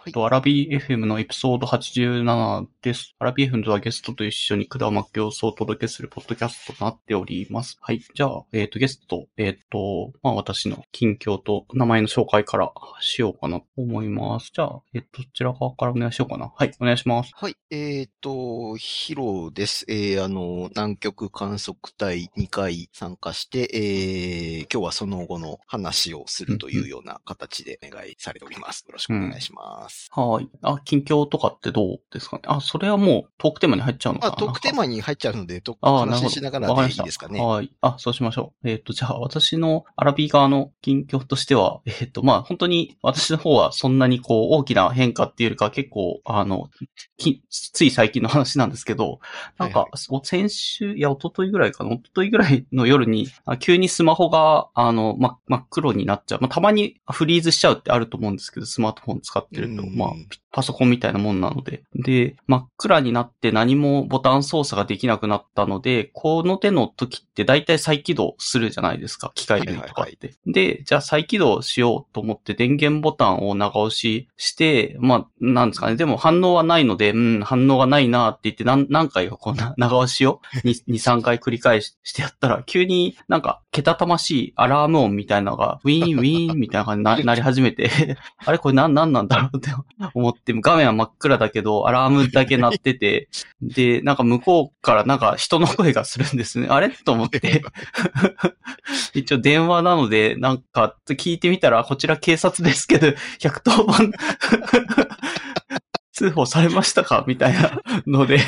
はい。 アラビ FM のエピソード87です。アラビ FM とはゲストと一緒に管巻き様子をお届けするポッドキャストとなっております。はい。じゃあ、ゲスト、私の近況と名前の紹介からしようかなと思います。じゃあ、どちら側からお願いしようかな。はい、お願いします。 はい。ヒロです。南極観測隊2回参加して、今日はその後の話をするというような形でお願いされております。よろしくお願いします。 はい。近況とかってどうですかね。それはもうトークテーマに入っちゃうのかな。 トークテーマに入っちゃうので、話しながらでいいですかね。 はい。そうしましょう。じゃあ私のアラビ側の近況としては、本当に私の方はそんなに大きな変化っていうよりか結構、つい最近の話なんですけど、なんか、先週、一昨日ぐらいかな、一昨日ぐらいの夜に、急にスマホが、真っ黒になっちゃう。たまにフリーズしちゃうってあると思うんですけど、スマートフォン使ってると、パソコンみたいなもんなので。で、真っ暗になって何もボタン操作ができなくなったので、この手の時って大体再起動するじゃないですか、機械類とかって。で、じゃあ再起動しようと思って電源ボタンを長押しして、なんですかね、でも反応はないので、反応がないなって言って何回かこんな長押しを2、3回繰り返してやったら、急になんか、けたたましいアラーム音みたいなのが、ウィーンウィーンみたいな感じになり始めて、あれこれなんなんだろうって思って、画面は真っ暗だけど、アラームだけ鳴ってて、で、なんか向こうからなんか人の声がするんですね。あれと思って。一応電話なので、なんか聞いてみたら、こちら警察ですけど、110番通報されましたかみたいなので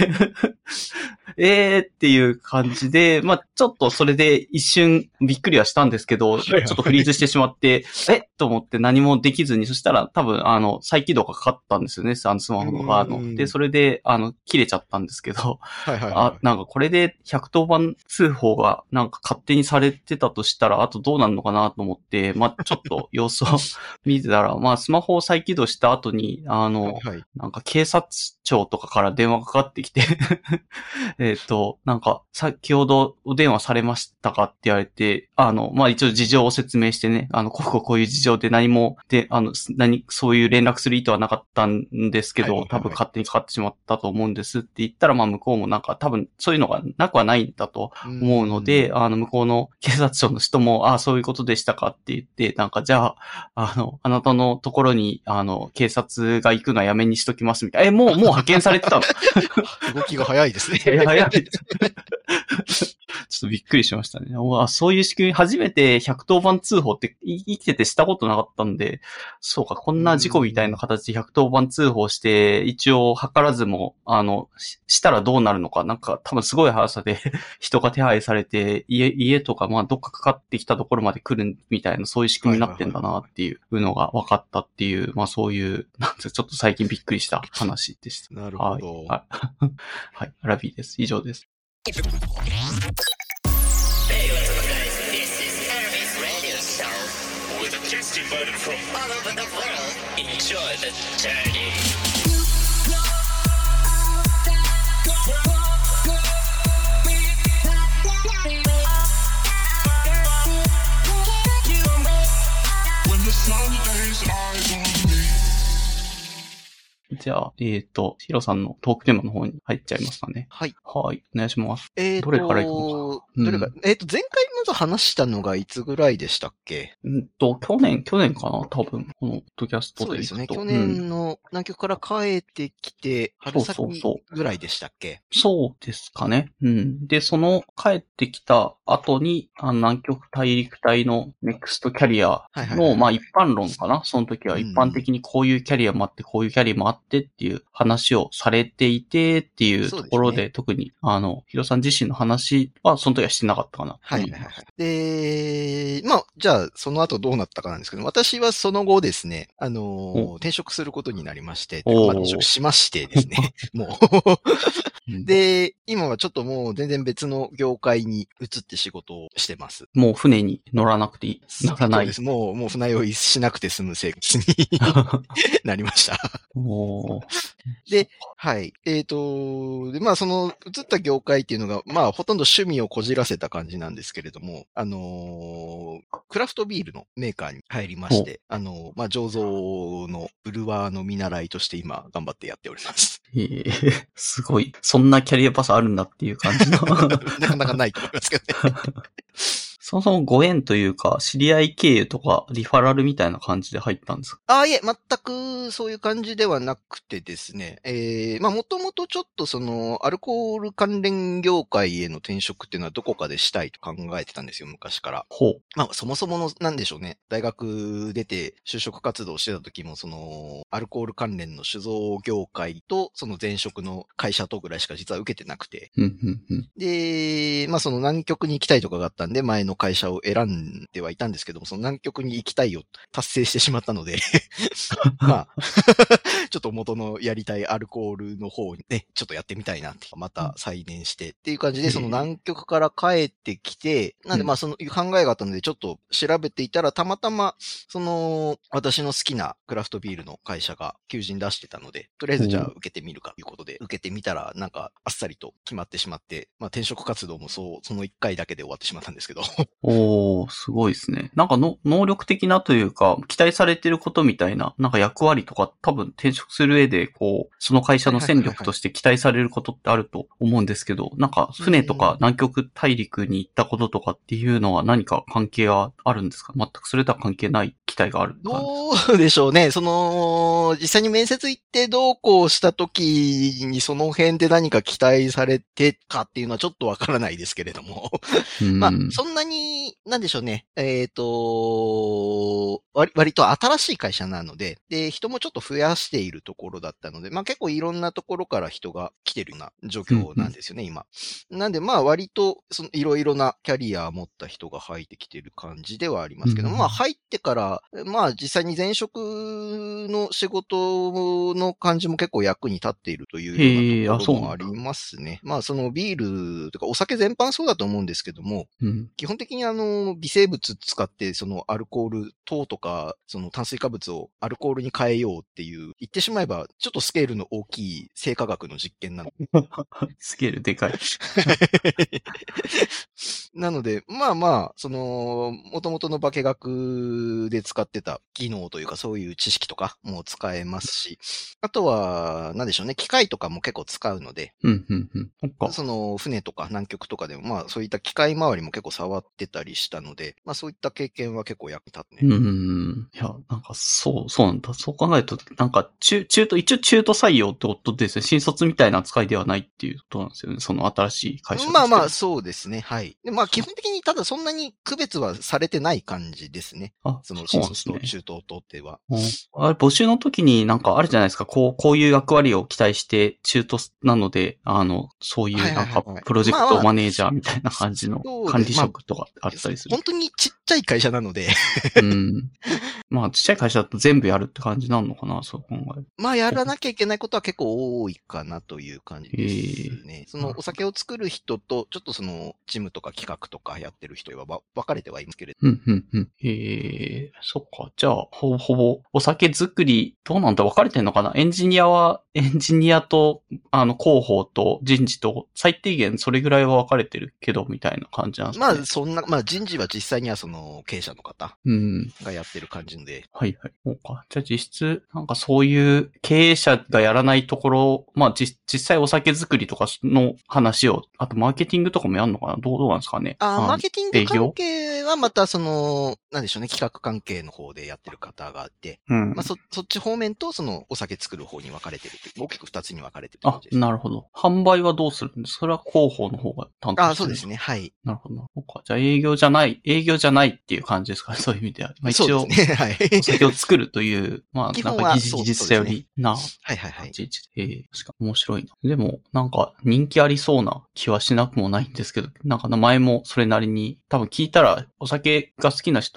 っていう感じで、ちょっとそれで一瞬びっくりはしたんですけど、ちょっとフリーズしてしまって、と思って何もできずに、そしたら多分再起動がかかったんですよね、スマホの側の。で、それで切れちゃったんですけど、なんかこれで110番通報がなんか勝手にされてたとしたら、あとどうなるのかなと思って、ちょっと様子を見てたら、スマホを再起動した後に、なんか警察庁とかから電話かかってきてなんか、先ほどお電話されましたかって言われて、一応事情を説明してね、こういう事情で何も、で、そういう連絡する意図はなかったんですけど、多分勝手にかかってしまったと思うんですって言ったら、向こうもなんか多分そういうのがなくはないんだと思うので、向こうの警察庁の人も、そういうことでしたかって言って、なんかじゃあ、あなたのところに、警察が行くのはやめにしときますみたいな。もう派遣されてたの動きが早いですね。 早い。ちょっとびっくりしましたね。そういう仕組み、初めて110番通報って生きててしたことなかったんで、そうか、こんな事故みたいな形で110番通報して、一応図らずも、したらどうなるのか、なんか多分すごい速さで人が手配されて、家とかどっかかかってきたところまで来るみたいな、そういう仕組みになってんだなっていうのが分かったっていう、そういう、なんてちょっと最近びっくりした話でした。 なるほど。 はい、アラビーです。以上です。 Hey, what's up, guys? This is Arabic Radio Show with a guest invited from all over the world. Enjoy the journey. じゃあ、ヒロさんのトークテーマの方に入っちゃいますかね。 はい。 はい。お願いします。どれから行こうか。 前回まず話したのがいつぐらいでしたっけ？ 去年かな多分、このポッドキャストで。 そうですね。去年の南極から帰ってきて、春先ぐらいでしたっけ？ そうですかね。で、その帰ってきた後に、南極大陸隊のネクストキャリアの、一般論かな。その時は一般的にこういうキャリアもあって、こういうキャリアもあってっていう話をされていてっていうところで、特に、ヒロさん自身の話は、その時はしてなかったかな。 で、じゃあ、その後どうなったかなんですけど、私はその後ですね、転職することになりまして、転職しましてですね、もう。で、今はちょっともう全然別の業界に移って仕事をしてます。 もう船に乗らなくていい。乗らない。 そうです。もう船酔いしなくて済む生活になりました。 で、はい。で、まあ、その、移った業界っていうのが、まあ、ほとんど趣味をこじらせた感じなんですけれども、クラフトビールのメーカーに入りまして、まあ、醸造のブルワーの見習いとして今、頑張ってやっております。 すごい。そんなキャリアパスあるんだっていう感じの。 なかなかないと思いますけどね。 そもそもご縁というか、知り合い経由とか、リファラルみたいな感じで入ったんですか？ いえ、全くそういう感じではなくてですね、まあ、もともとちょっとその、アルコール関連業界への転職っていうのはどこかでしたいと考えてたんですよ、昔から。まあ、そもそもの、なんでしょうね。大学出て就職活動してた時も、その、アルコール関連の酒造業界と、その前職の会社とぐらいしか実は受けてなくて。で、まあ、その南極に行きたいとかがあったんで、前の会社を選んではいたんですけども、その南極に行きたいを達成してしまったので、まあ、ちょっと元のやりたいアルコールの方にね、ちょっとやってみたいなって、また再燃してっていう感じで、その南極から帰ってきて、なんでまあその考えがあったのでちょっと調べていたら、たまたま、その、私の好きなクラフトビールの会社が求人出してたので、とりあえずじゃあ受けてみるかということで、受けてみたら、なんかあっさりと決まってしまって、まあ転職活動もその1回だけで終わってしまったんですけど。 すごいですね。なんか能力的なというか、期待されてることみたいな、なんか役割とか多分転職する上で、こう、その会社の戦力として期待されることってあると思うんですけど、なんか船とか南極大陸に行ったこととかっていうのは何か関係はあるんですか？全くそれとは関係ない期待がある。 どうでしょうね。その、実際に面接行ってどうこうした時にその辺で何か期待されてかっていうのはちょっとわからないですけれども。まあ、そんなに、なんでしょうね。割と新しい会社なので、で、人もちょっと増やしているところだったので、まあ結構いろんなところから人が来てるような状況なんですよね、今。なんでまあ割と、いろいろなキャリアを持った人が入ってきてる感じではありますけど、まあ入ってから、まあ実際に前職の仕事の感じも結構役に立っているというようなところもありますね。まあそのビールとかお酒全般そうだと思うんですけども、基本的に微生物使ってそのアルコール、糖とかその炭水化物をアルコールに変えようっていう、言ってしまえばちょっとスケールの大きい生化学の実験なの。 スケールでかい。 なので、まあまあ、その、元々の化学で使ってた技能というかそういう知識とかも使えますし、あとは、なんでしょうね、機械とかも結構使うので、その船とか南極とかでも、まあそういった機械周りも結構触ってたりしたので、まあそういった経験は結構役に立つね。 いや、なんかそうなんだ。そう考えると、なんか一応中途採用ってことですね。新卒みたいな扱いではないっていうことなんですよね。その新しい会社として。 まあまあ、そうですね。はい。でまあ基本的にただそんなに区別はされてない感じですね。その新卒と中途とっては。 あれ、募集の時になんかあるじゃないですか。こういう役割を期待して中途なので、そういうなんかプロジェクトマネージャーみたいな感じの管理職とかあったりする。 本当にちっちゃい会社なので。 まあ、ちっちゃい会社だと全部やるって感じなのかな、そう考える。 まあ、やらなきゃいけないことは結構多いかなという感じですね。そのお酒を作る人と、ちょっとその、事務とか企画とかやってる人は分かれてはいますけれど。 そっか。じゃあ、ほぼ、お酒作り、どうなんだ分かれてんのかな？エンジニアと、広報と人事と、最低限それぐらいは分かれてるけど、みたいな感じなんですかね。 まあ、人事は実際にはその、経営者の方がやってる感じで。 はいはい。そうか。じゃあ実質、なんかそういう経営者がやらないところ、まあ実際お酒作りとかの話を、あとマーケティングとかもやるのかな？どうなんですかね？ マーケティング関係はまたその、なんでしょうね、企画関係の方でやってる方があって、まあそっち方面とそのお酒作る方に分かれてる大きく二つに分かれてる感じです。 なるほど。販売はどうするんですか？それは広報の方が担当してる。 そうですね。はい。 なるほど。そうか。じゃあ営業じゃないっていう感じですかね？そういう意味では。まあ一応、 ね、はい。 お酒を作るという、まあ、なんか技術者よりな、 はいはいはい。 確か面白いな。でも、なんか人気ありそうな気はしなくもないんですけど、なんか名前もそれなりに、多分聞いたらお酒が好きな人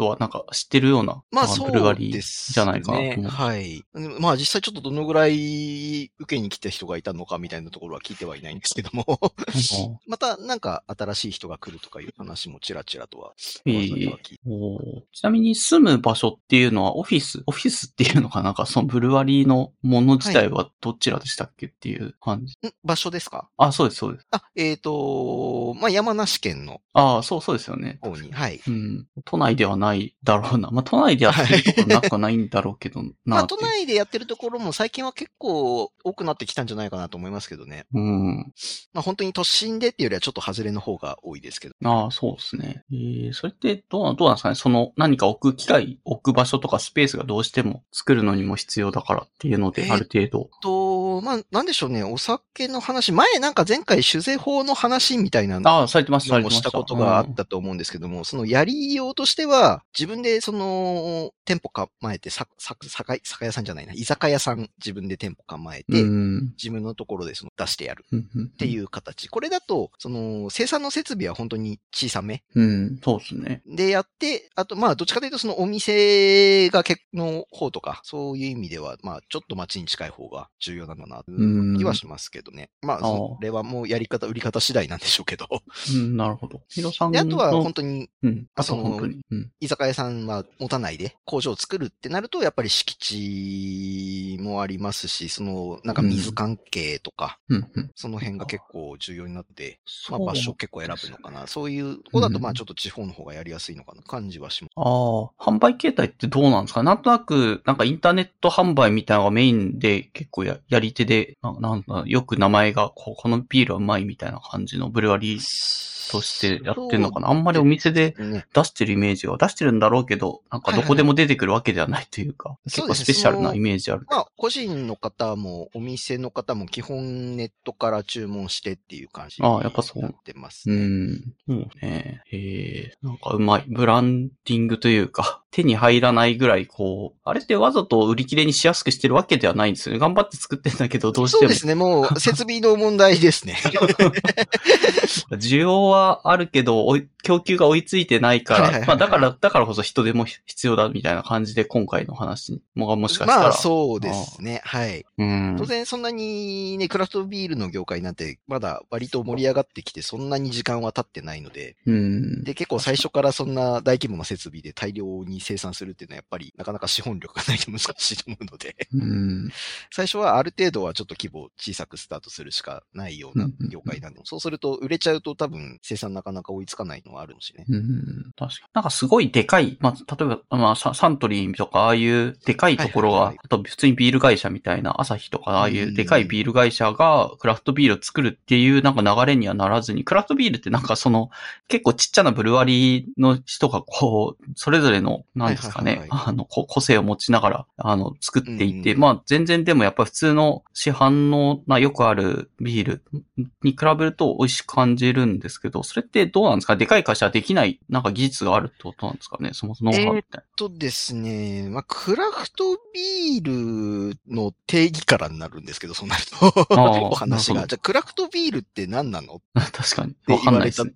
ことはなんか知ってるような、 まあそうブルガリーじゃないかなと思う。 ね、はい。まあ実際ちょっとどのぐらい受けに来た人がいたのかみたいなところは聞いてはいないんですけどもまたなんか新しい人が来るとかいう話もちらちらとは噂では聞いて。 ちなみに住む場所っていうのはオフィスっていうのかなんかそのブルワリーのもの自体はどちらでしたっけっていう感じ。 場所ですか？ あ、そうです、そうです。 まあ山梨県の。 そうですよね。 方に、はい。 都内ではないだろうな。まあ都内でやってるところなくはないんだろうけどな。 まあ都内でやってるところも最近は結構多くなってきたんじゃないかなと思いますけどね。まあ本当に都心でっていうよりはちょっと外れの方が多いですけど。 そうですね。それってどうなんですかね。その何か置く場所とかスペースがどうしても作るのにも必要だからっていうので、ある程度。 まあなんでしょうね。お酒の話、前回酒税法の話みたいなのされてました。 もしたことがあったと思うんですけども、そのやりようとしては、自分でその店舗構えて、酒屋さんじゃないな、居酒屋さん自分で店舗構えて、自分のところでその出してやるっていう形。これだと、その生産の設備は本当に小さめ。 そうですね。 でやって、あとまあどっちかというとそのお店がの方とか、そういう意味では、まあちょっと街に近い方が重要なのかなという気はしますけどね。まあそれはもうやり方、売り方次第なんでしょうけど。 なるほど。ヒロさんで、あとは本当に、 本当に、 居酒屋さんは持たないで工場を作るってなると、やっぱり敷地もありますし、その、なんか水関係とか、その辺が結構重要になって、まあ場所結構選ぶのかな。そういうとこだと、まあちょっと地方の方がやりやすいのかな感じはします。 販売形態ってどうなんですか？なんとなく、なんかインターネット販売みたいなのがメインで結構やり手で、なんかよく名前がこのビールはうまいみたいな感じのブルワリーとしてやってんのかな。あんまりお店で出してるイメージは出してるんだろうけど、なんかどこでも出てくるわけではないというか、結構スペシャルなイメージある。 まあ、個人の方もお店の方も基本ネットから注文してっていう感じになってますね。 そうね。なんかうまい。ブランディングというか、手に入らないぐらいこう、あれってわざと売り切れにしやすくしてるわけではないんですよね。頑張って作ってんだけど、どうしても。 そうですね。もう、設備の問題ですね。 需要はあるけど、供給が追いついてないから、まあだからこそ人手も必要だみたいな感じで今回の話もしかしたら。 まあそうですね。はい。当然そんなにね、クラフトビールの業界なんてまだ割と盛り上がってきてそんなに時間は経ってないので、で、結構最初からそんな大規模な設備で大量に生産するっていうのはやっぱりなかなか資本力がないと難しいと思うので、最初はある程度はちょっと規模小さくスタートするしかないような業界なんで、そうすると売れちゃうと多分生産なかなか追いつかないのはあるしね。 確かに。なんかすごいでかい、まあ、例えば、まあ、サントリーとかああいうでかいところが、あと普通にビール会社みたいな、アサヒとかああいうでかいビール会社がクラフトビールを作るっていうなんか流れにはならずに、クラフトビールってなんかその、結構ちっちゃなブルワリーの人がこう、それぞれの、なんですかね、個性を持ちながら、作っていて、まあ、全然でもやっぱり普通の市販の、まあ、よくあるビールに比べると美味しく感じるんですけど、それってどうなんですか？でかい会社はできない、なんか技術があるってことなんですかね？そもそもノウハウみたいな。 ですね、まあ、クラフトビールの定義からになるんですけど、そうなるとお話が。じゃあ、クラフトビールって何なの？ 確かに。わかんないですね。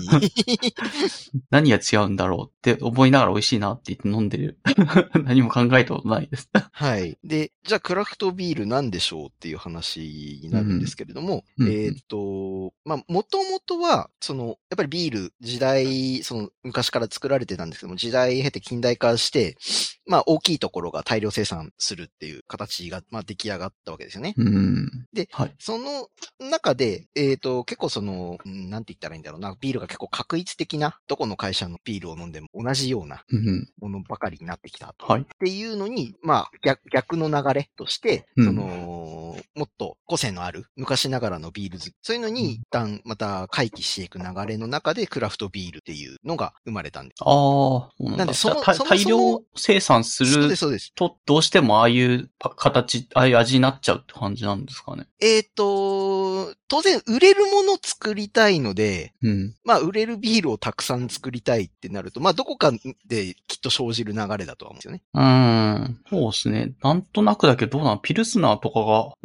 何が違うんだろうって思いながら美味しいなって言って飲んでる。何も考えたことないです。 はい。で、じゃあクラフトビールなんでしょうっていう話になるんですけれども、まあ、もともとは、その、やっぱりビール、時代、その、昔から作られてたんですけども、時代経て近代化して、まあ、大きいところが大量生産するっていう形が、まあ、出来上がったわけですよね。で、その中で、結構その、なんて言ったらいいんだろうな、ビールが結構画一的な、どこの会社のビールを飲んでも同じようなものばかりになってきたと。っていうのに、まあ、逆の流れとして、その、もっと個性のある、昔ながらのビールズ、そういうのに一旦また回帰していく流れの中でクラフトビールっていうのが生まれたんです。 なんで大量生産するとどうしてもああいう形、ああいう味になっちゃうって感じなんですかね。 当然売れるものを作りたいので、まあ売れるビールをたくさん作りたいってなると、まあどこかできっと生じる流れだとは思うんですよね。 そうですね。なんとなくだけどどうなの？ピルスナーとかが売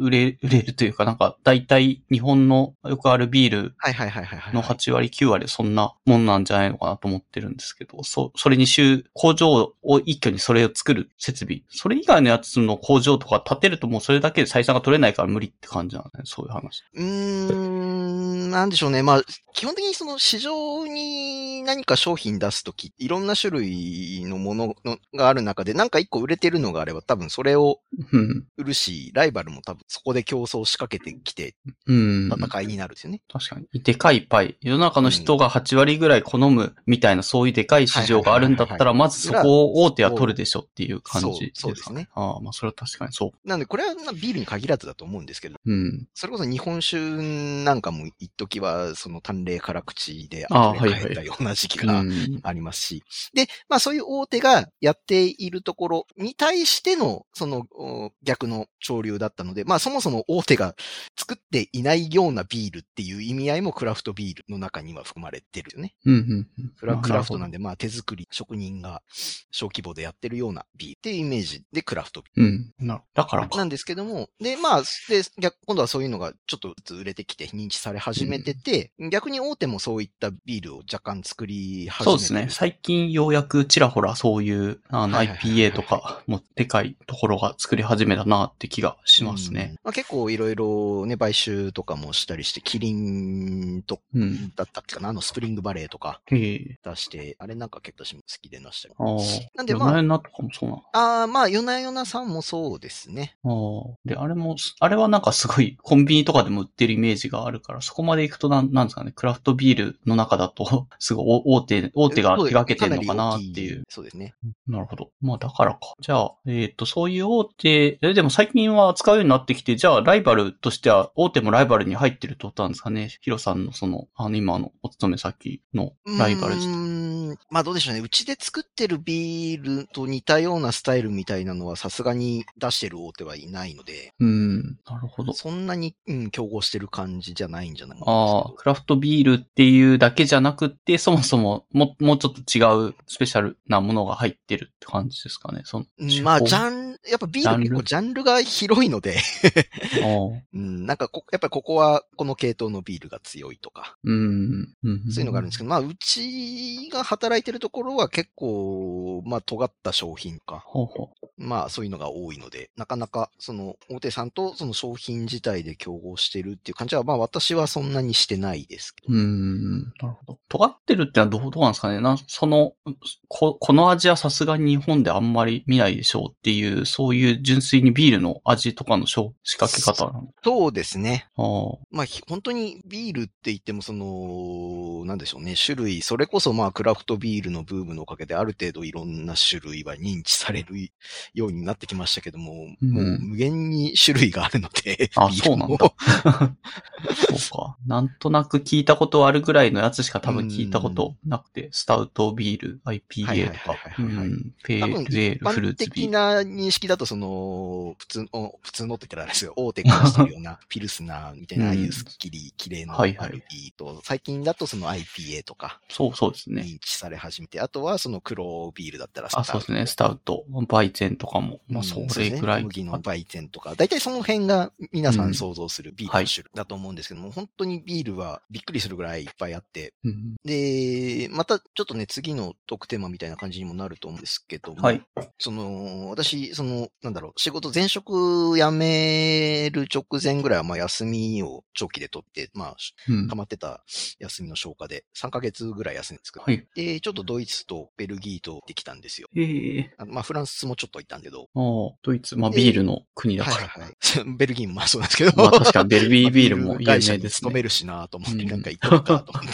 売れるというか、なんか、大体日本のよくあるビールはいはいはいはいはい。 の8割、9割そんなもんなんじゃないのかなと思ってるんですけど、それに工場を一挙にそれを作る設備。それ以外のやつの工場とか建てるともうそれだけで採算が取れないから無理って感じなんだね、そういう話。 なんでしょうね。まあ、基本的にその市場に何か商品出すとき、いろんな種類のものがある中で、なんか一個売れてるのがあれば、多分それを売るし、ライバルも多分そこで競争を仕掛けてきて、戦いになるんですよね。 確かに。でかいパイ。世の中の人が8割ぐらい好むみたいな、そういうでかい市場があるんだったら、まずそこを大手は取るでしょっていう感じですか。 そうですね。 ああ、まあそれは確かにそう。 なので、これはビールに限らずだと思うんですけど、それこそ日本酒なんかも一時は、その淡麗辛口で溢れ返ったような時期がありますし。で、まあそういう大手がやっているところに対しての、その逆の潮流だったので、まあそもそも大手が作っていないようなビールっていう意味合いもクラフトビールの中には含まれてるよね。それはクラフトなんで、まあ手作り、職人が小規模でやってるようなビールっていうイメージでクラフトビール。 だからなんですけども、で、まあ、今度はそういうのがちょっとずつ売れてきて認知され始めてて、逆に大手もそういったビールを若干作り始めて。 そうですね。最近ようやくちらほらそういう、IPA とかもでかいところが作り始めたなって気がしますね。 まあ、結構いろいろね、買収とかもしたりして、キリンと、だったっけかな、スプリングバレーとか出して、あれなんか結構私も好きでなしたり。 なんでまあ。夜な夜なとかもそうな。 まあ夜な夜なさんもそうですね。 で、あれはなんかすごいコンビニとかでも売ってるイメージがあるから、そこまで行くとなんですかね、クラフトビールの中だと、すごい大手が手掛けてるのかなっていう。 そうですね。 なるほど。まあだからか。じゃあ、そういう大手、でも最近は扱うようになってきて、じゃあライバルとしては、大手もライバルに入ってるってことなんですかね。ヒロさんの今のお勤め先のライバル自体。 まあどうでしょうね。うちで作ってるビールと似たようなスタイルみたいなのはさすがに出してる大手はいないので。 なるほど。 そんなに、競合してる感じじゃないんじゃないかな。 クラフトビールっていうだけじゃなくって、そもそももうちょっと違うスペシャルなものが入ってるって感じですかね。 まあ、やっぱビール結構ジャンルが広いのでなんかやっぱりここはこの系統のビールが強いとか。そういうのがあるんですけど、まあ、うちが働いてるところは結構、まあ、尖った商品か。まあ、そういうのが多いので、なかなか、大手さんとその商品自体で競合してるっていう感じは、まあ、私はそんなにしてないですけど。 なるほど。尖ってるってのはどうなんですかね。この味はさすがに日本であんまり見ないでしょうっていう、そういう純粋にビールの味とかの仕掛け方なの。 そうですね。 まあ、本当にビールって言っても、なんでしょうね、種類、それこそまあ、クラフトビールのブームのおかげである程度いろんな種類は認知されるようになってきましたけども、もう無限に種類があるので、 そうなんだ。そうか。なんとなく聞いたことあるぐらいのやつしか多分聞いたことなくて、スタウトビール、IPA とか、ペールエール、フルーツビール。 的な認識だと普通のって言ったらあれですよ、大手が出してるようなピルスナーみたいな、ああいうスッキリ、綺麗な RB と、最近だとIPA とか、 そうですね。 認知され始めて、あとは黒ビールだったらそうですね、スタウト、バイゼンとかも、まあそれぐらい。 麦のバイゼンとか、だいたいその辺が皆さん想像するビールの種類だと思うんですけども、本当にビールはびっくりするぐらいいっぱいあって、で、またちょっとね、次のトークテーマみたいな感じにもなると思うんですけども、私、仕事前職辞める直前ぐらいは、まあ休みを長期で取って、まあ、溜まってた休みの消化で3ヶ月ぐらい休んですけど、で、ちょっとドイツとベルギーと行ってきたんですよ。まあフランスもちょっと行ったんだけど。 ドイツ、まあビールの国だから。 ベルギーもまあそうなんですけど。 まあ確かにベルギービールも有名ですね。 勤めるしなと思って、なんか行こうかと思って。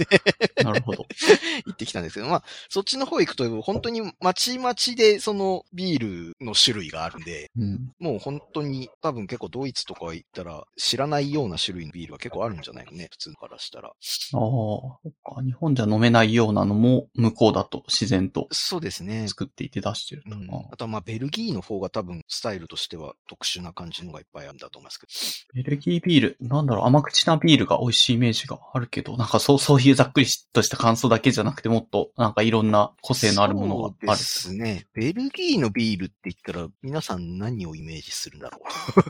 なるほど。 行ってきたんですけど、まあ、そっちの方行くと、本当にまちまちで、ビールの種類があるんで、もう本当に、多分結構ドイツとか行ったら、知らないような種類のビールは結構あるんじゃないのね、普通からしたら。 そっか。日本じゃ飲めないようなのも、向こうだと自然と。 そうですね。 作っていて出してると。 あとはまあ、ベルギーの方が多分、スタイルとしては特殊な感じのがいっぱいあるんだと思いますけど。 ベルギービール、甘口なビールが美味しいイメージがあるけど、なんかそういうざっくりとした感想だけじゃなくて、もっとなんかいろんな個性のあるものがある。 そうですね。ベルギーのビールって言ったら、皆さん何をイメージするんだろう。一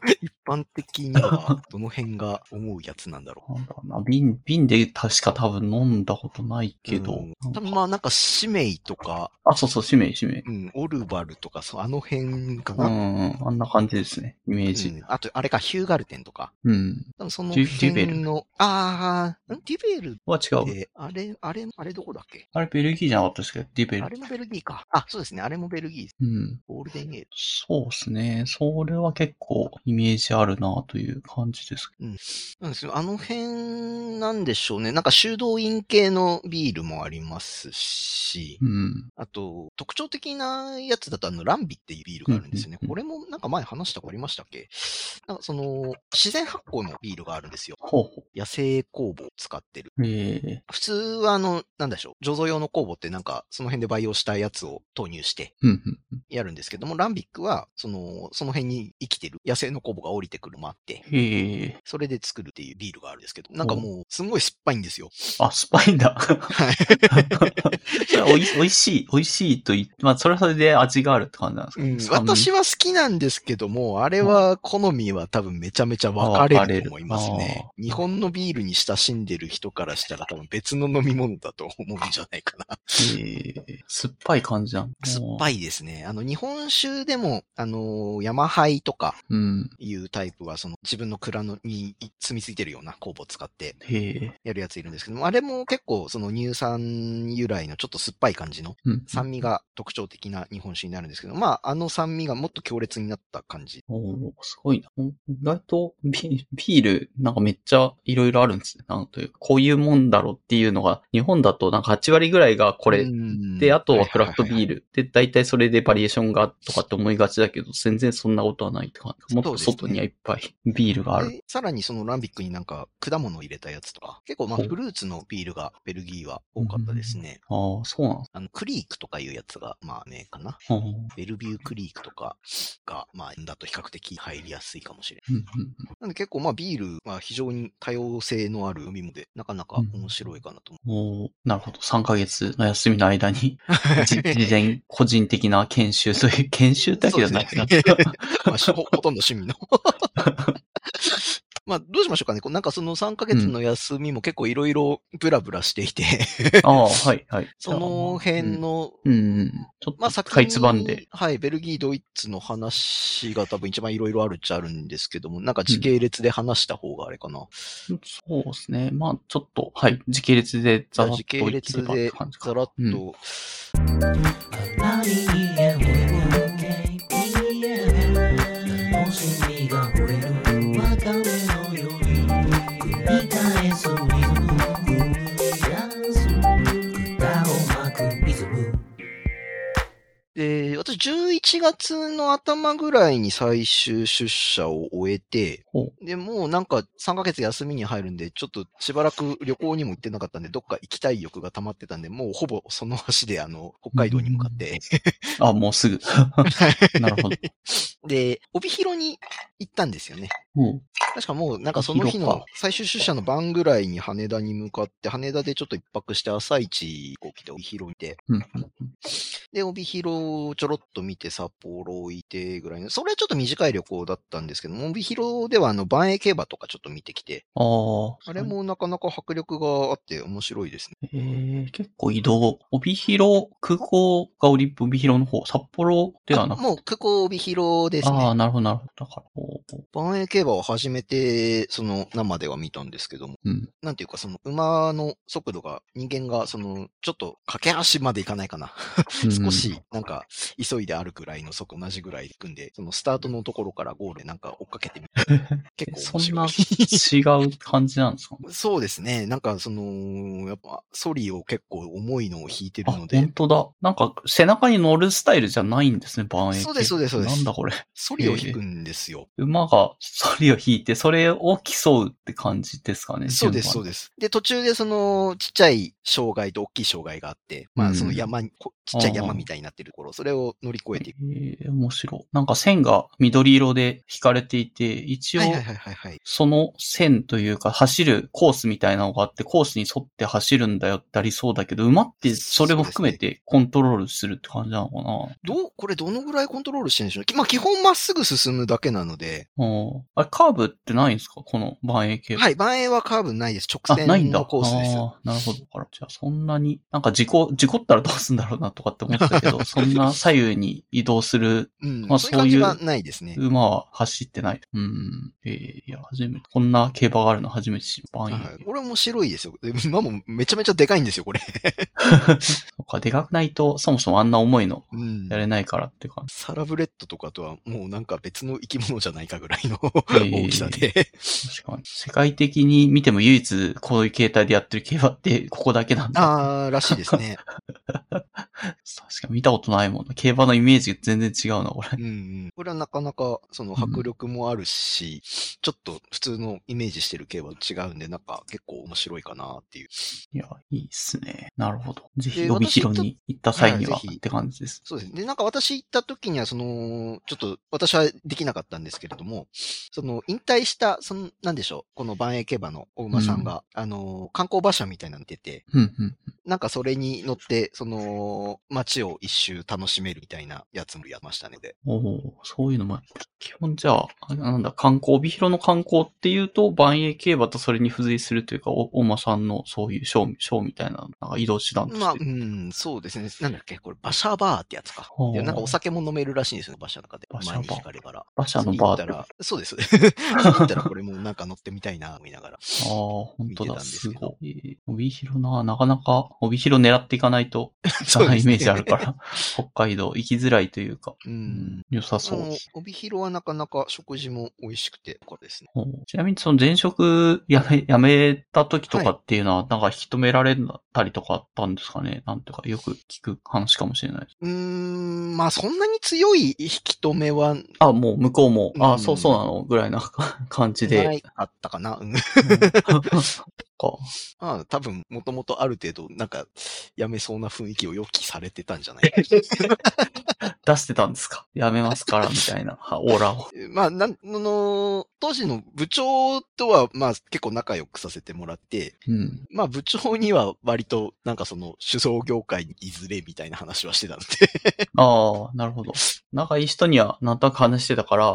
般的には、どの辺が思うやつなんだろう。 なんだろうな、瓶で確か多分飲んだことないけど。 多分まあなんか、シメイとか。 あ、そう、シメイ。 オルバルとか、あの辺かな。 あんな感じですね、イメージ。 あと、あれか、ヒューガルテンとか。多分そのデュベルの、デュベルは違う。 あれどこだっけ？ あれベルギーじゃなかったですけど、デュベル。 あれもベルギーか。そうですね、あれもベルギー。 ゴールデンエール。 そうですね。それは結構イメージあるなという感じです。 なんですよ。あの辺なんでしょうね。なんか修道院系のビールもありますし、あと、特徴的なやつだとランビっていうビールがあるんですよね。これもなんか前話したことありましたっけ？なんか自然発酵のビールがあるんですよ。野生酵母を使ってる。普通はなんでしょう。醸造用の酵母ってなんかその辺で培養したやつを投入してやるんですけども、ランビックはその辺に生きてる野生の酵母が降りてくるのもあって、それで作るっていうビールがあるんですけど、なんかもうすんごい酸っぱいんですよ。 あ、酸っぱいんだ。はい。美味しいとまあそれはそれで味があるって感じなんですか？ 私は好きなんですけども、あれは好みは多分めちゃめち酸っぱいと思いますね。日本のビールに親しんでる人からしたら多分別の飲み物だと思うんじゃないかな。 酸っぱい感じなん酸っぱいですね。日本酒でも、山灰とかいうタイプは、自分の蔵に住み着いてるような酵母を使ってやるやついるんですけども、あれも結構乳酸由来のちょっと酸っぱい感じの酸味が特徴的な日本酒になるんですけど、まあ、酸味がもっと強烈になった感じ。 すごいな。意外とビールなんかめっちゃいろいろあるんですね。なんというか、こういうもんだろうっていうのが、日本だとなんか8割ぐらいがこれで、あとはクラフトビールで、大体それでバリエーションがとかって思いがちだけど、全然そんなことはないって感じ。もっと外にはいっぱいビールがある。 さらにランビックになんか果物を入れたやつとか、結構まあフルーツのビールがベルギーは多かったですね。 そうなんです。 クリークとかいうやつがまあね、かな。ベルビュークリークとかがまあだと比較的入りやすいかもしれない。なんで結構まあビールは非常に多様性のある飲み物で、なかなか面白いかなと思う。なるほど。3ヶ月の休みの間に、事前個人的な研修、そういう研修だけじゃないな。 ほとんど趣味の。まあ、どうしましょうかね。なんかその3ヶ月の休みも結構いろいろブラブラしていてはい。 その辺の、 ちょっとかいつばんで。 はい、ベルギー、ドイツの話が多分一番いろいろあるっちゃあるんですけども、なんか時系列で話した方があれかな。 そうですね。まあ、ちょっと、はい、時系列でザラッと。 時系列でザラッと。で、私11月の頭ぐらいに最終出社を終えて、で、もうなんか3ヶ月休みに入るんで、ちょっとしばらく旅行にも行ってなかったんで、どっか行きたい欲が溜まってたんで、もうほぼその足で北海道に向かって。 もうすぐ。なるほど。 で、帯広に行ったんですよね。確かもうなんかその日の最終出社の晩ぐらいに羽田に向かって、羽田でちょっと一泊して朝一飛行機で帯広にいて、で、帯広ちょろっと見て札幌いてぐらいの、それはちょっと短い旅行だったんですけども、帯広では万栄競馬とかちょっと見てきて、あれもなかなか迫力があって面白いですね。結構移動、帯広、空港が帯広の方、札幌ではなくて。 もう空港帯広ですね。 なるほど。だから。 万栄競馬を初めて、生では見たんですけども、なんていうか馬の速度が、人間がちょっと駆け足までいかないかな。少し、なんか、急いであるくらいの速度同じぐらい行くんで、スタートのところからゴールでなんか追っかけてみて、結構面白い。 そんな違う感じなんですか？ そうですね。なんか、やっぱ、ソリを結構重いのを引いてるので。 本当だ。なんか、背中に乗るスタイルじゃないんですね、万栄競馬。 そうです。 なんだこれ。 ソリを引くんですよ。 馬がソリを引いてて、それを競うって感じですかね。 そうです、そうです。で、途中でその、ちっちゃい障害と大きい障害があって、まあ、その山に、ちっちゃい山みたいになってるところ、それを乗り越えていく。 面白い。なんか線が緑色で引かれていて、一応、その線というか、走るコースみたいなのがあって、コースに沿って走るんだよってありそうだけど、馬ってそれも含めてコントロールするって感じなのかな。 これどのぐらいコントロールしてるんでしょうね。まあ、基本まっすぐ進むだけなので。 あれ、カーブってないんですかこの万栄系。 はい、万栄はカーブないです。直線のコースです。 なるほど。じゃあ、そんなに、なんか事故ったらどうすんだろうなとかって思ったけど、そんな左右に移動する、 まあそういう感じはないですね。 馬は走ってない。いや、初めて、こんな競馬があるの初めて知る。 これ面白いですよ。馬もめちゃめちゃでかいんですよ、これ。 そっか、でかくないと、そもそもあんな重いの、やれないからって感じ。 サラブレッドとかとはもうなんか別の生き物じゃないかぐらいの大きさで。 確かに。世界的に見ても唯一こういう形態でやってる競馬ってここだけなんだ。 らしいですね。 確かに見たことないもんな。競馬のイメージが全然違うな、これ。 これはなかなか、その迫力もあるし、ちょっと普通のイメージしてる競馬と違うんで、なんか結構面白いかなっていう。 いや、いいっすね。なるほど。ぜひ、帯広に行った際には、って感じです。 そうですね。で、なんか私行った時には、ちょっと私はできなかったんですけれども、引退した、なんでしょう、この万栄競馬のお馬さんが、観光馬車みたいなの出て、なんかそれに乗って、街を一周楽しめるみたいなやつもやってましたね。 そういうのも、基本じゃあ、帯広の観光っていうと、万栄競馬とそれに付随するというか、お馬さんのそういうショーみたいな、なんか移動手段として。 まあ、そうですね。なんだっけ、これ、馬車バーってやつか。なんかお酒も飲めるらしいんですよ、馬車の中で。前に引かれから。 馬車のバーって。 そうです。行ったらこれもなんか乗ってみたいな、思いながら。 本当だ、すごい。帯広なかなか、帯広狙っていかないと、そんなイメージあるから、北海道行きづらいというか、良さそう。 帯広はなかなか食事も美味しくて、これですね。 ちなみにその前職やめた時とかっていうのは、なんか引き止められたりとかあったんですかね。なんていうか、よく聞く話かもしれないです。 まあそんなに強い引き止めは。 もう向こうも、そうなのぐらいな感じで。 ないあったかな。多分、もともとある程度、なんか、やめそうな雰囲気を予期されてたんじゃないか。 出してたんですか？やめますから、みたいな、オーラを。 まあ、当時の部長とは、まあ、結構仲良くさせてもらって、まあ、部長には割と、なんか酒造業界にいずれみたいな話はしてたので。 なるほど。仲いい人にはなんとなく話してたから、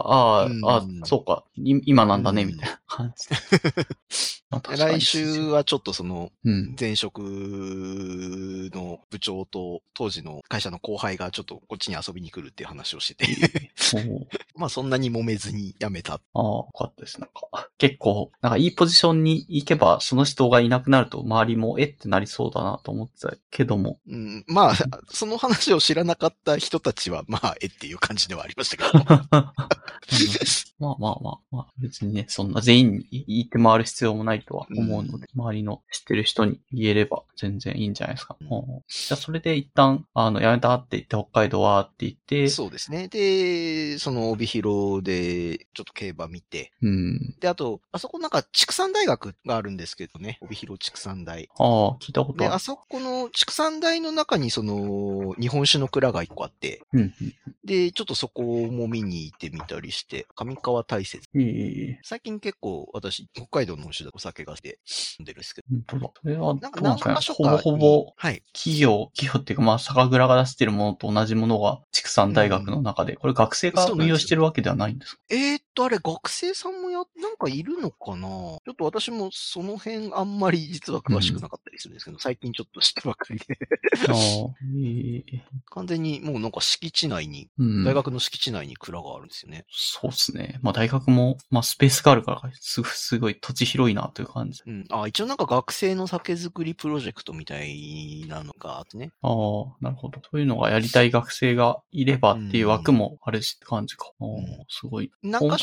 そうか、今なんだね、みたいな感じ。 来週はちょっと前職の部長と当時の会社の後輩がちょっとこっちに遊びに来るっていう話をしててまあそんなに揉めずに辞めた。 よかったです。なんか結構、なんかいいポジションに行けばその人がいなくなると周りもってなりそうだなと思ってたけども。 まあ、その話を知らなかった人たちはまあっていう感じではありましたけど。 まあ、別にね、そんな全員に言って回る必要もないとは思うので、周りの知ってる人に言えれば全然いいんじゃないですか。じゃあそれで一旦、辞めたって言って北海道はって言って。 そうですね。で、帯広でちょっと競馬見て。で、あと、あそこなんか畜産大学があるんですけどね。帯広畜産大。 聞いたことある。 で、あそこの畜産大の中に日本酒の蔵が一個あって。で、ちょっとそこも見に行ってみたりして、上川大雪。最近結構私、北海道の方でお酒がして飲んでるんですけど。 それは、なんかほぼ、企業っていうか、まあ、酒蔵が出してるものと同じものが畜産大学の中で、これ学生が運用してるわけではないんですか？ あれ、学生さんもなんかいるのかな？ちょっと私もその辺あんまり実は詳しくなかったりするんですけど、最近ちょっと知ったばっかりで。完全にもうなんか敷地内に、大学の敷地内に蔵があるんですよね。 そうですね。まあ大学も、まあスペースがあるから、すごい土地広いなという感じ。 一応なんか学生の酒造りプロジェクトみたいなのがあってね。 なるほど。そういうのがやりたい学生がいればっていう枠もあるしって感じか。すごい。 何箇所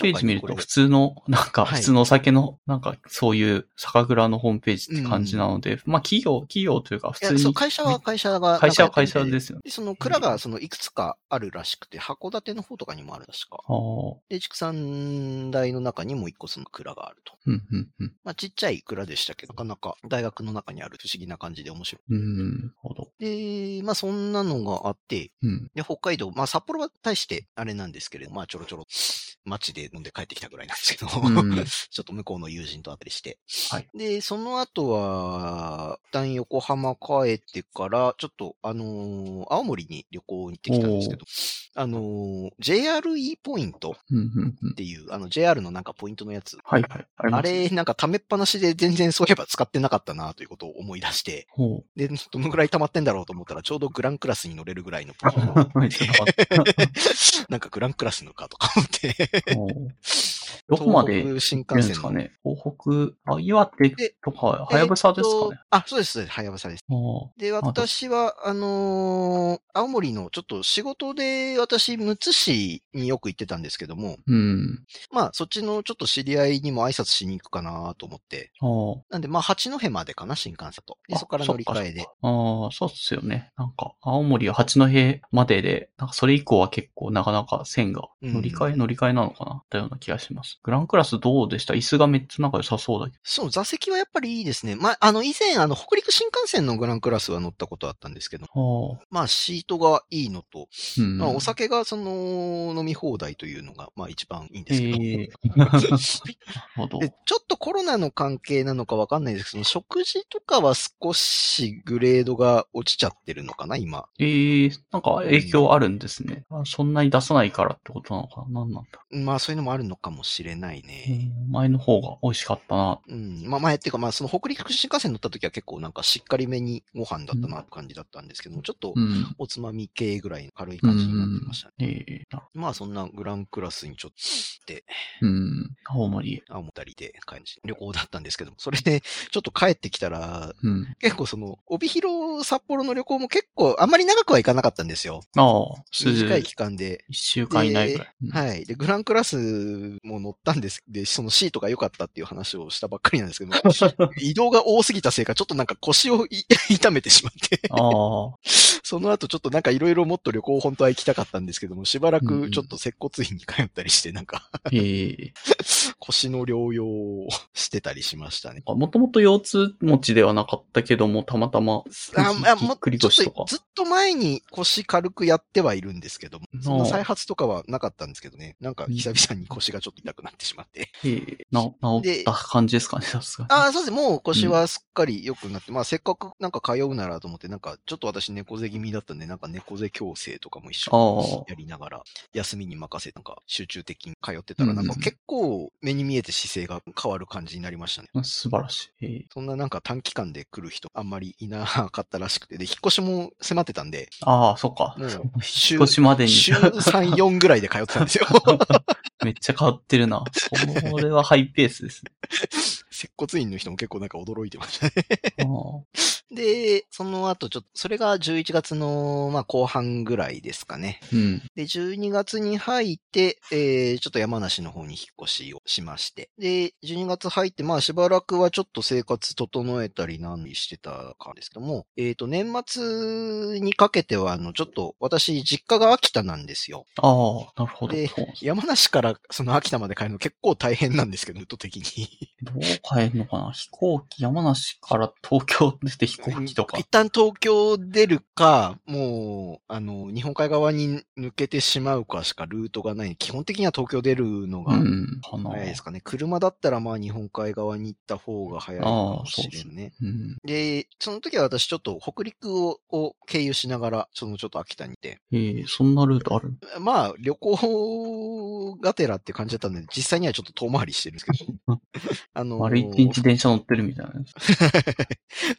ページ見ると普通の、なんか普通のお酒の、なんかそういう酒蔵のホームページって感じなので、まあ企業というか普通に。 そう、会社は会社が。 会社は会社ですよね。 で、その蔵がいくつかあるらしくて、函館の方とかにもある確か。で、畜産大の中にも一個その蔵があると。まあちっちゃい蔵でしたけど、なかなか大学の中にある不思議な感じで面白い。で、まあそんなのがあって、で、北海道、まあ札幌は大してあれなんですけれど、まあちょろちょろ街で飲んで帰ってきたぐらいなんですけど、ちょっと向こうの友人と会ったりして。で、その後は、一旦横浜帰ってから、ちょっと青森に旅行に行ってきたんですけど、JRE ポイントっていう、JR のなんかポイントのやつ。あれ、なんか貯めっぱなしで全然そういえば使ってなかったなということを思い出して、で、どのぐらい溜まってんだろうと思ったら、ちょうどグランクラスに乗れるぐらいのポイント。なんかグランクラスのかとか思って。 どこまで行ってるんですかね。東北、岩手とか、はやぶさですかね。 そうです、はやぶさです。で、私は、青森のちょっと仕事で私、むつ市によく行ってたんですけども、まあ、そっちのちょっと知り合いにも挨拶しに行くかなと思って、なんで、まあ、八戸までかな、新幹線と。で、そこから乗り換えで。 そうっすよね。なんか、青森は八戸までで、なんかそれ以降は結構なかなか線が乗り換えなのかなったような気がします。グランクラスどうでした？椅子がめっちゃ仲良さそうだけど。 そう、座席はやっぱりいいですね。まあ、以前、北陸新幹線のグランクラスは乗ったことあったんですけど、まあ、シートがいいのと、まあ、お酒が飲み放題というのが、まあ、一番いいんですけど。で、ちょっとコロナの関係なのかわかんないですけど、食事とかは少しグレードが落ちちゃってるのかな、今。 なんか影響あるんですね。そんなに出さないからってことなのかな？何なんだ？ まあ、そういうのもあるのかもしれないね。 前の方が美味しかったな。 まあ前っていうか、まあその北陸新幹線乗った時は結構なんかしっかりめにご飯だったなって感じだったんですけども、ちょっとおつまみ系ぐらいの軽い感じになってましたね。まあそんなグランクラスにちょっとで、 青森で旅行だったんですけども、それでちょっと帰ってきたら、結構帯広札幌の旅行も結構あんまり長くはいかなかったんですよ。短い期間で。 1週間以内ぐらい。 はい。で、グランクラスも乗ったんです。で、そのシートが良かったっていう話をしたばっかりなんですけど、移動が多すぎたせいか、ちょっとなんか腰を痛めてしまってその後ちょっとなんかいろいろもっと旅行本当は行きたかったんですけども、しばらくちょっと接骨院に通ったりして、なんか腰の療養をしてたりしましたね。 もともと腰痛持ちではなかったけども、たまたま、繰り腰とか。 ずっと前に腰軽くやってはいるんですけども、そんな再発とかはなかったんですけどね。なんか久々に腰がちょっと痛くなってしまって。 治った感じですかね、さすがに。 そうです。もう腰はすっかり良くなって、まあせっかくなんか通うならと思って、なんかちょっと私猫背気味だったんで、なんか猫背矯正とかも一緒にやりながら、休みに任せてなんか集中的に通ってたら、なんか結構目に見えて姿勢が変わる感じになりましたね。 素晴らしい。 そんななんか短期間で来る人あんまりいなかったらしくて、で、引っ越しも迫ってたんで。 そっか。もう引っ越しまでに。 週3、4ぐらいで通ってたんですよ。 めっちゃ変わってるな。それはハイペースですね。 接骨院の人も結構なんか驚いてましたね。で、その後ちょっと、それが11月の、まあ後半ぐらいですかね。で、12月に入って、ちょっと山梨の方に引っ越しをしまして。で、12月入って、まあしばらくはちょっと生活整えたり何してたかですけども、年末にかけては、ちょっと私、実家が秋田なんですよ。 なるほど。 で、山梨からその秋田まで帰るの結構大変なんですけど、ルート的に。 どう帰るのかな？飛行機、山梨から東京出て飛行機とか。 一旦東京出るか、もう、日本海側に抜けてしまうかしかルートがない。基本的には東京出るのが早いですかね。車だったらまあ日本海側に行った方が早いかもしれんね。で、その時は私ちょっと北陸を経由しながら、ちょっと秋田にいて。 そんなルートある？ まあ、旅行がてらって感じだったんで、実際にはちょっと遠回りしてるんですけど。 丸一日電車乗ってるみたいな。 そう、本当に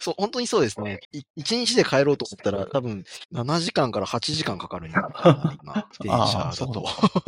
にそうですね。1日で帰ろうと思ったら、多分、7時間から8時間かかるんだな、今、電車だと。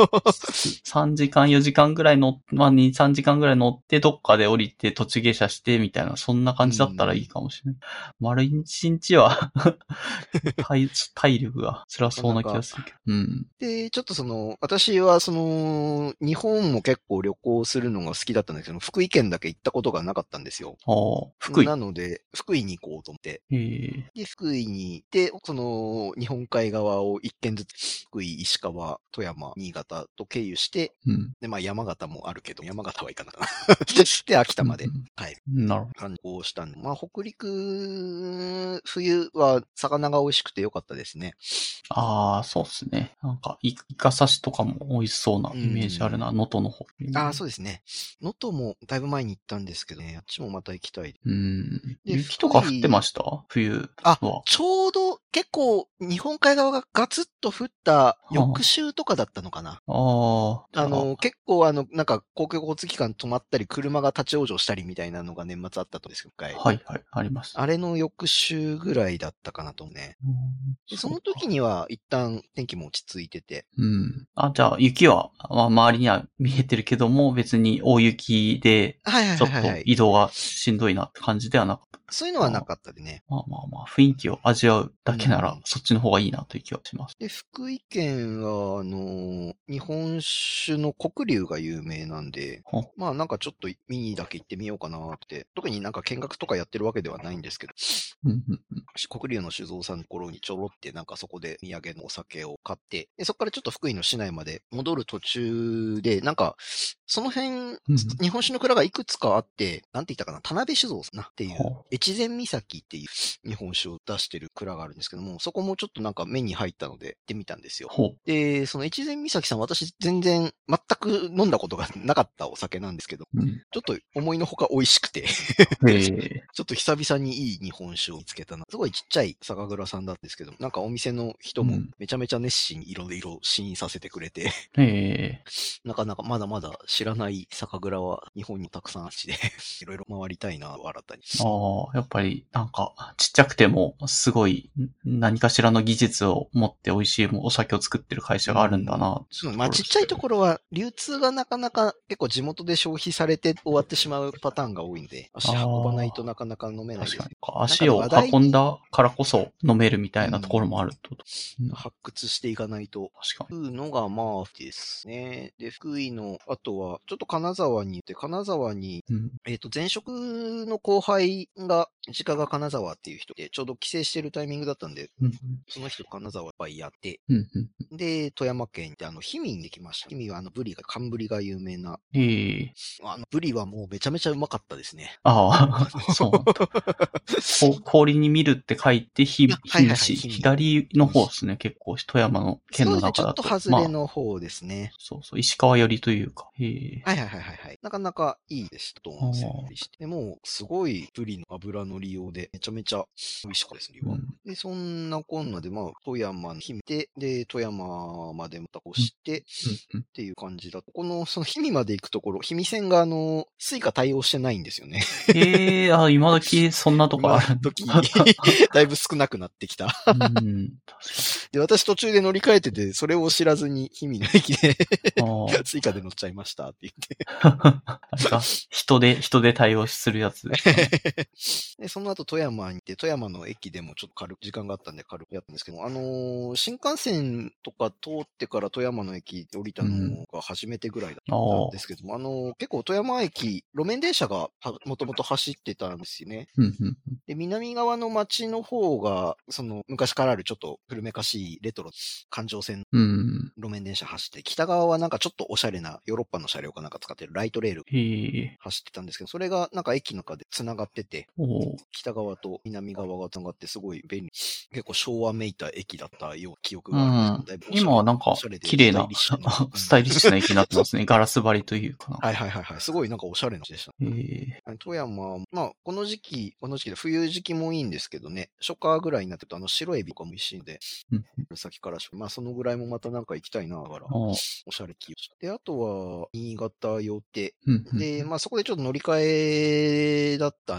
3時間、4時間ぐらい2、3時間ぐらい乗って、どっかで降りて、途中下車して、みたいな、そんな感じだったらいいかもしれない。丸1日は体力が辛そうな気がするけど。うん。 で、ちょっと私は日本も結構旅行するのが好きだったんですけど、福井県だけ行ったことがなかったんですよ。 福井。 なので、福井に行こうと思って。 で、 福井に行って、日本海側を一軒ずつ、福井、石川、富山、新潟と経由して、で、まあ山形もあるけど、山形は行かなかったな。で、秋田まで帰る。 なるほど。 観光したんで。まあ北陸、冬は魚が美味しくてよかったですね。 ああ、そうですね。なんか、イカ刺しとかも美味しそうなイメージあるな、能登の方。 ああ、そうですね。能登もだいぶ前に行ったんですけどね、あっちもまた行きたい。 で、雪とか降ってました冬は。 ちょうど結構日本海側がガツッと降った翌週とかだったのかな。結構なんか公共交通機関止まったり、車が立ち往生したりみたいなのが年末あったとですけど、 はいはい、あります。 あれの翌週ぐらいだったかなと思うね。でその時には一旦天気も落ち着いてて。 じゃあ雪は、周りには見えてるけども、別に大雪で、ちょっと移動がしんどいなって感じではなかった。 そういうのはなかったでね。 まあ、雰囲気を味わうだけなら、そっちの方がいいなという気はします。 で、福井県は、日本酒の黒龍が有名なんで、まあなんかちょっと見にだけ行ってみようかなって、特になんか見学とかやってるわけではないんですけど、黒龍の酒造さんのところにちょろってなんかそこで土産のお酒を買って、でそこからちょっと福井の市内まで戻る途中で、なんか、その辺、日本酒の蔵がいくつかあって、なんて言ったかな、田辺酒造さんなっていう、越前岬っていう日本酒を出してる蔵があるんですけども、そこもちょっとなんか目に入ったので行ってみたんですよ。で、その越前岬さん、私全然全く飲んだことがなかったお酒なんですけど、ちょっと思いのほか美味しくてちょっと久々にいい日本酒を見つけたな。すごいちっちゃい酒蔵さんだったんですけど、なんかお店の人もめちゃめちゃ熱心にいろいろ試飲させてくれてなかなかまだまだ知らない酒蔵は日本にたくさんあっていろいろ回りたいな、新たに。 やっぱりなんかちっちゃくてもすごい何かしらの技術を持って美味しいお酒を作ってる会社があるんだな。 まあちっちゃいところは流通がなかなか結構地元で消費されて終わってしまうパターンが多いんで、足運ばないとなかなか飲めないです。 足を運んだからこそ飲めるみたいなところもあると。 発掘していかないと。 確かに。 いうのがまあですね。で、福井の、あとは、ちょっと金沢に行って、金沢に、前職の後輩が、実家が金沢っていう人で、ちょうど帰省してるタイミングだったんで、その人金沢いっぱいやって、で、富山県で氷見にできました。氷見はブリが、寒ブリが有名な。ブリはもうめちゃめちゃうまかったですね。 そうなんだ。氷に見るって書いて、左の方ですね。結構、富山の県の中だと。 ちょっと外れの方ですね。 そう、石川寄りというか。 なかなかいいですと思うんですよ。でも、すごいブリの油の利用で、めちゃめちゃ美味しかったですね。で、そんなこんなで、まあ、富山に秘めて、で、富山までまた越して、っていう感じだと。その氷見まで行くところ、氷見線がスイカ対応してないんですよね。 今時そんなとこある時だいぶ少なくなってきた。で、私途中で乗り換えてて、それを知らずに氷見の駅でスイカで乗っちゃいましたって言って人で対応するやつですかね。 で、その後富山に行って、富山の駅でもちょっと時間があったんで軽くやったんですけど、新幹線とか通ってから富山の駅降りたのが初めてぐらいだったんですけども、結構富山駅、路面電車がもともと走ってたんですよね。で、南側の街の方が、昔からあるちょっと古めかしいレトロ環状線路面電車走って、北側はなんかちょっとおしゃれなヨーロッパの車両かなんか使ってるライトレール走ってたんですけど、それがなんか駅の中で繋がってて、北側と南側が繋がってすごい便利。結構昭和めいた駅だったような記憶があるんですけど、 今はなんか綺麗なスタイリッシュな駅になってますね。ガラス張りというかな。 すごいなんかおしゃれな駅でした。富山、まあこの時期で冬時期もいいんですけどね、初夏ぐらいになってると白エビとかも美味しいんで、先からまあそのぐらいもまたなんか行きたいながら、おしゃれ気をして。で、あとは新潟寄って、で、まあそこでちょっと乗り換えだったんで、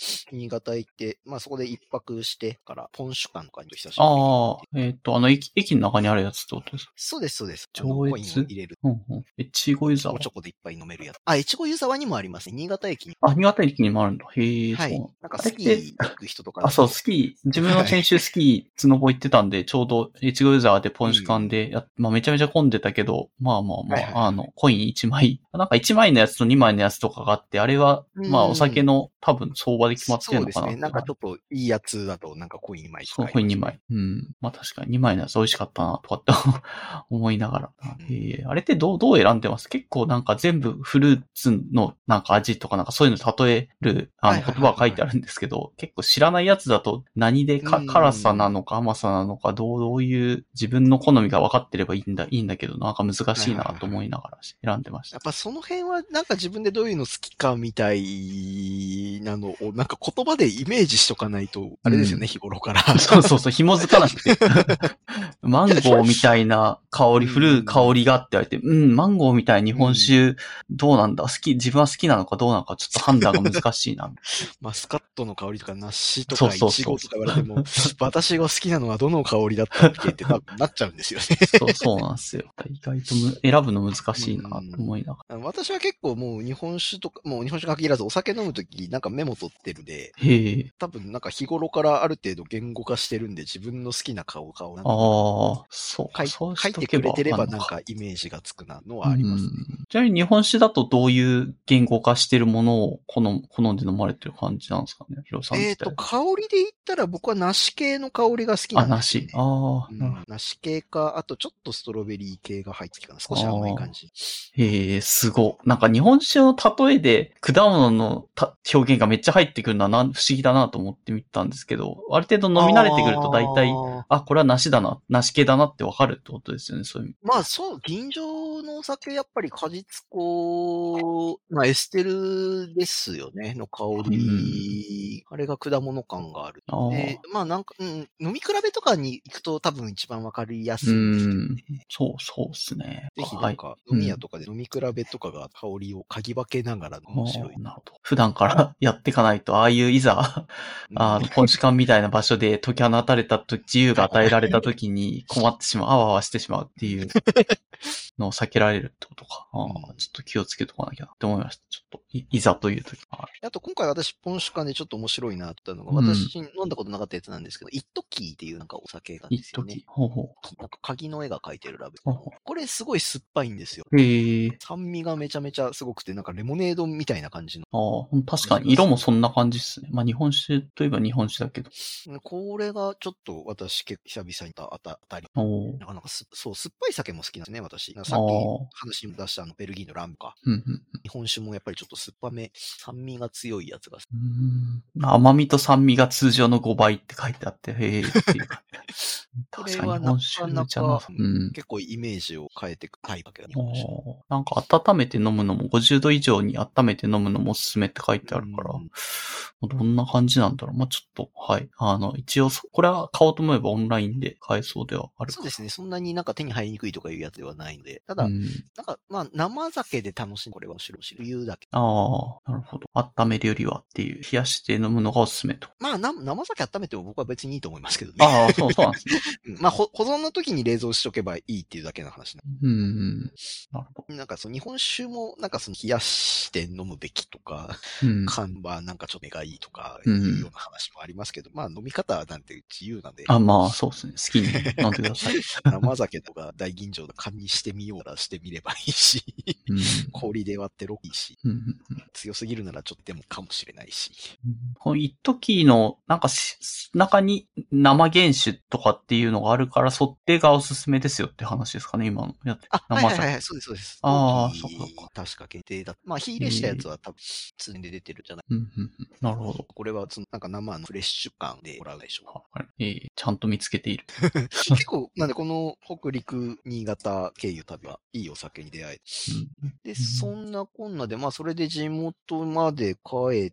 新潟行って、まあそこで一泊してから、ポン酒館とかに久しぶりに行って。 駅の中にあるやつってことですか？ そうです、そうです。 上コインを越入れる。 越後湯沢。 おちょこでいっぱい飲めるやつ。あ、越後湯沢にもありますね。新潟駅に。 新潟駅にもあるんだ。へえ、 はい。 そうなんかスキー行く人とか。 そう、スキー、自分の先週スキー、スノボ行ってたんで、ちょうど、越後湯沢でポン酒館でまあめちゃめちゃ混んでたけど、まあ、コイン1枚、なんか1枚のやつと2枚のやつとかがあって、あれは、まあお酒の多分相場で決まってるのかな。 そうですね。なんかちょっといいやつだと、なんかコイン2枚そう、コイン2枚。まあ確かに2枚のやつ美味しかったな、とかって思いながら。あれってどう選んでます？結構なんか全部フルーツのなんか味とかなんかそういうの例える言葉が書いてあるんですけど、結構知らないやつだと何で辛さなのか甘さなのかどういう自分の好みが分かってればいいんだけど、なんか難しいなと思いながら選んでました。 やっぱその辺はなんか自分でどういうの好きかみたいなのをなんか言葉でイメージしとかないと、あれですよね、日頃から。 そう、紐づかなくて。マンゴーみたいな香り、香りがって言われて、マンゴーみたいな日本酒、どうなんだ自分は好きなのかどうなのかちょっと判断が難しいな。 マスカットの香りとか梨とかイチゴとか言われても、私が好きなのはどの香りだったっけって多分なっちゃうんですよね。 そうなんですよ。意外と選ぶの難しいなと思いながら。 私は結構もう日本酒とか、もう日本酒に限らずお酒飲むときなんかメモ取ってるで、多分なんか日頃からある程度言語化してるんで自分の好きな顔なんか書いてくれてればなんかイメージがつくなのはありますね。 ちなみに日本酒だとどういう言語化してるものを好んで飲まれてる感じなんですかね、ヒロさん自体。 香りで言ったら僕は梨系の香りが好きなんですよね。梨系か、あとちょっとストロベリー系が入ってきたかな。少し甘い感じ。 すご。なんか日本酒の例えで果物の表現がめっちゃ入ってくるのは不思議だなと思ってみたんですけど、ある程度飲み慣れてくると大体、これは梨系だなってわかるってことですよね、そういう意味。 まあそう、吟醸のお酒やっぱり果実香、エステルですよね、の香り。あれが果物感がある。で、まあなんか、飲み比べとかに行くと多分一番わかりやすいんですけどね。 そうですね。 ぜひなんか、飲み屋とかで飲み比べとかが香りを嗅ぎ分けながら面白い。 なるほど。普段からやっていかないと、ああいういざ、ポンチ館みたいな場所で解き放たれたと、自由が与えられた時に困ってしまう、あわあわしてしまうっていうのを避けられるってことか。ちょっと気をつけとかなきゃって思いました。ちょっと、いざという時。 あと今回私、ポン酒館でちょっと面白いなって言ったのが、私飲んだことなかったやつなんですけど、イットキーっていうなんかお酒がですよね。なんか鍵の絵が描いてるラベル。これすごい酸っぱいんですよ。酸味がめちゃめちゃすごくて、なんかレモネードみたいな感じの。 確かに色もそんな感じですね。まあ日本酒といえば日本酒だけど。 これがちょっと私結構久々に当たり。なんかそう、酸っぱい酒も好きなんですね、私。さっき話に出したベルギーのラムか。日本酒もやっぱりちょっと酸っぱめ、酸味が強いやつが。 甘みと酸味が通常の5倍って書いてあって、へーっていうか。確かに日本酒じゃな結構イメージを変えていくタイプだけど、 なんか温めて飲むのも50度以上に温めて飲むのもおすすめって書いてあるから、どんな感じなんだろう。まあ、ちょっと、はい。一応、これは買おうと思えばオンラインで買えそうではある。 そうですね。そんなになんか手に入りにくいとかいうやつではないので。ただ、なんか、まあ、生酒で楽しむこれは白湯だけ。 なるほど。温めるよりはっていう、冷やして飲むのがおすすめと。 まあ、生酒温めても僕は別にいいと思いますけどね。 そうなんですね。 まあ、保存の時に冷蔵しとけばいいっていうだけの話なるほど。なんか日本酒もなんか冷やして飲むべきとか、缶はなんかちょっと目がいいとかいうような話もありますけど、まあ飲み方なんて自由なんで。 まあそうですね。好きに飲んでください。 生酒とか大吟醸の缶にしてみようならしてみればいいし、氷で割ってロッいいし、強すぎるならちょっとでもかもしれないし。 この一時のなんか中に生原酒とかっていうのがあるからそっちがおすすめですよって話ですかね、今のやって生酒。はい、そうです、そうです。 そうか。確か限定だ。まあ、火入れしたやつは多分、通年で出てるじゃない。 なるほど。 これは、なんか生のフレッシュ感でもらうでしょう。ちゃんと見つけている。 結構、なんでこの北陸、新潟経由旅はいいお酒に出会えで、そんなこんなで、まあ、それで地元まで帰って、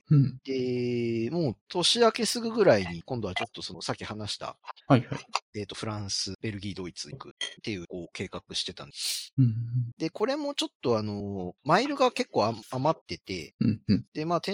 で、もう年明けすぐぐらいに、今度はちょっとさっき話した、フランス、ベルギー、ドイツ行くっていう、計画してたんです。で、これもちょっとマイルが結構余ってて、で、まあ、転職前に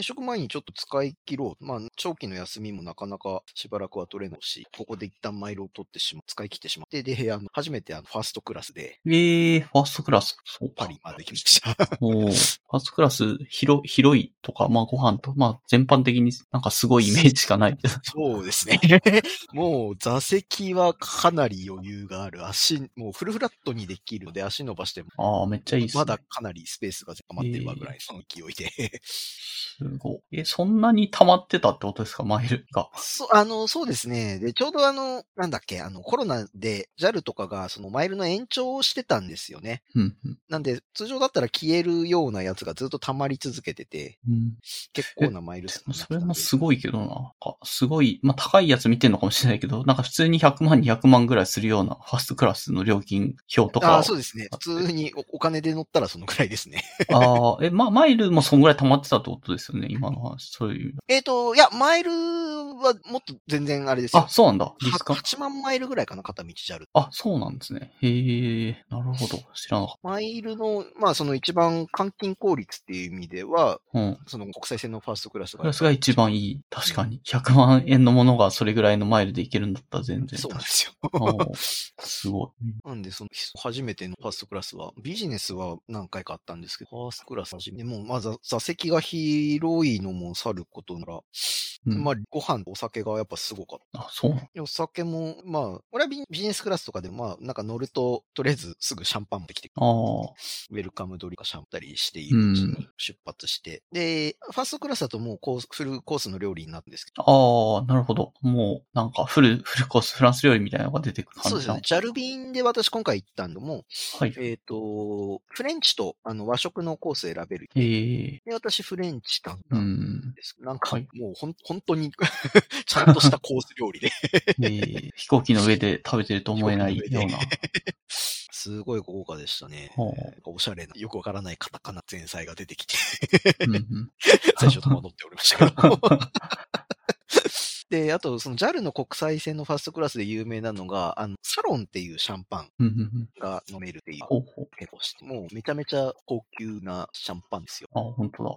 ちょっと使い切ろう。まあ、長期の休みもなかなかしばらくは取れないし、ここで一旦マイルを取って使い切ってしまって、で、初めてファーストクラスで。 ファーストクラス。そうか。 パリまで行きました。 ファーストクラス、広いとか、まあご飯と、まあ全般的になんかすごいイメージしかない。 そうですね。もう座席はかなり余裕がある。もうフルフラットにできるので足伸ばしても。 めっちゃいいですね。 まだかなりスペースが溜まってるわぐらいの勢いで。 すごい。そんなに溜まってたってことですか、マイルが。 そうですね。で、ちょうどなんだっけ、コロナで JAL とかがそのマイルの延長をしてたんですよね。なんで、通常だったら消えるようなやつがずっと溜まり続けてて、結構なマイル数。 それもすごいけどな。すごい、まあ高いやつ見てんのかもしれないけど、なんか普通に100万、200万ぐらいするようなファーストクラスの料金表とか。 そうですね。普通にお金で乗ったらそのくらいですね。 マイルもそんぐらい溜まってたってことですよね、今の話。そういう。 いや、マイルはもっと全然あれですよ。 そうなんだ。 8万マイルぐらいかな、片道JAL。 そうなんですね。へえ、なるほど。知らなかった。 マイルの、まあその一番換金効率っていう意味では、その国際線のファーストクラスが。 クラスが一番いい。確かに。100万円のものがそれぐらいのマイルでいけるんだったら全然。 そうなんですよ。 すごい。 なんで、初めてのファーストクラスは、ビジネスは何回かあったんですけど、ファーストクラス初めて、もう、まず座席が広いのもさることなら、まあ、ご飯とお酒がやっぱすごかった。 そうなの？ お酒も、まあ、俺はビジネスクラスとかでも、まあ、なんか乗ると、とりあえずすぐシャンパン持ってきて、ウェルカムドリンクシャンパンりしているうちに出発して、で、ファーストクラスだともうフルコースの料理になるんですけど。なるほど。もう、なんかフルコース、フランス料理みたいなのが出てくる感じ。 そうですね。ジャル便で私今回行ったのも、 はい。 フレンチと和食のコース選べる。で、私フレンチ頼んだんです。なんか、もう本当にちゃんとしたコース料理で飛行機の上で食べてると思えないような。 すごい豪華でしたね。おしゃれな、よくわからないカタカナ前菜が出てきて最初戸惑っておりましたけどで、あと、その JAL の国際線のファーストクラスで有名なのが、サロンっていうシャンパンが飲めるっていう、もうめちゃめちゃ高級なシャンパンですよ。 本当だ。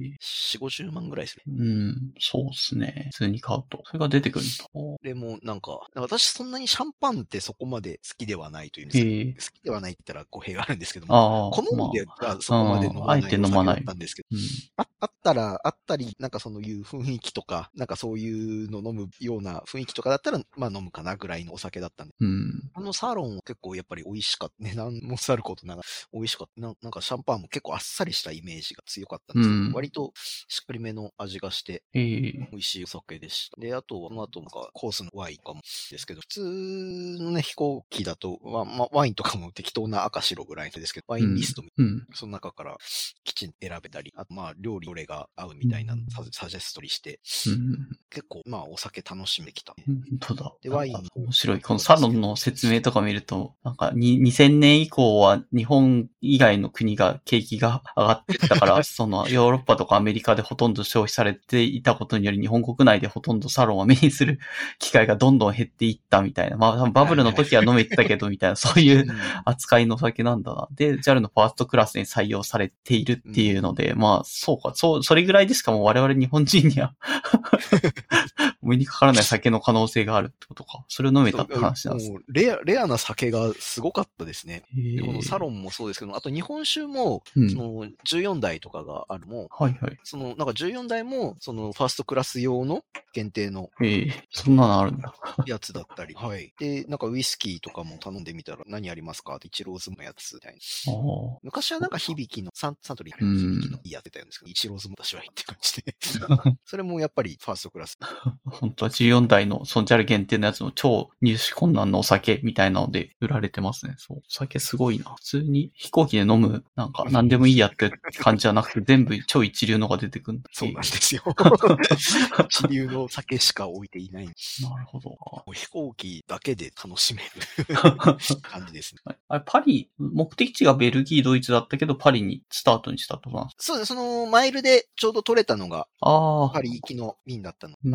4、50万ぐらいですね。 そうですね。普通に買うと。それが出てくるんだ。 でも、なんか、私そんなにシャンパンってそこまで好きではないというんですけど、好きではないって言ったら語弊があるんですけども、好んではそこまで飲まないお酒だったんですけど、あったり、なんかそういう雰囲気とか、なんかそういうの飲むような雰囲気とかだったら、まあ飲むかなぐらいのお酒だったんで。サロンは結構やっぱり美味しかった。値段もさることながら美味しかった。なんかシャンパンも結構あっさりしたイメージが強かったんですけど、割としっかりめの味がして、美味しいお酒でした。で、あとは、その後なんかコースのワインとかもですけど、普通のね、飛行機だと、ワインとかも適当な赤白ぐらいですけど、ワインリスト、その中からきちんと選べたり、あと料理どれが合うみたいなサジェストりして、結構お酒楽しめてきた。 本当だ。 で、ワイン。 面白い。このサロンの説明とか見ると、なんか2000年以降は日本以外の国が景気が上がってたから、そのヨーロッパとかアメリカでほとんど消費されていたことにより日本国内でほとんどサロンを目にする機会がどんどん減っていったみたいな。まあバブルの時は飲めてたけどみたいな、そういう扱いのお酒なんだな。で、JAL のファーストクラスに採用されているっていうので、まあそうか、それぐらいでしかも我々日本人にはお目にかからない酒の可能性があるってことか。それを飲めたって話なんですね。 レアな酒がすごかったですね。でこのサロンもそうですけど、あと日本酒も、その14台とかがあるも、そのなんか14台も、そのファーストクラス用の限定の。 そんなのあるんだ。 やつだったり。はい。で、なんかウイスキーとかも頼んでみたら何ありますかってイチローズのやつみたいな。昔はなんか響きの、サントリーの響きのやってたんですけど、イチローズも私はいいって感じで。それもやっぱりファーストクラス。 本当は14台のソンジャル限定のやつの超入手困難のお酒みたいなので売られてますね。そう。お酒すごいな。普通に飛行機で飲む、なんか何でもいいやって感じじゃなくて全部超一流のが出てくるんだ。 そうなんですよ。一流の酒しか置いていない。 なるほど。 飛行機だけで楽しめる感じですね。 あれ、パリ、目的地がベルギー、ドイツだったけど、パリにスタートにしたってことなんですか？ そうです。そのマイルでちょうど取れたのが、パリ行きの便だったの。 なるほど。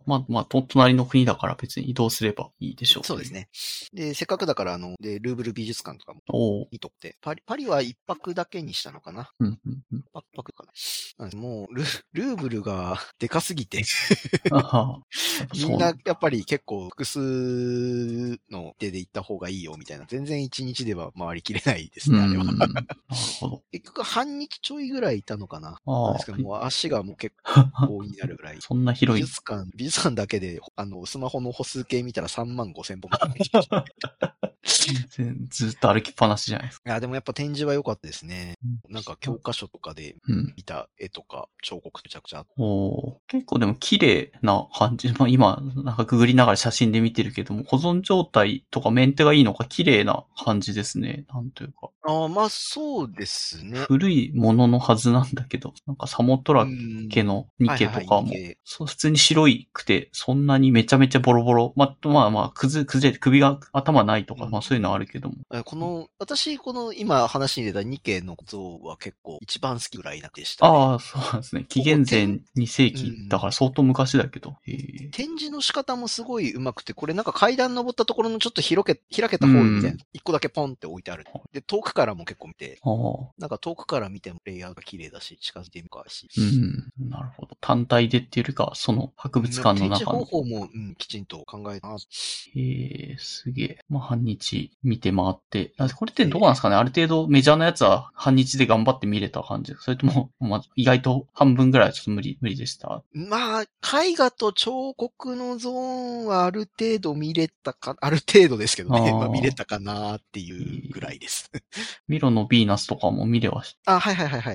まあ、隣の国だから別に移動すればいいでしょう。 そうですね。で、せっかくだからで、ルーブル美術館とかも見とって、パリは一泊だけにしたのかな。 うん。 一泊かな。もう、ルーブルがでかすぎてみんなやっぱり結構複数の手で行った方がいいよみたいな、全然1日では回りきれないですね、あれは。 なるほど。 結局半日ちょいぐらいいたのかな。なんですけど、もう足がもう結構になるぐらい。 そんな広い。 美術館だけで、スマホの歩数計見たら35000歩ぐらい。 ずっと歩きっぱなしじゃないですか。 いや、でもやっぱ展示は良かったですね。なんか教科書とかで見た絵とか彫刻めちゃくちゃ。 結構でも綺麗な感じ。まあ今、なんかググりながら写真で見てるけども、保存状態とかメンテがいいのか綺麗な感じですね。なんというか。 まあそうですね。 古いもののはずなんだけど、なんかサモトラ家のニケとかも、そう普通に白いくて、そんなにめちゃめちゃボロボロ。まあ、崩れて首が頭ないとか、まあそういうのはあるけども。 私、今話に出たニケの像は結構一番好きぐらいなでしたね。 そうなんですね。紀元前2世紀だから相当昔だけど。 展示の仕方もすごい上手くて、これなんか階段登ったところのちょっと開けたホールみたいな、一個だけポンって置いてある。で、遠くからも結構見て、なんか遠くから見てもレイアウトが綺麗だし、近づいてみるかし。 なるほど。単体でっていうよりか、その博物館の中の。 展示方法も、きちんと考えたな。 すげえ。まあ、半日見て回って。これってどうなんですかね、ある程度メジャーなやつは半日で頑張って見れた感じ。それとも、意外と半分ぐらいはちょっと無理でした。 まあ、絵画と彫刻のゾーンはある程度見れたか、ある程度ですけどね。見れたかなっていうぐらいです。 ミロのヴィーナスとかも見れはしはい。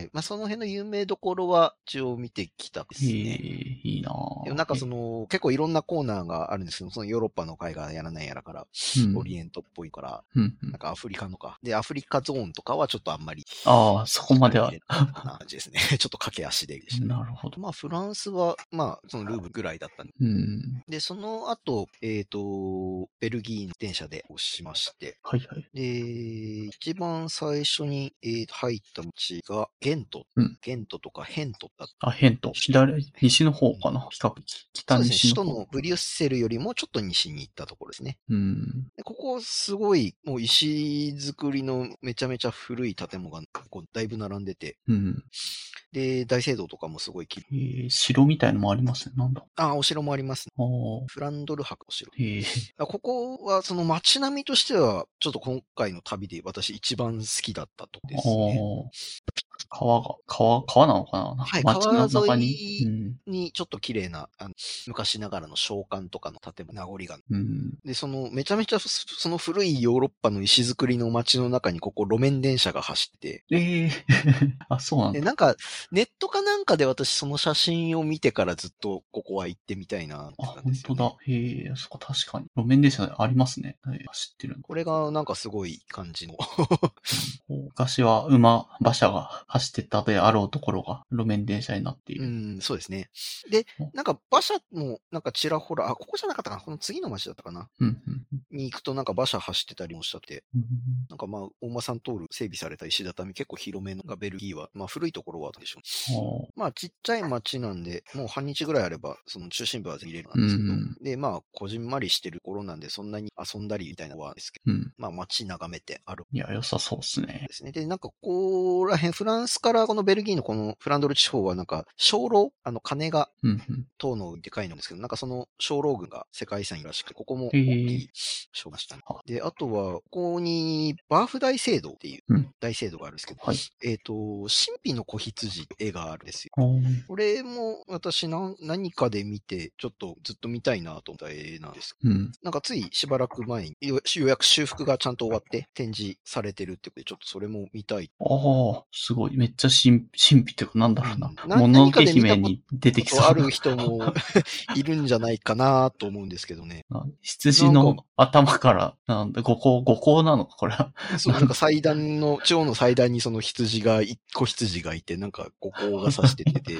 まあ、その辺の有名どころは一応見てきたですね。 いいなぁ。 なんか結構いろんなコーナーがあるんですけど、そのヨーロッパの絵画やらないやらから、オリエントっぽいから、なんかアフリカのか。で、アフリカゾーンとかはちょっとあんまり。 そこまでは。 感じですね。ちょっと駆け足で。 なるほど。 まあ、フランスは、まあ、そのルーブぐらいだったんで。で、その後、ベルギーの電車で押しまして。で、一番最初に、入った街が、ゲントとかヘントだった。 ヘント。西の方かな。比較的。北西の方。 首都のブリュッセルよりもちょっと西に行ったところですね。でここすごい、もう石造りのめちゃめちゃ古い建物がだいぶ並んでて。で、大聖堂とかもすごい綺麗。城みたいのもありますね。なんだ。 お城もありますね。フランドル博お城。ここはその街並みとしては、ちょっと今回の旅で私一番好きだったとこですね。 川なのかな。 はい、川沿いにちょっと綺麗な、昔ながらの商館とかの建物、名残が。で、めちゃめちゃその古いヨーロッパの石造りの街の中にここ路面電車が走ってて。 そうなんだ。 で、なんか、ネットかなんかで私その写真を見てからずっとここは行ってみたいなって感じですよね。 本当だ。そこ確かに。路面電車ありますね。走ってる。 これがなんかすごい感じの。 昔は馬車が走ってたであろうところが路面電車になっている。 そうですね。で、なんか馬車もなんかちらほら、ここじゃなかったかな、この次の町だったかな。に行くとなんか馬車走ってたりもしたって。なんかまあ、大間さん通る整備された石畳結構広めのがベルギーは、まあ古いところはあるでしょう。まあちっちゃい町なんで、もう半日ぐらいあれば、その中心部は入れるんですけど、で、まあ、こじんまりしてる頃なんで、そんなに遊んだりみたいなのはですけど、まあ街眺めてある。 いや、良さそうですね。 で、なんかここら辺、フランスからこのベルギーのこのフランドル地方はなんか、鐘楼、鐘が、塔のでかいのですけど、なんかその鐘楼群が世界遺産らしく、ここも大きい鐘がしたね。で、あとは、ここに、バーフ大聖堂っていう大聖堂があるんですけど、神秘の子羊絵があるんですよ。これも私何かで見て、ちょっとずっと見たいなと思った絵なんです。なんかついしばらく前に、ようやく修復がちゃんと終わって展示されてるってことで、ちょっとそれも見たい。 すごい。めっちゃ神秘っていうか、なんだろうな。もののけ姫に出てきそう。 ある人もいるんじゃないかなと思うんですけどね。 羊の頭から、なんだ、五行なのか、これは。 そう、なんか祭壇の、地方の祭壇にその羊が、一個羊がいて、なんか五行が刺してて、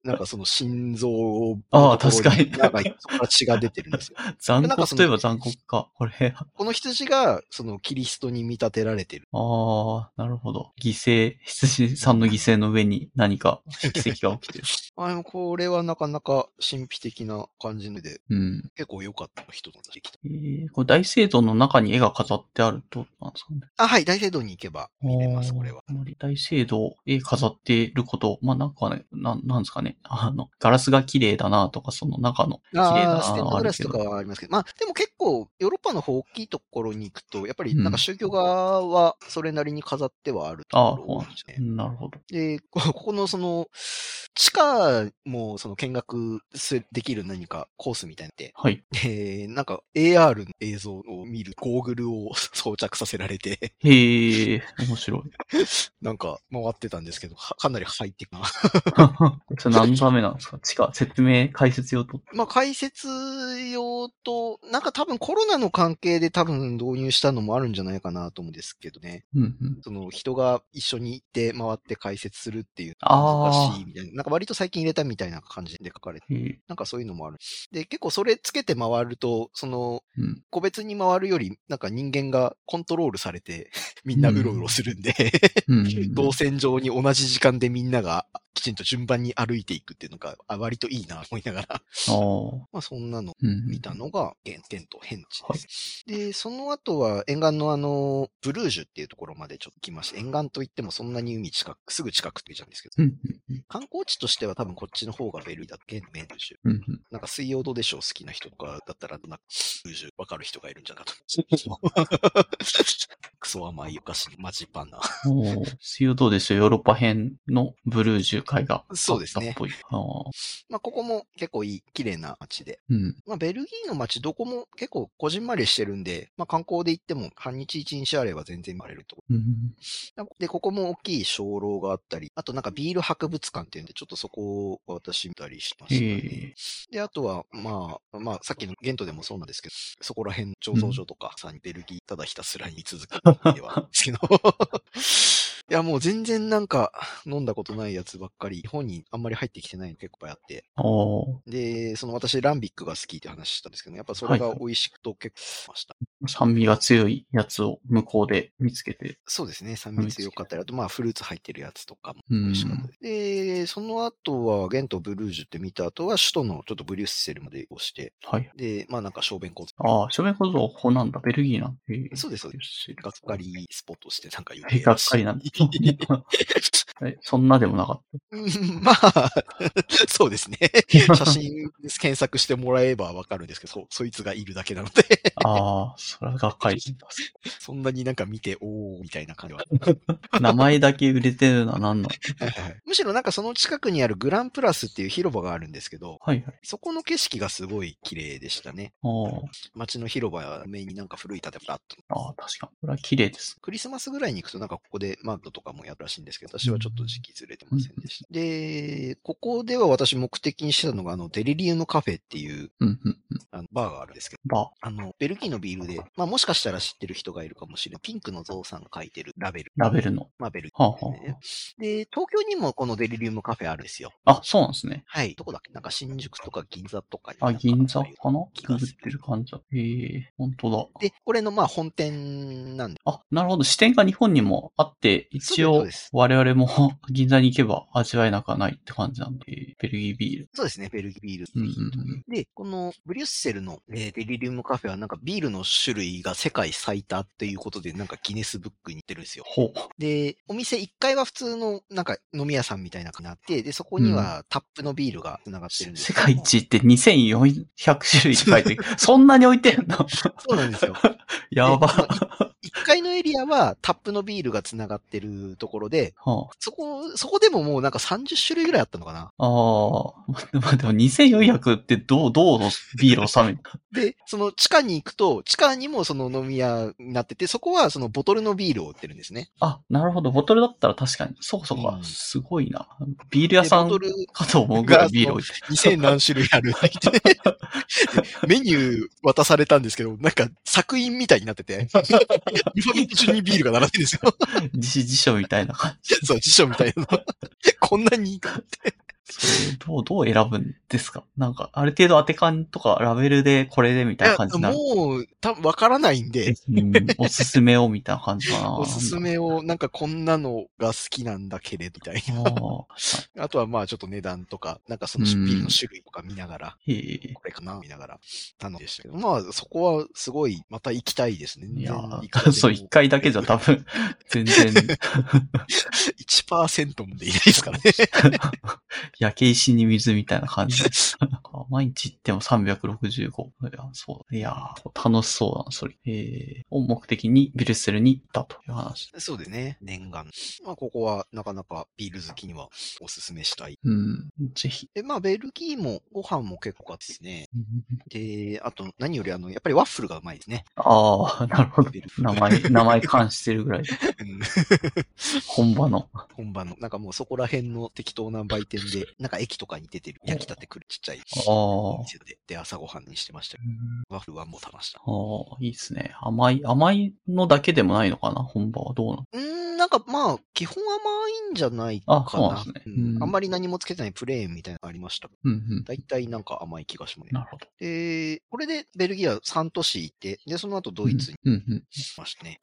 なんかその心臓を、 ああ、確かに。 なんかそこから血が出てるんですよ。 残酷といえば残酷か。これ。 この羊が、そのキリストに見立てられてる。 ああ、なるほど。羊さんの犠牲の上に何か奇跡が起きてる。 これはなかなか神秘的な感じので、 うん。 結構良かった人のできた。 これ大聖堂の中に絵が飾ってあるとなんですかね。 はい、大聖堂に行けば見れます、これは。 大聖堂、絵飾ってること、なんかね、なんですかね。ガラスが綺麗だなとか、その中の綺麗だなステンドグラスとかはありますけど、でも結構、ヨーロッパの方大きいところに行くと、やっぱりなんか宗教側はそれなりに飾ってはあるところ多いですね。 なるほど。 で、ここのその、地下もその見学できる何かコースみたいなので、 はい。 なんか AR の映像を見るゴーグルを装着させられてへえ、面白い。 なんか回ってたんですけど、かなりハイテクな。 それ何のためなんですか？解説用と。 解説用と、なんか多分コロナの関係で多分導入したのもあるんじゃないかなと思うんですけどね。その人が一緒に行って回って解説するっていう難しいみたいな。なんか割と最近入れたみたいな感じで書かれて、なんかそういうのもある。で、結構それつけて回ると、その、個別に回るより、なんか人間がコントロールされて、みんなうろうろするんで、動線上に同じ時間でみんながきちんと順番に歩いていくっていうのが割といいなと思いながら。そんなの見たのが原点と変地です。で、その後は沿岸のブルージュっていうところまでちょっと来まして、沿岸といってもそんなに海すぐ近くって言っちゃうんですけど、観光地としては多分こっちの方がベルギーだけど、ブルージュ。なんか水曜どうでしょう好きな人とかだったら、ブルージュわかる人がいるんじゃないかと。クソ甘いお菓子のマジパンナ。 水曜どうでしょうヨーロッパ編のブルージュ海があったっぽい。 そうですね。ここも結構綺麗な街で。ベルギーの街どこも結構こじんまりしてるんで、観光で行っても半日一日あれば全然回れるところ。で、ここも大きい鐘楼があったり、あとなんかビール博物館っていうんで、ちょっとそこを私見たりしましたね。で、あとは、さっきのゲントでもそうなんですけど、そこら辺醸造所とかさ、ベルギーただひたすらに続くではですけど。いや、もう全然なんか飲んだことないやつばっかり、日本にあんまり入ってきてないの結構いっぱいあって。で、その私ランビックが好きって話したんですけど、やっぱそれが美味しくと結構ました。 酸味が強いやつを向こうで見つけて。 そうですね。酸味強かったり、あとフルーツ入ってるやつとかも美味しかったです。で、その後はゲントブルージュって見た後は首都のちょっとブリュッセルまで押して、で、なんか小便小僧。 小便小僧、ここなんだ、ベルギーなんで。そうです、そうです。がっかりスポットしてなんか言う。がっかりなんだ。そんなでもなかった。 そうですね。写真検索してもらえばわかるんですけど、そいつがいるだけなので。 それはがっかり。 そんなになんか見て、おー、みたいな感じは。 名前だけ売れてるのは何なのむしろなんかその近くにあるグランプラスっていう広場があるんですけど、そこの景色がすごい綺麗でしたね。街の広場目になんか古い建物があった。 確かに。これは綺麗です。 クリスマスぐらいに行くとなんかここでマッドとかもやるらしいんですけど、私はちょっと時期ずれてませんでした。で、ここでは私目的にしてたのがデリリウムカフェっていうバーがあるんですけど、ベルギーのビールで、もしかしたら知ってる人がいるかもしれない。ピンクのゾウさんが書いてるラベルの。ベルギーですね。で、東京にもこのデリリウムカフェあるんですよ。 そうなんですね。 はい。どこだっけなんか新宿とか銀座とかに。銀座かな気がする感じだ。本当だ。 で、これの本店なんで。 なるほど。支店が日本にもあって、一応我々も銀座に行けば味わえなくはないって感じなんで、ベルギービール。 そうですね、ベルギービール。で、このブリュッセルのデリリウムカフェはなんかビールの種類が世界最多っていうことでなんかギネスブックに行ってるんですよ。で、お店1階は普通のなんか飲み屋さんみたいな感じになって、で、そこにはタップのビールが繋がってるんです世界一って2400種類って書いてる。そんなに置いてんのそうなんですよ。 やば。 1階のエリアはタップのビールが繋がってるところで、そこでももうなんか30種類ぐらいあったのかな。 でも2400ってどうのビールを収めるで、その地下に行くと、地下にもその飲み屋になってて、そこはそのボトルのビールを売ってるんですね。 なるほど。ボトルだったら確かに。そうか。すごいな。ビール屋さんかと思うぐらいビール置いてる。 2000何種類ある。メニュー渡されたんですけど、なんか作品みたいになってて、日本中にビールが並んでるんですよ。 辞書みたいな感じ。 そう、辞書みたいなの。こんなにいいかって。 それどう選ぶんですか？なんか、ある程度当て感とかラベルでこれでみたいな感じになる。 もう、多分わからないんで。 おすすめをみたいな感じかな。 おすすめを、なんかこんなのが好きなんだけれど、みたいな。あとはまあちょっと値段とか、なんかそのビールの種類とか見ながら、これかな見ながら頼んでしたけど、まあそこはすごい、また行きたいですね。 いやそう、1回だけじゃ多分、全然。 1% もでいないですからね。 焼け石に水みたいな感じ。毎日行っても365。そう。いやー、楽しそうだな、それ。を目的にビュルッセルに行ったという話。 そうですね。念願。まあ、ここはなかなかビール好きにはおすすめしたい。 ぜひ。 で、まあ、ベルギーもご飯も結構あってですね。で、あと何よりやっぱりワッフルがうまいですね。 ああ、なるほど。名前関してるぐらい。本場の。なんかもうそこら辺の適当な売店で、なんか駅とかに出てる焼きたてくるちっちゃいお店で朝ごはんにしてました。ワッフルはもう食べました。 いいですね。甘いのだけでもないのかな、本場はどうなの？ なんかまあ、基本甘いんじゃないかな。 そうなんですね。 あんまり何もつけてないプレーンみたいなのありました。だいたいなんか甘い気がしますね。 なるほど。 で、これでベルギーは3都市行って、で、その後ドイツに行きましたね。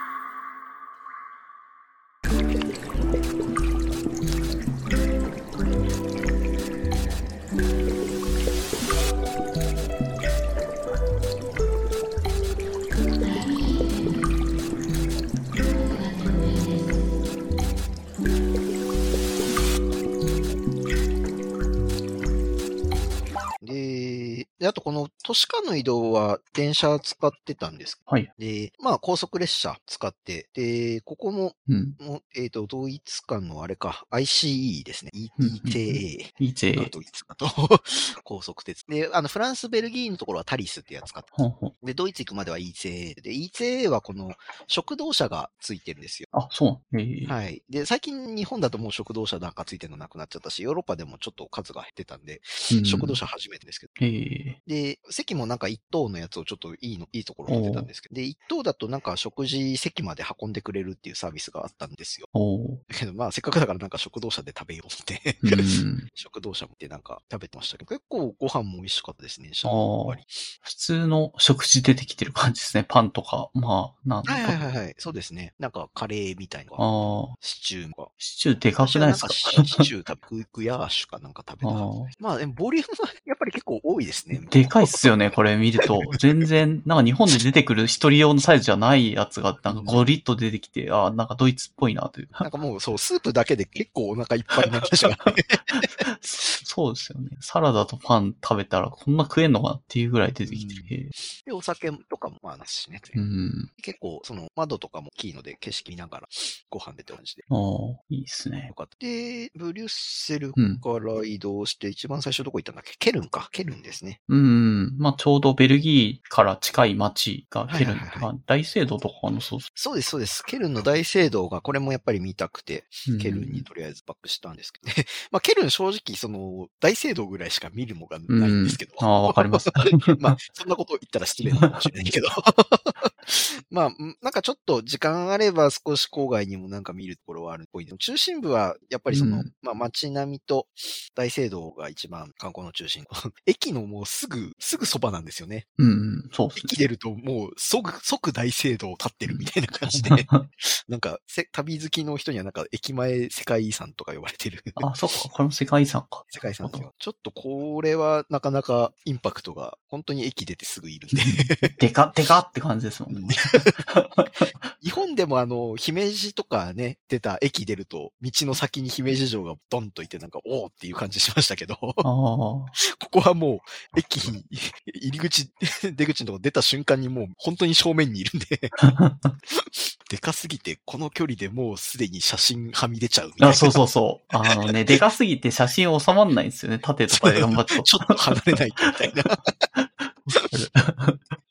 で、あとこの都市間の移動は電車使ってたんです。 はい。 で、まあ高速列車使って、で、ここも、ドイツ間のあれか、ICE ですね。ETA。 ETA。 ドイツ間と高速鉄。で、フランス、ベルギーのところはタリスってやつ使ってで、ドイツ行くまでは ETA。で、ETA はこの食堂車がついてるんですよ。 あ、そう。 はい。で、最近日本だともう食堂車なんかついてるのなくなっちゃったし、ヨーロッパでもちょっと数が減ってたんで、食堂車初めてですけど。で、席もなんか一等のやつをちょっといいところに出たんですけど、で、一等だとなんか食事席まで運んでくれるっていうサービスがあったんですよ。だけどまあせっかくだからなんか食堂車で食べようって食堂車ってなんか食べてましたけど、結構ご飯も美味しかったですね。 普通の食事出てきてる感じですね。パンとか、まあ、なんか。 はい。そうですね。なんかカレーみたいなシチューが。 シチューでかくないですか？ シチューグヤーシュかなんか食べたはずです。まあでもボリュームはやっぱり結構多いですね。 でかいっすよね、これ見ると。全然、なんか日本で出てくる一人用のサイズじゃないやつが、なんかゴリッと出てきて、なんかドイツっぽいなという。 なんかもうそう、スープだけで結構お腹いっぱいになりましたからね。 そうですよね。サラダとパン食べたらこんな食えんのかなっていうぐらい出てきて。 で、お酒とかもまあなしね。結構、その窓とかも大きいので景色見ながらご飯出て感じで。 いいっすね。 よかった。で、ブリュッセルから移動して、一番最初どこ行ったんだっけ？ケルンですね。 まあちょうどベルギーから近い町がケルンとか、大聖堂とかのそうです。ケルンの大聖堂がこれもやっぱり見たくて、ケルンにとりあえずバックしたんですけどね。まあケルン正直その大聖堂ぐらいしか見るものがないんですけど。 わかります。 まあそんなこと言ったら失礼なのかもしれないけど。まあなんかちょっと時間あれば少し郊外にもなんか見るところはあるっぽい。中心部はやっぱりその、まあ街並みと大聖堂が一番観光の中心。駅のもうすぐそばなんですよね。 そうですね。 駅出るともう即大聖堂立ってるみたいな感じで。なんか旅好きの人にはなんか駅前世界遺産とか呼ばれてる。 そっか、これも世界遺産か。 世界遺産ですよ。ちょっとこれはなかなかインパクトが本当に駅出てすぐいるんで。 でかって感じですもんね。 日本でも姫路とかね、出た駅出ると、道の先に姫路城がドンといてなんか、おーっていう感じしましたけど。ここはもう、駅、入り口、出口のとこ出た瞬間にもう本当に正面にいるんで。でかすぎて、この距離でもうすでに写真はみ出ちゃうみたいな。 そう。でかすぎて写真収まんないんですよね。縦とかで頑張って。 ちょっと離れないとみたいな。こ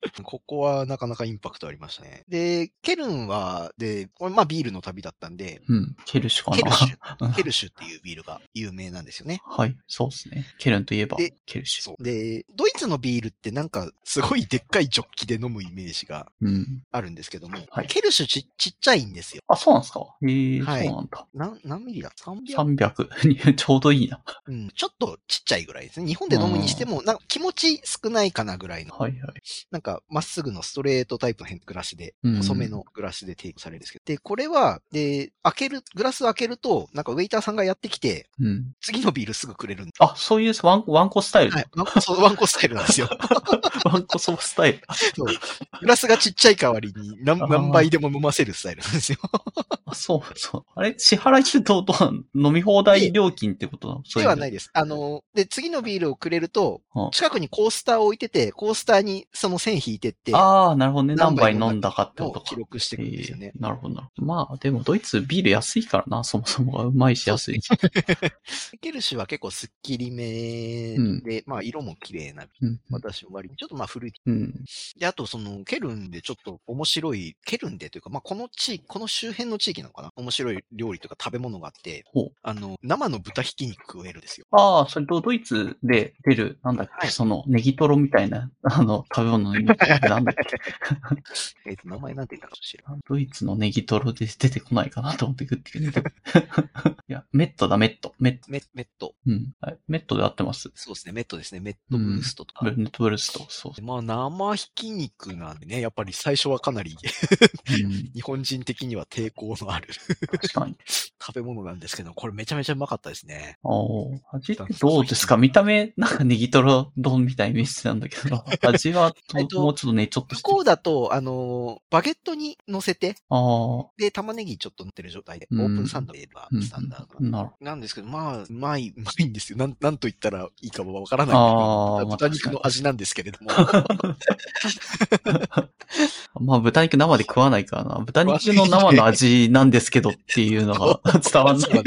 こはなかなかインパクトありましたね。で、ケルンは、これまあビールの旅だったんで、 うん。ケルシュかな。 ケルシュっていうビールが有名なんですよね。 はい、そうですね。ケルンといえばで、 ケルシュ。 そう。で、ドイツのビールってなんかすごいでっかいジョッキで飲むイメージがあるんですけども、 はい、 ケルシュちっちゃいんですよ。 あ、そうなんですか。 はい、 そうなんだ。 何ミリだ ?300? 300。ちょうどいいな。 うん、ちょっとちっちゃいぐらいですね。日本で飲むにしても、なんか気持ち少ないかなぐらいの。 はいはい。 なんか、まっすぐのストレートタイプのグラスで、 うん細めのグラスで提供されるんですけど。で、これは、グラス開けると、なんかウェイターさんがやってきて、 うん。 次のビールすぐくれるんで。 あ、そういうワンコスタイル。 はい。ワンコスタイルなんですよ。 ワンコソスタイル。 そう。グラスがちっちゃい代わりに何倍でも飲ませるスタイルなんですよ。 あ、そう。あれ、支払いってどう飲み放題料金ってことなの？ ではないです。で、次のビールをくれると、 うん、 近くにコースターを置いてて、コースターにその線引いてって、 ああ、なるほどね。何杯飲んだかってことか。 記録していくんですよね。 なるほど。まあ、でもドイツビール安いからな、そもそもがうまいし安い。 ケルシュは結構スッキリめで、まあ色も綺麗な、私割にちょっとまあ古い。で、あとそのケルンでちょっと面白い、ケルンでというか、まあこの周辺の地域なのかな、面白い料理とか食べ物があって、生の豚ひき肉食えるんですよ。 ああ、それドイツで出る、なんだっけ、そのネギトロみたいな、食べ物の意味ってなんだっけ。 名前なんて言ったかしら。 ドイツのネギトロで出てこないかなと思って食ってるけど。いや、メットだ、メット。 メット。 うん。はい、メットで合ってます。 そうですね、メットですね。メットブルストとか。 メットブルスト、そう。 まあ、生ひき肉なんでね、やっぱり最初はかなり日本人的には抵抗のある確かに食べ物なんですけど、これめちゃめちゃうまかったですね。 味ってどうですか？見た目、なんかネギトロ丼みたいなイメージなんだけど、味はもうちょっとね、ちょっと向こうだと、バゲットに乗せて、で、玉ねぎちょっと乗ってる状態で、オープンサンドではスタンダードなんですけど、まあ、うまいんですよ。なんと言ったらいいかわからない豚肉の味なんですけれども。 まあ、豚肉生で食わないからな。豚肉の生の味なんですけどっていうのが伝わんない。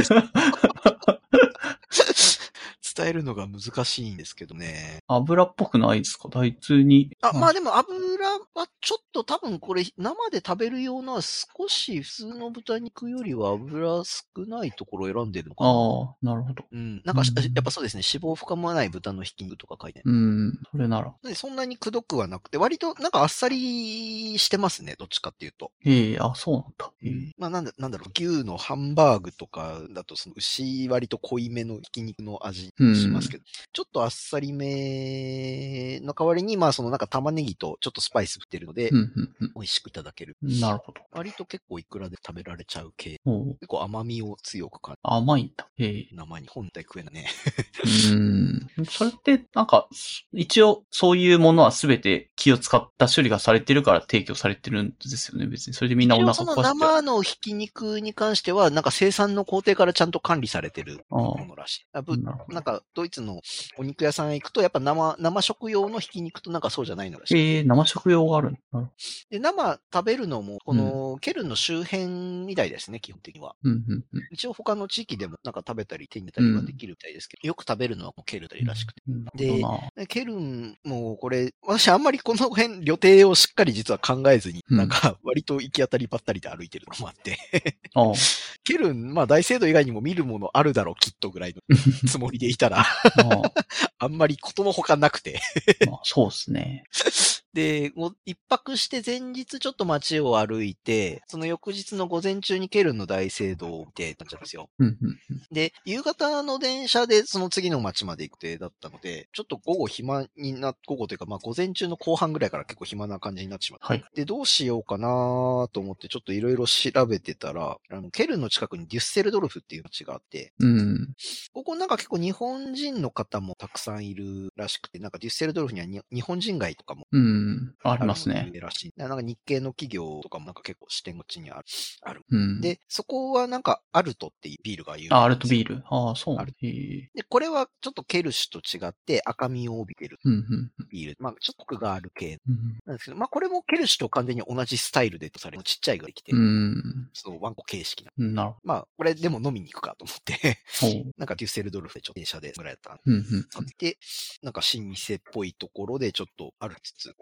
伝えるのが難しいんですけどね。 油っぽくないですか？普通に。 まあでも油はちょっと多分これ生で食べるような少し普通の豚肉よりは油少ないところを選んでるのかな。 ああ、なるほど。 なんかやっぱそうですね。脂肪深まない豚のひき肉とか書いてある。それなら。 そんなにくどくはなくて、割となんかあっさりしてますね。どっちかっていうと。 そうなんだ。 まあなんだろう、牛のハンバーグとかだとその牛割と濃いめのひき肉の味しますけど、ちょっとあっさりめの代わりに、まあそのなんか玉ねぎとちょっとスパイス振ってるので、美味しくいただける。 なるほど。 割と結構いくらで食べられちゃう系。結構甘みを強く感じる。 甘いんだ。 生に本体食えないね。 それってなんか、一応そういうものはすべて気を使った処理がされてるから提供されてるんですよね、別に。それでみんなお腹壊して。 その生のひき肉に関しては、なんか生産の工程からちゃんと管理されてるものらしい。なんかドイツのお肉屋さん行くと、やっぱ生食用のひき肉となんかそうじゃないのらしい。 生食用があるで、生食べるのも、このケルンの周辺みたいですね、基本的には。一応他の地域でもなんか食べたり手に入れたりはできるみたいですけど、よく食べるのはケルンらしくて。で、ケルンもこれ、私あんまりこの辺旅程をしっかり実は考えずに、なんか割と行き当たりばったりで歩いてるのもあってケルン、まあ大聖堂以外にも見るものあるだろう、きっとぐらいのつもりでいたらあんまりことのほかなくてそうですね。 で、一泊して前日ちょっと街を歩いて、その翌日の午前中にケルンの大聖堂を見てたんですよ。で、夕方の電車でその次の街まで行く予定だったので、ちょっと午後というかまあ午前中の後半ぐらいから結構暇な感じになってしまって。で、どうしようかなと思ってちょっといろいろ調べてたら、ケルンの近くにデュッセルドルフっていう街があって、ここなんか結構日本人の方もたくさんいるらしくて、なんかデュッセルドルフには日本人街とかもありますね。 なんか日系の企業とかもなんか結構支店口にある。で、そこはなんかアルトっていうビールが有名。 アルトビール。そうなんで、これはちょっとケルシュと違って赤みを帯びてるビール。まあちょっとコクがある系なんですけど、まあこれもケルシュと完全に同じスタイルでとされるちっちゃいができて、そう、ワンコ形式な。まあこれでも飲みに行くかと思ってなんかデュッセルドルフでちょっと電車でぐらいだったんで、なんか新店っぽいところでちょっと歩きつつ、美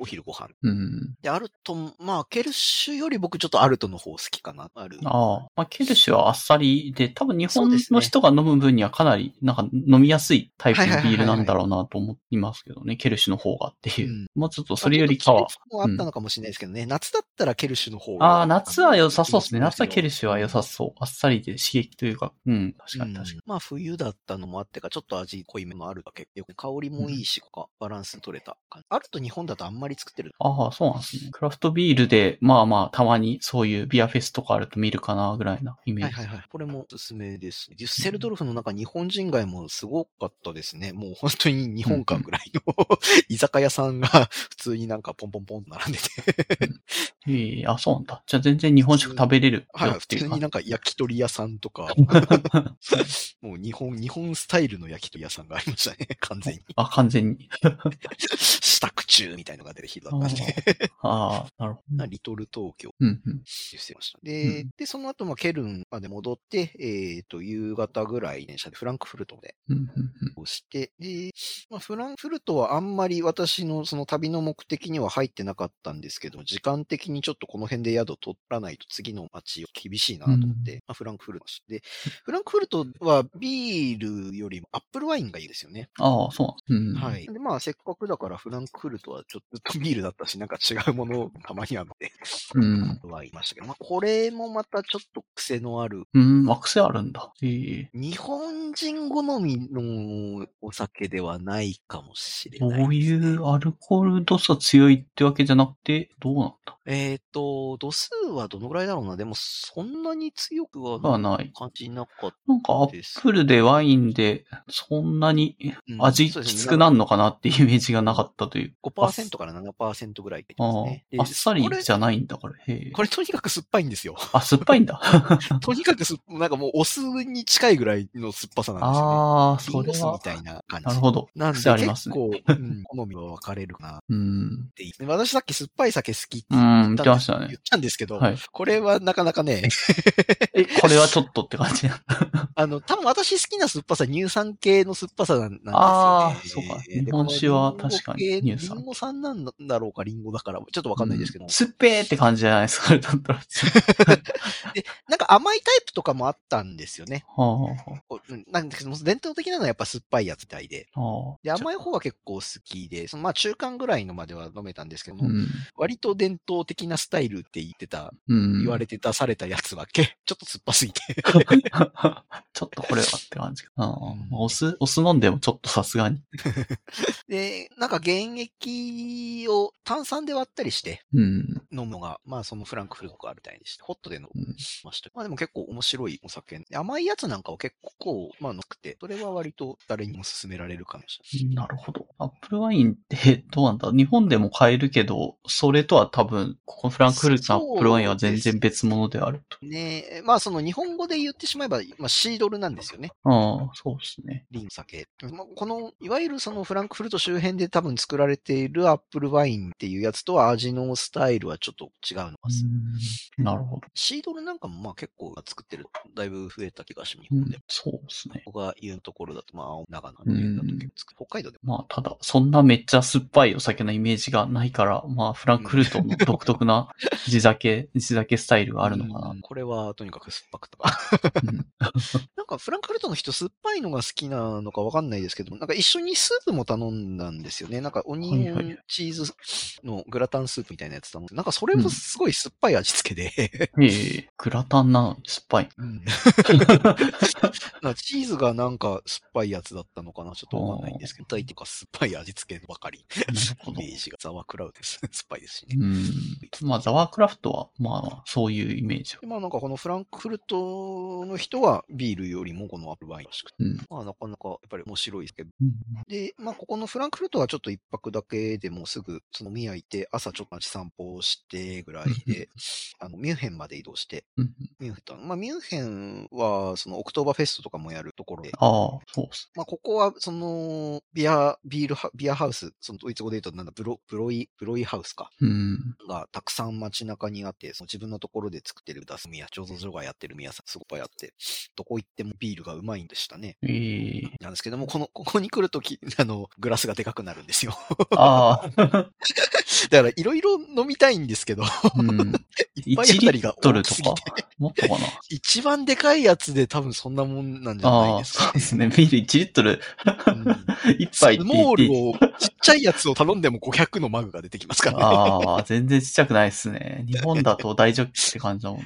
昼ご飯。 うん。 で、アルト、まあ、ケルシュより僕ちょっとアルトの方好きかな。 まあ、ケルシュはあっさりで、多分日本そうですねの人が飲む分にはかなり、なんか飲みやすいタイプのビールなんだろろうなと思いますけどね、ケルシュの方がっていう。 うんもうちょっとそれよりかは。 もあったのかもしれないですけどね。夏だったらケルシュの方が。 夏は良さそうですね。夏はケルシシュは良さそう。あっさりで刺激というか、確かに確かに。 まあ冬だったのもあってか、ちょっと味濃いめのあるだけ。香りもいいし、バランス取れた感じ。あると日本だとあんまり作ってる。 ああ、そうなんですね。クラフトビールで、まあまあ、たまにそういうビアフェスとかあると見るかな、ぐらいなイメージ。 これもおすすめです。デュッセルドルフの中日本人街もすごかったですね。もう本当に日本館ぐらいの居酒屋さんが普通になんかポンポンポンと並んでてそうなんだ。じゃあ全然日本食食べれるはい、 よっていうか。 普通になんか焼き鳥屋さんとか、もう日本スタイルの焼き鳥屋さんがありましたね、完全に。 完全に。 支度中みたいのが出る日だったんで。 なるほど。 リトル東京。してました。で、その後、ケルンまで戻って、夕方ぐらい電車でフランクフルトで、して、で、フランクフルトはあんまり私のその旅の目的には入ってなかったんですけど、時間的にちょっとこの辺で宿取らないと次の街厳しいなと思って、フランクフルトで、フランクフルトはビールよりもアップルワインがいいですよね。 そうなんです。 はい。で、せっかくだからフランクフルトはちょっとビールだったし、なんか違うものたまにあって、はいましたけど、これもまたちょっと癖のある。 癖あるんだ。 日本人好みのお酒ではないかもしれないですね。 どういうアルコール度数強いってわけじゃなくて、どうなんだ？ 度数はどのぐらいだろうな。でも、そんなに強くはない感じなかったです。 なんかアップルでワインで、そんなに味きつくなんのかなっていうイメージがなかったという。 5% から 7% ぐらいって言ってますね。 あっさりじゃないんだ、これ。 これとにかく酸っぱいんですよ。 酸っぱいんだ。 とにかくなんかもうお酢に近いぐらいの酸っぱさなんですよね。それは。リンゴ酢みたいな感じ。 なるほど。 なんで結構、好みは分かれるな。私さっき酸っぱい酒好きって言ったんですけど、これはなかなかね。 これはちょっとって感じ。 多分私好きな酸っぱさ、乳酸系の酸っぱさなんですよね。 そうか。日本酒は確かに乳酸。リンゴ酸なんだろうか、リンゴだから、ちょっとわかんないですけど。 酸っぺーって感じじゃないですか、だったら。 で、なんか甘いタイプとかもあったんですよね。なんですけど、伝統的なのはやっぱ酸っぱいやつみたいで。で、甘い方は結構好きで、中間ぐらいのまでは飲めたんですけども、割と伝統的なスタイルって言われて出されたやつはちょっと酸っぱすぎて。 ちょっとこれはって感じ。お酢飲んでもちょっとさすがに。 で、なんか原液を炭酸で割ったりして、飲むのが、そのフランクフルトがあるみたいにして、ホットで飲みました。でも結構面白いお酒。甘いやつなんかは結構、なくて、それは割と誰にも勧められるかもしれない。 なるほど。アップルワインってどうなんだ？日本でも買えるけど、それとは多分、ここフランクフルトのアップルワインは全然別物であると。 ね、その日本語で言ってしまえば、シードルなんですよね。 そうですね。 リン酒。この、いわゆるそのフランクフルト周辺で多分作られているアップルワインっていうやつとは味のスタイルはちょっと違うのです。 なるほど。 シードルなんかも結構作ってる。だいぶ増えた気がします。 そうですね。 ここが言うところだと、長野の言うだと結構北海道でも。ただ、そんなめっちゃ酸っぱいお酒のイメージがないから、フランクフルトの独特な地酒スタイルがあるのかな。 これはとにかく酸っぱくとか。なんかフランクフルトの人酸っぱいのが好きなのかわかんないですけど、なんか一緒にスープも頼んだんですよね。なんかオニオンチーズのグラタンスープみたいなやつ頼んで、なんかそれもすごい酸っぱい味付けで。 グラタンなのに酸っぱい。 チーズがなんか酸っぱいやつだったのかなちょっとわかんないんですけど、大体か酸っぱい味付けばかり。イメージがザワークラウドです。酸っぱいですしね。 ザワークラフトは、そういうイメージ。 なんかこのフランクフルトの人はビールよりもこのアップルワインらしくて。なかなかやっぱり面白いですけど。で、ここのフランクフルトはちょっと一泊だけでもすぐ、その宮行って朝ちょっと散歩をししてぐらいで、ミュンヘンまで移動して、 うん。 ミュンヘンは、そのオクトーバーフェストとかもやるところで、 ああ、そうっす。 ここは、その、ビアハウス、そのドイツ語で言うと、ブロイハウスか。がたくさん街中にあって、その自分のところで作ってる出す宮、醸造所がやってる宮さん、すごくあって、どこ行ってもビールがうまいんでしたね。なんですけども、ここに来るとき、グラスがでかくなるんですよ。 ああ。 だから、いろいろ飲みたいんですけど、いっぱいあたりが大きすぎて。 もっとかな。 一番でかいやつで多分そんなもんなんじゃないですか、 そうですね。ビール1リットル。一杯スモールを、ちっちゃいやつを頼んでも500のマグが出てきますからね。 ああ、全然ちっちゃくないですね。日本だと大丈夫って感じだもん。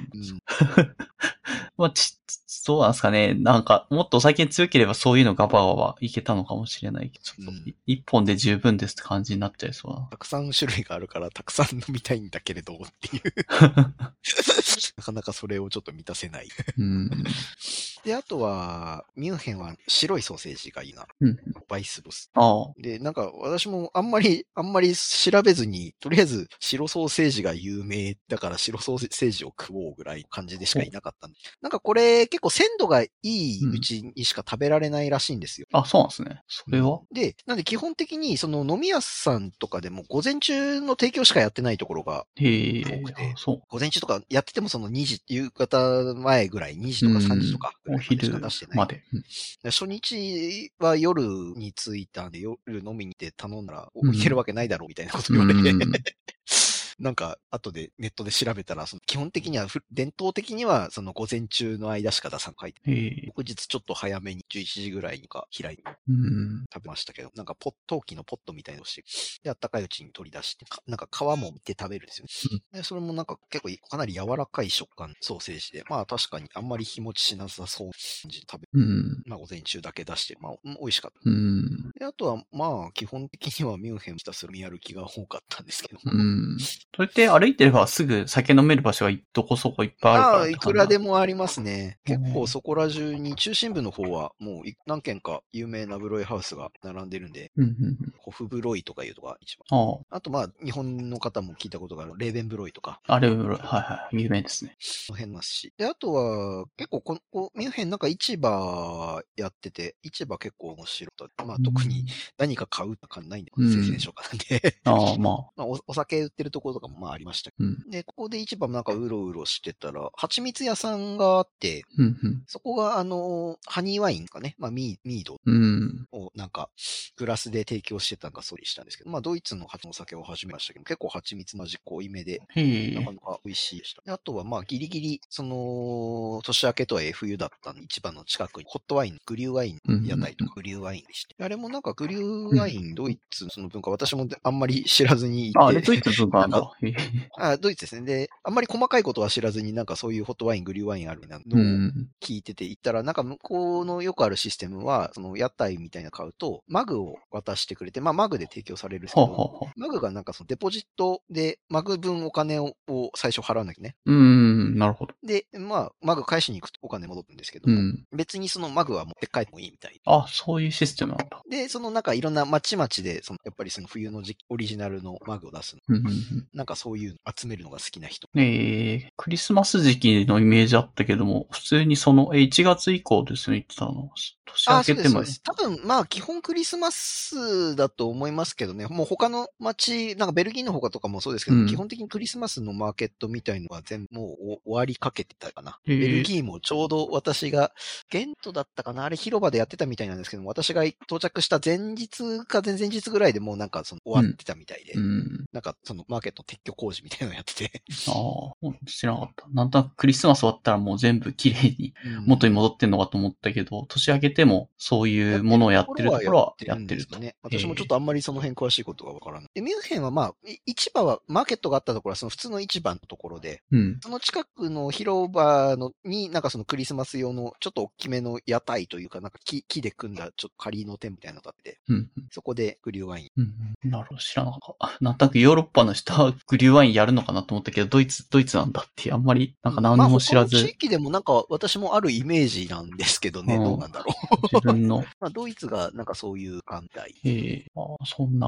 そうなんですかね。なんか、もっとお酒強ければそういうのガバガバいけたのかもしれないけど、ちょっと一本で十分ですって感じになっちゃいそうな。 たくさん種類があるから、たくさん飲みたいんだけれどっていう。なかなかそれをちょっと満たせない。で、あとは、ミュンヘンは白いソーセージがいいな。バイスボス。で、なんか私もあんまり調べずに、とりあえず白ソーセージが有名だから白ソーセージを食おうぐらいの感じでしかいなかったんで。なんかこれ結構鮮度がいいうちにしか食べられないらしいんですよ。 あ、そうなんですね。それはで、なんで基本的にその飲み屋さんとかでも午前中の提供しかやってないところが多くて、午前中とかやっててもその2時、夕方前ぐらい、2時とか3時とかぐらいまでしか出してない。 まで。 初日は夜に着いたんで、夜飲みに行って頼んだら、いけるわけないだろうみたいなこと言われて、なんか、後でネットで調べたら、基本的には、伝統的には、その午前中の間しか出さない。翌日ちょっと早めに11時ぐらいにか開いて食べましたけど、なんか陶器のポットみたいなのをして、で、あったかいうちに取り出して、なんか皮も見て食べるんですよね。で、それもなんか結構かなり柔らかい食感ソーセージで、まあ確かにあんまり日持ちしなさそうな感じで食べる。まあ午前中だけ出して、まあ美味しかった。で、あとはまあ基本的にはミュンヘンひたすら見歩きが多かったんですけど。 それって歩いてればすぐ酒飲める場所がどこそこいっぱいあるからいくらでもありますね。結構そこら中に中心部の方はもう何軒か有名なブロイハウスが並んでるんで、ホフブロイとかいうとか一番。あとまあ日本の方も聞いたことがあるレーベンブロイとか。 レーベンブロイ、はいはい、有名ですね。 その辺なし。で、あとは結構ミュンヘンなんか市場やってて、市場結構面白かった。まあ特に何か買うとかないんで、生鮮食なんで。まあお酒売ってるところとかもまあありましたけど。で、ここで市場なんかうろうろしてたら、蜂蜜屋さんがあって、そこがハニーワインかね、まあミードをなんかグラスで提供してたのがそうでしたんですけど、まあドイツのお酒を始めましたけど、結構蜂蜜の味濃いめで、なかなか美味しいでした。であとはまあギリギリ、年明けとは冬だったんで、市場の近くにホットワイン、グリューワイン屋台とかグリューワインでして、あれもなんかグリューワイン、ドイツその文化、私もあんまり知らずにいて。 あれドイツの文化なんだ。 ドイツですね。で、あんまり細かいことは知らずになんかそういうホットワイン、グリューワインあるなのを聞いてて行ったら、なんか向こうのよくあるシステムは、その屋台みたいなの買うと、マグを渡してくれて、まあマグで提供されるんですけど、マグがなんかそのデポジットでマグ分お金を最初払わなきゃね。 なるほど。 で、まあマグ返しに行くとお金戻るんですけども、別にそのマグは持って帰ってもいいみたいな。そういうシステムなんだ。 で、そのなんかいろんな町々で、やっぱりその冬の時期、オリジナルのマグを出すの。なんかそういうの集めるのが好きな人。 クリスマス時期のイメージあったけども、普通に1月以降ですね、言ってたの。年明けても。 多分、まあ基本クリスマスだと思いますけどね。もう他の町、なんかベルギーの他とかもそうですけど、基本的にクリスマスのマーケットみたいのは全部もう終わりかけてたかな。ベルギーもちょうど私が、ゲントだったかな、あれ広場でやってたみたいなんですけども、私が到着した前日か前々日ぐらいでもうなんか終わってたみたいで、なんかマーケット撤去工事みたいなのやってて。 知らなかった。なんとなくクリスマス終わったらもう全部綺麗に元に戻ってんのかと思ったけど、年明けてもそういうものをやってるところはやってると。 私もちょっとあんまりその辺詳しいことがわからない。で、ミュンヘンはまあ、市場は、マーケットがあったところはその普通の市場のところで、その近くの広場になんかそのクリスマス用のちょっと大きめの屋台というか、なんか木で組んだちょっと仮の店みたいなのがあって、そこでグリューワイン。 なるほど、知らなかった。なんとなくヨーロッパの人はグリューワインやるのかなと思ったけど、ドイツなんだってあんまりなんか何も知らず。 地域でもなんか私もあるイメージなんですけどね、どうなんだろう。 自分の。 ドイツがなんかそういう感じ。 そんなと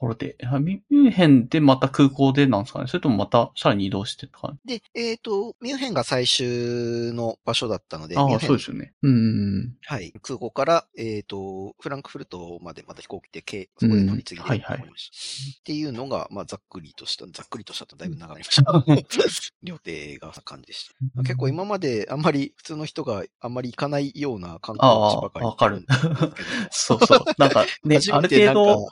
ころで、ミュンヘンでまた空港でなんですかね？それともまたさらに移動してとか。 で、ミュンヘンが最終の場所だったので、 ああ、 ミュンヘンそうですよね。 はい。空港から、フランクフルトまでまた飛行機で、そこで乗り継ぎではいはい。 っていうのが、まあ、ざっくりとしたとだいぶ長りました。予定が感じでした。結構今まであんまり普通の人があんまり行かないような観光地ばかり。 わかる。そうそう。なんかね、ある程度、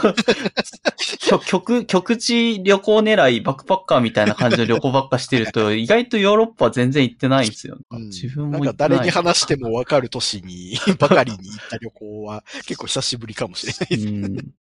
極地旅行狙い、バックパッカーみたいな感じの旅行ばっかしてると、意外とヨーロッパ全然行ってないんですよ。自分も行ってない。 なんか誰に話してもわかる都市にばかりに行った旅行は結構久しぶりかもしれないです。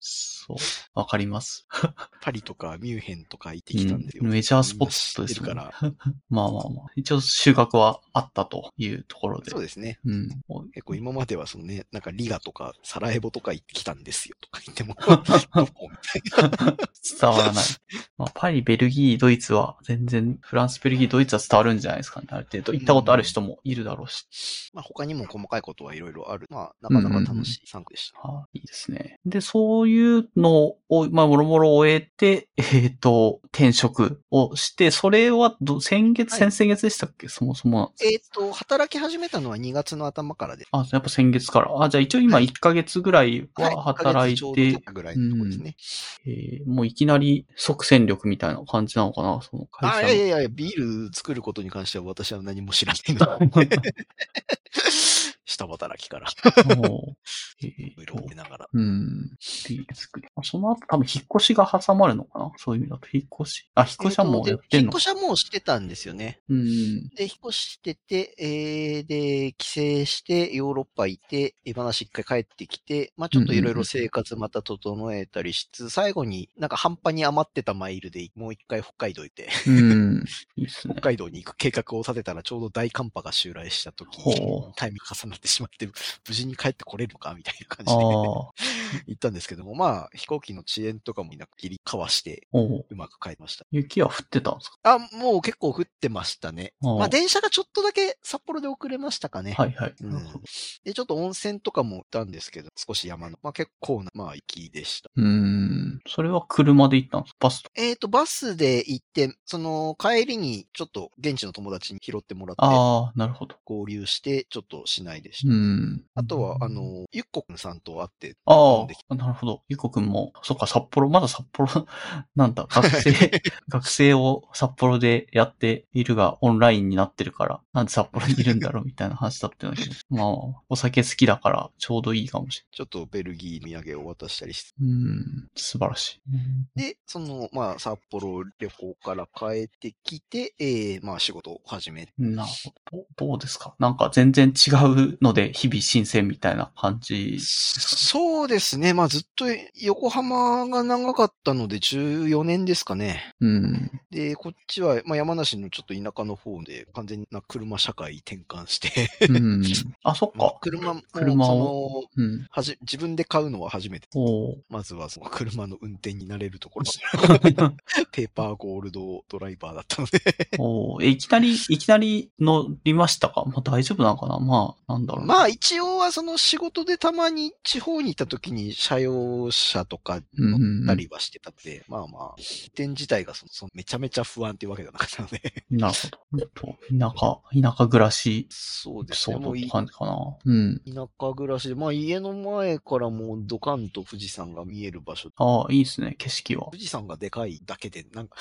そう。わかります。 パリとかミュンヘンとか行ってきたんですよ。 メジャースポットですから。まあ。一応収穫はあったというところで。 そうですね。結構今まではそのね、なんかリガとかサラエボとか行ってきたんですよとか言っても、どこみたいな。 伝わらない。まあ、パリ、ベルギー、ドイツは全然、フランス、ベルギー、ドイツは伝わるんじゃないですかね。ある程度行ったことある人もいるだろうし。 まあ他にも細かいことはいろいろある。まあなかなか楽しい3区でした。 いいですね。で、そういうのを、まあもろもろ終えて、転職をして、それは先々月でしたっけ？そもそもなんですか？ 働き始めたのは2月の頭からです。 やっぱ先月から。じゃあ一応今1ヶ月ぐらいは働いて、 ちょうどぐらいのところですね。 もういきなり即戦力みたいな感じなのかな、その会社の。 いや、ビール作ることに関しては私は何も知らないので。下働きから。いろいろ見ながら。 ビール作り。その後多分引っ越しが挟まるのかな、そういう意味だと。引っ越しはもうやってんの？ 引っ越しはもうしてたんですよね。で、引っ越してて、で、帰省してヨーロッパ行って、話一回帰ってきて、まあちょっといろいろ生活また整えたりしつつ、最後になんか半端に余ってたマイルでもう一回北海道行って、 いいっすね、 北海道に行く計画を立てたらちょうど大寒波が襲来した時、タイミング重なってしまって、無事に帰ってこれるのかみたいな感じで行ったんですけども、まあ飛行機の遅延とかもなく切りかわして、うまく帰りました。 雪は降ってたんですか？ もう結構降ってましたね。まあ電車がちょっとだけ札幌で遅れましたかね。 はいはい。 で、ちょっと温泉とかも行ったんですけど、少し山の、まあ結構な、まあ行きでした。 それは車で行ったんですか？バスと？ バスで行って、その帰りにちょっと現地の友達に拾ってもらって、 なるほど。 合流して、ちょっと市内でした。あとは、ゆっこくんさんと会って、 なるほど。ゆっこくんも、そっか、まだ札幌、なんだ、学生を札幌でやっているがオンラインになってるから、なんで札幌にいるんだろうみたいな話だったんだけど、まあ、お酒好きだからちょうどいいかもしれない。 ちょっとベルギー土産を渡したりして。 素晴らしい。で、まあ、札幌旅行から帰ってきて、まあ仕事を始め。 なるほど。どうですか？なんか全然違うので、日々新鮮みたいな感じ。 そうですね。まあずっと横浜が長かったので14年ですかね。で、こっちは、まあ山梨のちょっと田舎の方で完全な車社会転換してそっか。 車を、自分で買うのは初めて。まずはその車の運転になれるところ。ペーパーゴールドドライバーだったのでいきなり乗りましたか？まあ大丈夫なのかな？まあ、なんだろう。 まあ一応はその仕事でたまに地方に行った時に車用車とか乗ったりはしてたので、まあまあ、運転自体がめちゃめちゃ不安っていうわけではなかったので。 なるほど。田舎暮らし。 そうですね。 もういい感じかな。 田舎暮らしで、まあ家の前からもうドカンと富士山が見える場所。 いいですね、景色は。 富士山がでかいだけで、なんか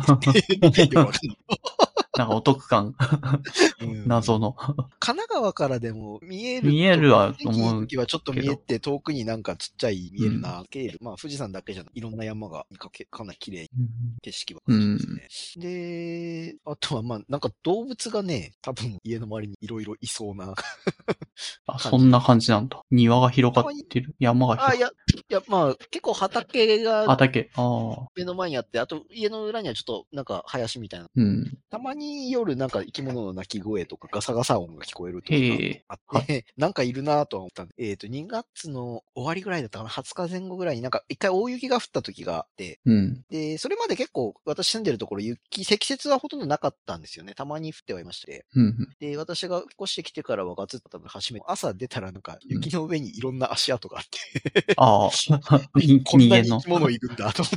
なんかお得感。謎の。 神奈川からでも見えるは思う。 時はちょっと見えて、遠くになんかちっちゃい見えるな、まあ富士山だけじゃない、いろんな山がかなり綺麗景色はですね。で、あとはまあなんか動物がね、多分家の周りにいろいろいそうな。 そんな感じなんだ。庭が広がってる。山が広がってる。 いや、まあ結構畑が目の前にあって、あと家の裏にはちょっとなんか林みたいな。たまにに夜なんか生き物の鳴き声とかガサガサ音が聞こえる時があって、なんかいるなぁとは思ったんで、2月の終わりぐらいだったかな、20日前後ぐらいになんか一回大雪が降った時があって、で、それまで結構私住んでるところ積雪はほとんどなかったんですよね。たまに降ってはいまして。で、私が引っ越してきてからはガツッと多分初めて、朝出たらなんか雪の上にいろんな足跡があって、 ああ、 こんなに生き物いるんだと思って。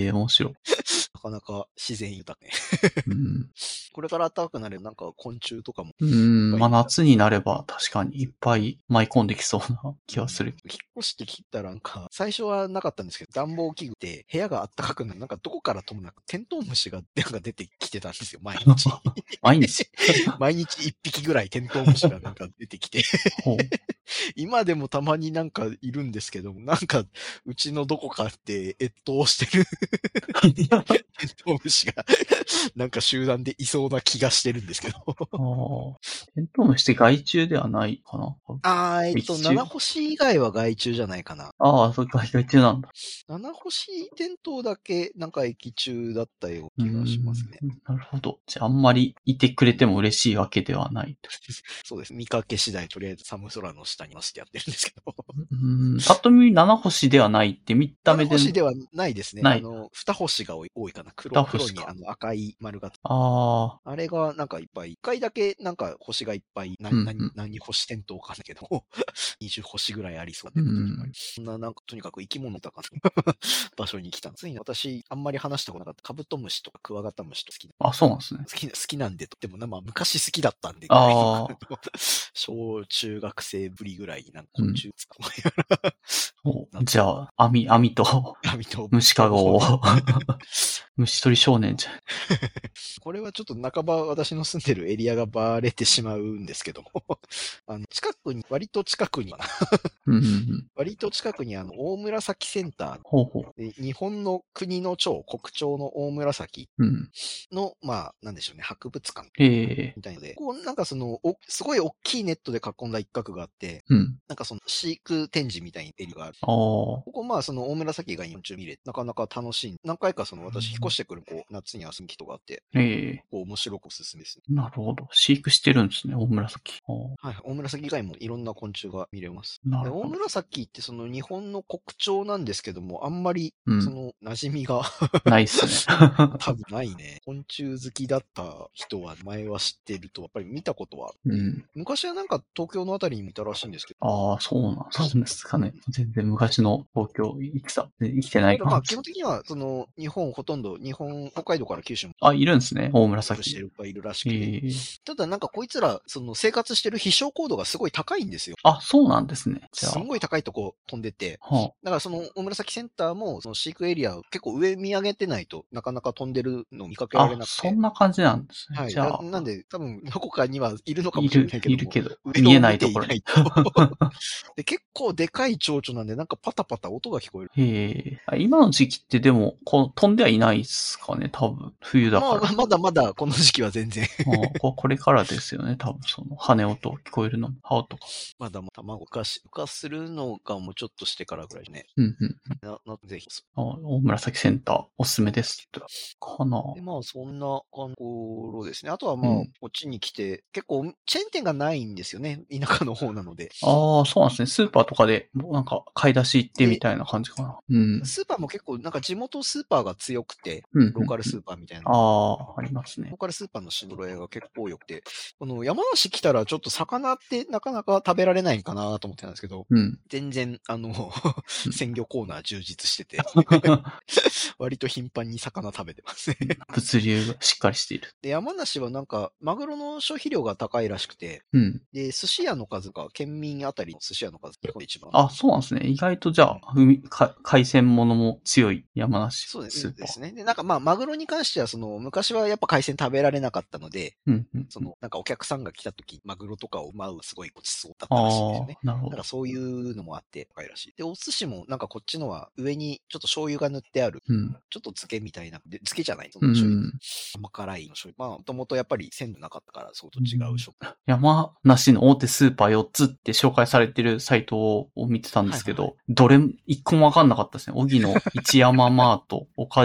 面白い。 なかなか自然豊かね。これから暖かくなればなんか昆虫とかも。 まあ夏になれば確かにいっぱい舞い込んできそうな気はする。 引っ越してきたらなんか、最初はなかったんですけど、暖房器具で部屋が暖かくなる、なんかどこからともなくテントウムシがなんか出てきてたんですよ、毎日。 毎日毎日一匹ぐらいテントウムシがなんか出てきて。今でもたまになんかいるんですけど、なんかうちのどこかって越冬してるテントウムシがなんか集団でいそうな気がしてるんですけど。 テントウムシって害虫ではないかな。 七星以外は害虫じゃないかな。 そうか、害虫なんだ。 七星テントウだけなんか益虫だったような気がしますね。 なるほど。じゃああんまりいてくれても嬉しいわけではない。 そうです。見かけ次第とりあえず寒空の下にましてやってるんですけど。 パッと見七星ではないって見た目で。 七星ではないですね。二星が多いかな。黒に赤い丸が。あれがなんかいっぱい。一回だけなんか星がいっぱい。何星テントウかだけど、20星ぐらいありそうで。そんななんかとにかく生き物だから場所に来たんです。ついに私あんまり話したことなかったカブトムシとかクワガタムシと好きな。 そうなんですね。 好きなんで、でもまあ昔好きだったんで、小中学生ぶりぐらいになんか昆虫捕まえら。じゃあ、網と虫かごを虫取り少年じゃん。 これはちょっと半ば私の住んでるエリアがバレてしまうんですけども割と近くに割と近くに大紫センターで日本の国の国鳥の大紫の、まあ、なんでしょうね、博物館みたいので、こうなんかすごい大きいネットで囲んだ一角があって、なんか飼育展示みたいなエリアがある。ここまあ大紫が昆虫見れて、なかなか楽しい。何回か私引っ越してくる夏に遊び人があって、面白くおすすめですね。 なるほど。飼育してるんですね、大紫。 はい、大紫以外もいろんな昆虫が見れます。大紫って日本の国鳥なんですけども、あんまり馴染みがないっすね。 多分ないね。昆虫好きだった人は前は知ってると、やっぱり見たことは。昔はなんか東京のあたりにいたらしいんですけど。 そうなんですかね。全然昔の東京生きてないから。 まあ基本的には日本ほとんど北海道から九州もいるんですね。大紫してるいるらしくて。ただなんかこいつら生活してる飛翔高度がすごい高いんですよ。 そうなんですね。 すごい高いとこ飛んでて。だから大紫センターも飼育エリアを結構上見上げてないとなかなか飛んでるのを見かけられなくて。 そんな感じなんですね。 はい。なんで多分どこかにはいるのかもしれないけど。 いるけど。見えないところに。 で結構でかい蝶々なんでなんかパタパタ音が聞こえる。 今の時期ってでも飛んではいないですかね。多分冬だから。 まだまだこの時期は全然。 これからですよね。多分羽音聞こえるのも羽音か。 まだ卵孵化するのがもうちょっとしてからぐらいね。ぜひ。 大紫センターおすすめです。かな。 でまあそんなところですね。あとはまあ、こっちに来て結構チェーン店がないんですよね。田舎の方なので。 そうなんですね。スーパーとかでなんか買い出し行ってみたいな感じかな。 スーパーも結構なんか地元スーパーが強くて、ローカルスーパーみたいな。 ありますね。 ローカルスーパーの品揃えが結構良くて、山梨来たらちょっと魚ってなかなか食べられないんかなと思ってたんですけど、全然鮮魚コーナー充実してて、割と頻繁に魚食べてますね。 物流がしっかりしている。 で、山梨はなんか、マグロの消費量が高いらしくて、で、寿司屋の数が、県民あたりの寿司屋の数が一番。 そうなんですね。意外とじゃあ、海鮮物も強い山梨。 そうですね。で、なんかまあ、マグロに関しては、昔はやっぱ海鮮食べられなかったので、なんかお客さんが来た時、マグロとかを舞うすごいごちそうだったらしいんですよね。 なるほど。 だからそういうのもあって、高いらしい。で、お寿司もなんかこっちのは上にちょっと醤油が塗ってある、ちょっと漬けみたいな、で漬けじゃない、醤油。甘辛いの醤油。まあ、もともとやっぱり鮮度なかったから、相当違う食感。 山梨の大手スーパー4つって紹介されてるサイトを見てたんですけど、どれ、一個もわかんなかったですね。荻野一山マート、岡島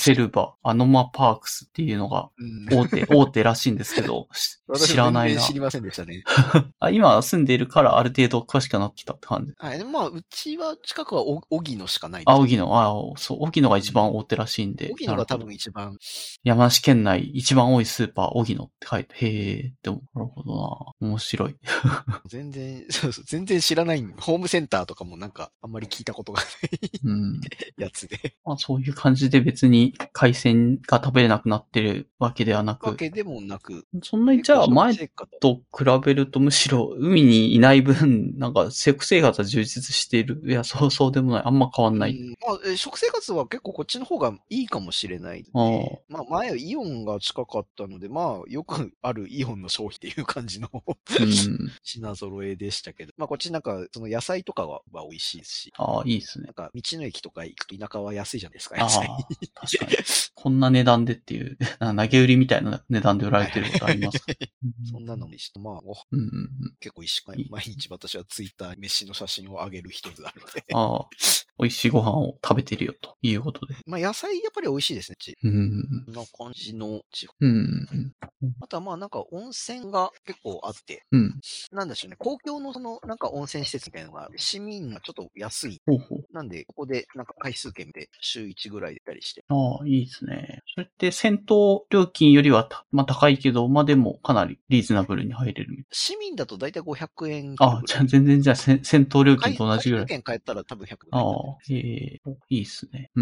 セルバ、アノマパークスっていうのが大手らしいんですけど、知らないな。 知りませんでしたね。 今住んでいるからある程度詳しくなってきたって感じ。 はい。でもうちは近くは荻野しかないです。 荻野。そう、荻野が一番大手らしいんで。 荻野が多分一番。 山梨県内一番多いスーパー、荻野って書いて、へーって思う。なるほどな。面白い。 全然知らない。ホームセンターとかもなんかあんまり聞いたことがないやつで。 まあそういう感じで別に海鮮が食べれなくなってるわけではなく。 わけでもなく。 そんなにじゃあ前と比べるとむしろ海にいない分、なんか食生活は充実している。いや、そうでもない。あんま変わんない。 食生活は結構こっちの方がいいかもしれない、ね。前イオンが近かったので、よくあるイオンの消費っていう感じの品揃えでしたけど。こっちなんか、その野菜とかは美味しいですし。 いいですね。 なんか、道の駅とか行くと田舎は安いじゃないですか、野菜。 確かに。こんな値段でっていう、投げ売りみたいな値段で売られてることありますかそんなのにして、結構毎日私はツイッターに飯の写真を上げる一つなので。 美味しいご飯を食べてるよということで。 野菜やっぱり美味しいですね、こんな感じの地方。あとはなんか温泉が結構あって、なんでしょうね、公共のなんか温泉施設みたいなのが市民がちょっと安い。なんで、ここでなんか回数券で週1ぐらい出たりして。 いいですね。それって銭湯料金よりは高いけど、でもかなりリーズナブルに入れるみたいな。 市民だとだいたい500円。 じゃあ全然銭湯料金と同じぐらい。 回数券買えたら多分100円。 いいっすね。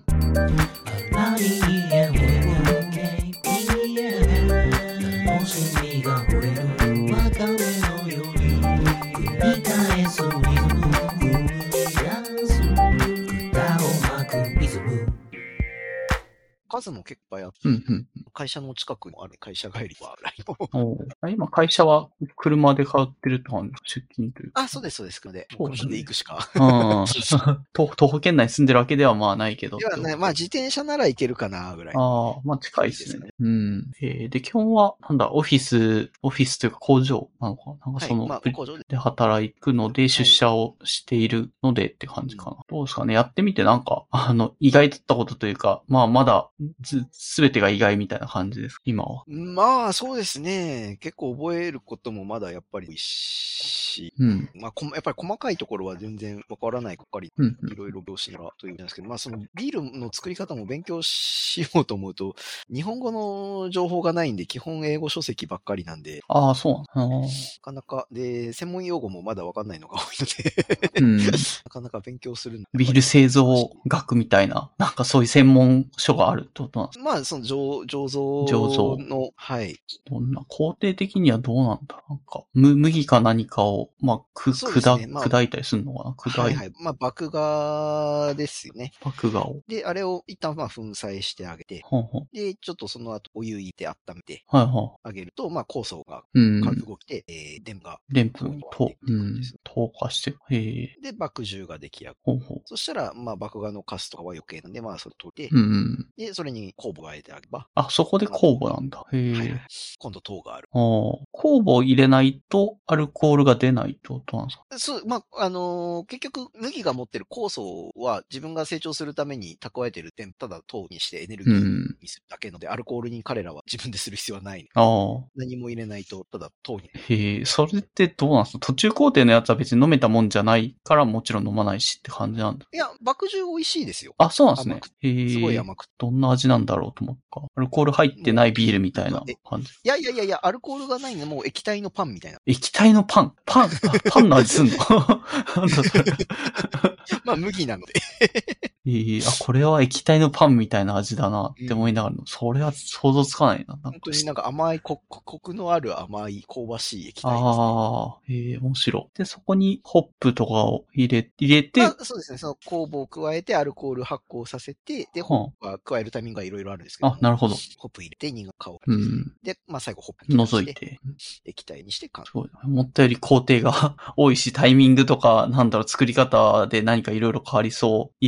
数も結構あって、会社の近くにある会社帰りは今会社は車で通ってるって感じ、出勤というか。 そうです。車で行くしか。 徒歩圏内に住んでるわけではないけど。 ではね、自転車なら行けるかな、ぐらい。 近いですね。で、基本は、オフィスというか工場なのかな。なんか工場で働くので、出社をしているのでって感じかな。どうですかね。やってみてなんか、意外だったことというか、まだ、すべてが意外みたいな感じです、今は。 そうですね。結構覚えることもまだやっぱり多いし、やっぱり細かいところは全然わからないばっかり、いろいろ描写がというんですけど、そのビールの作り方も勉強しようと思うと、日本語の情報がないんで、基本英語書籍ばっかりなんで。 そうなんなかなか、で、専門用語もまだわかんないのが多いので、なかなか勉強する。 ビール製造学みたいな、なんかそういう専門書があるってことなんですか？ その醸造の、はい。 どんな、工程的にはどうなんだ？なんか、麦か何かを、砕いたりするのかな？ はい。麦芽ですよね。 麦芽を。 で、あれを一旦粉砕してあげて、で、ちょっとその後お湯入れて温めて、あげると、酵素が動きて、でんぷん糖化して、 で、麦汁が出来上がる。そしたら、麦芽のカスとかは余計なんで、それ取って、で、それに酵母が入れてあげば。 そこで酵母なんだ。 今度糖がある。 酵母を入れないとアルコールが出ないってことなんですか？ そう、結局、麦が持ってる酵素は自分が成長するために蓄えてるただ糖にしてエネルギーにするだけので、アルコールに彼らは自分でする必要はない。何も入れないと、ただ糖に。 それってどうなんですか？途中工程のやつは別に飲めたもんじゃないからもちろん飲まないしって感じなんだ。 いや、麦汁美味しいですよ。 そうなんですね。 すごい甘くて。 どんな味なんだろうと思った。アルコール入ってないビールみたいな感じ。 いや、アルコールがないのもう液体のパンみたいな。 液体のパンの味すんのなんだそれ。 麦なので。 これは液体のパンみたいな味だなって思いながら、それは想像つかないな。 本当になんか甘い、コクのある甘い香ばしい液体ですね。面白い。で、そこにホップとかを入れて、 そうですね。その酵母を加えてアルコール発酵させて、で、ホップは加えるタイミングがいろいろあるんですけど。 なるほど。 ホップ入れて、苦香り。で、最後ホップ除いて。 液体にしてすごい。思ったより工程が多いし、タイミングとか、作り方で何かいろいろ変わりそう。入れるもの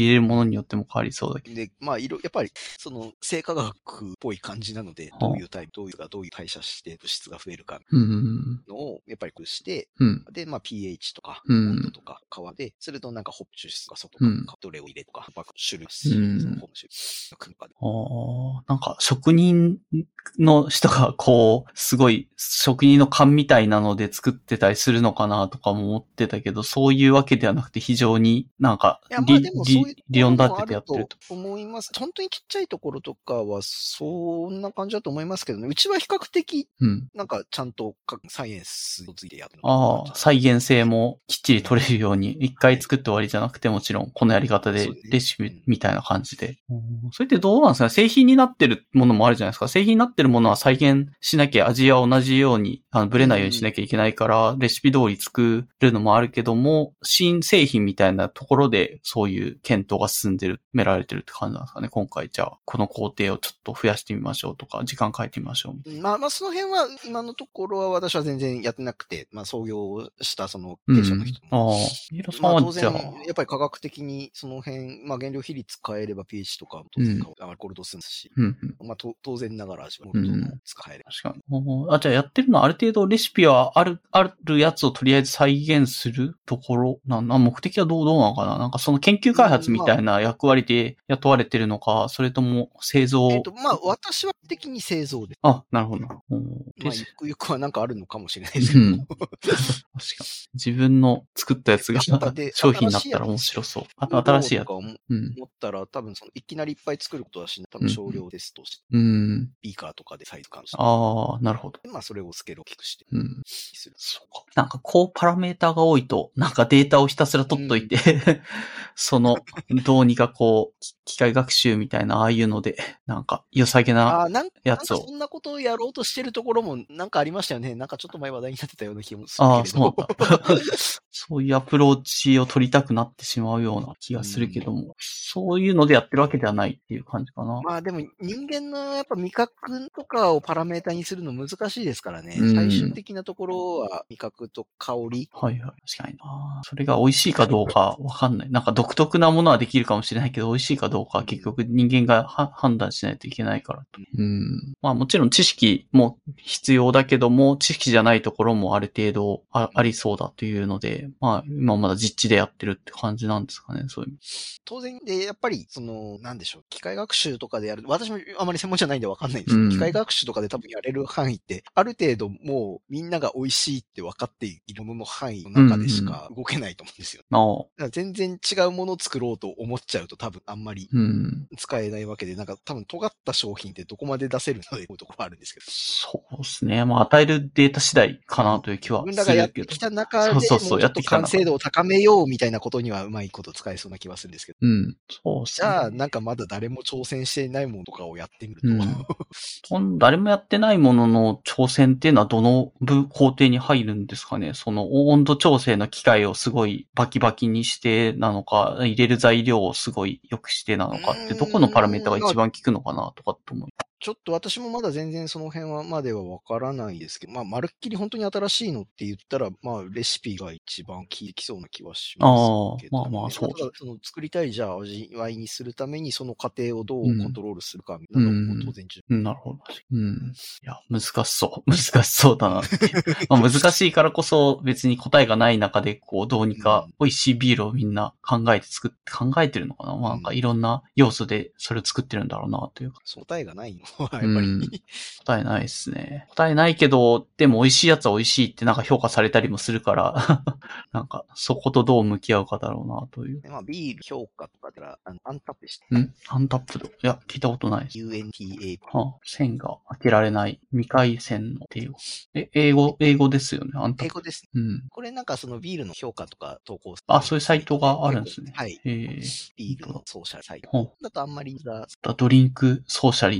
のによっても変わりそうだけど。 で、まあ、やっぱり、その、生化学っぽい感じなので、どういう代謝して物質が増えるか、のを、やっぱりして、で、まあ、pH とか、温度とか変わって、するとなんかホップ種質とか外とか、どれを入れとか、種類、そのホップ種の組むかで。 なんか、職人の人がこう、すごい、職人の勘みたいなので作ってたりするのかなとかも思ってたけど、そういうわけではなくて非常になんか、理論立ててやってると。 思います。本当にちっちゃいところとかは、そんな感じだと思いますけどね。うちは比較的、なんかちゃんとサイエンスをついてやる。 再現性もきっちり取れるように、一回作って終わりじゃなくてもちろん、このやり方でレシピみたいな感じで。それってどうなんですかね？製品になってるものもあるじゃないですか。製品になってるものは再現しなきゃ、味は同じように、ブレないようにしなきゃいけないから、レシピ通り作るのもあるけども、新製品みたいなところで、そういう検討が進んでる、められてるって感じなんですかね。今回じゃあ、この工程をちょっと増やしてみましょうとか、時間変えてみましょう。 まあ、その辺は、今のところは私は全然やってなくて、まあ、創業したその経営者の人も。まあ、当然、やっぱり科学的にその辺、まあ、原料比率変えれば pH とか当然アルコール度数ですし、まあ、当然ながら味は使える。 確かに。じゃあやってるのはある程度レシピはあるやつをとりあえず再現するところ目的はどうなのかな？なんかその研究開発みたいな役割で雇われてるのか、それとも製造？ まあ、私は的に製造です。 なるほど。 まあ、ゆくはなんかあるのかもしれないですけど。確かに。 自分の作ったやつが商品になったら面白そう。あと新しいやつ。 思ったら多分いきなりいっぱい作ることはしない。多分少量テストして。ビーカーとかでサイズ感して。 なるほど。 まあ、それをスケールを大きくして。 そうか。なんか高パラメーターが多いと、なんかデータをひたすら取っといて、どうにかこう、機械学習みたいな、ああいうので、なんか良さげなやつを。 そんなことをやろうとしてるところもなんかありましたよね。なんかちょっと前話題になってたような気もするけれど。 そうだ。そういうアプローチを取りたくなってしまうような気がするけども、そういうのでやってるわけではないっていう感じかな。 まあでも人間のやっぱ味覚とかをパラメータにするの難しいですからね。最終的なところは味覚と香り。 はいはい。確かにな。それが美味しいかどうかわかんない。なんか独特なものはできるかもしれないけど、美味しいかどうかは結局人間が判断しないといけないから。まあもちろん知識も必要だけども、知識じゃないところもある程度ありそうだというので、まあ今まだ実地でやってるって感じなんですかね、そういう。 当然で、やっぱり、なんでしょう、機械学習とかでやる、私もあまり専門じゃないんでわかんないんですけど、機械学習とかで多分やれる範囲って、ある程度もうみんなが美味しいって分かっているものの範囲の中でしか動けないと思うんですよ。だから全然違うものを作ろうと思っちゃうと多分あんまり使えないわけで、なんか多分尖った商品ってどこまで出せるのでこういうところあるんですけど。 そうですね。まあ与えるデータ次第かなという気はするけど。 自分らがやってきた中で、もうちょっと完成度を高めようみたいなことにはうまいこと使えそうな気はするんですけど。 そうですね。じゃあ、なんかまだ誰も挑戦していないものとかをやってみると。誰もやってないものの挑戦っていうのはどの工程に入るんですかね？その温度調整の機械をすごいバキバキにしてなのか、入れる材料をすごい良くしてなのかって、どこのパラメータが一番効くのかなとかって思います。 ちょっと私もまだ全然その辺はまではわからないですけど、まあ、まるっきり本当に新しいのって言ったら、まあ、レシピが一番効いてきそうな気はしますけど、ね。まあそう。ただ、作りたいじゃあ味わいにするために、その過程をどうコントロールするかみたいなのも当然なるほど。いや、難しそうだなって。まあ難しいからこそ別に答えがない中で、こう、どうにか美味しいビールをみんな考えてるのかな。まあなんかいろんな要素でそれを作ってるんだろうなというか。 答えがないのはやっぱり。 答えないですね。答えないけど、でも美味しいやつは美味しいってなんか評価されたりもするから、なんかそことどう向き合うかだろうなという。 まあビール評価とかでは、アンタップして。 アンタップド。いや、聞いたことないです。 UNTA。 線が開けられない未開線の定語。英語ですよね、アンタップド。 英語です。これなんかそのビールの評価とか投稿する。 そういうサイトがあるんですね。 はい。ビールのソーシャルサイト。だとあんまりドリンクソーシャリーって書い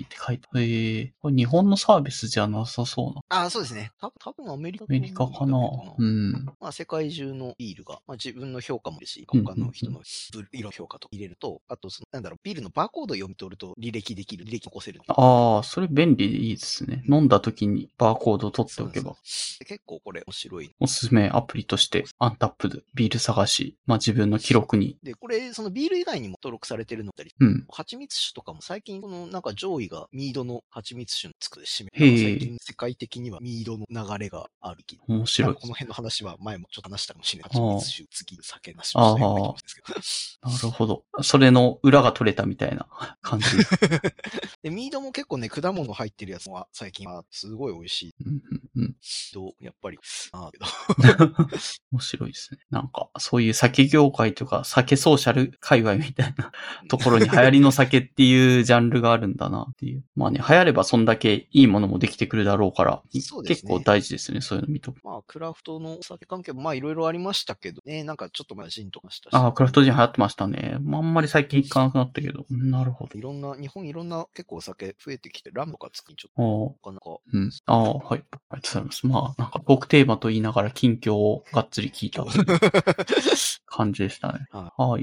これ日本のサービスじゃなさそうな。 ああ、そうですね。多分アメリカアメリカかな。うん。 まあ世界中のビールが、まあ自分の評価もいるし、他の人の色評価と入れると、あとビールのバーコードを読み取ると履歴残せる。 ああ、それ便利でいいですね。飲んだ時にバーコードを取っておけば。 結構これ面白い。 おすすめアプリとして、アンタップド、ビール探し、まあ自分の記録に。 で、これ、そのビール以外にも登録されてるのだったり、 うん。 蜂蜜酒とかも最近、このなんか上位がミードの蜂蜜酒のつくで締め。 へえ。 最近世界的にはミードの流れがある。 面白い。 この辺の話は前もちょっと話したかもしれない。蜂蜜酒、次酒なしああ。なるほど。それの裏が取れたみたいな感じ。 で、ミードも結構ね、果物入ってるやつは最近はすごい美味しい。やっぱり、 面白いですね。なんか、そういう酒業界とか酒ソーシャル界隈みたいなところに流行りの酒っていうジャンルがあるんだなっていう。まあね、流行ればそんだけいいものもできてくるだろうから、結構大事ですね、そういうの見とく。 まあ、クラフトのお酒関係もまあいろいろありましたけどね、なんかちょっとジンとかしたし。 ああ、クラフトジン流行ってましたね。あんまり最近行かなくなったけど。なるほど。 日本いろんな結構お酒増えてきて、ラムとか作りちょっと、なかなか。 うん。ああ、はい。ありがとうございます。まあ、なんかトークテーマと言いながら近況をがっつり聞いた感じでしたね。はい。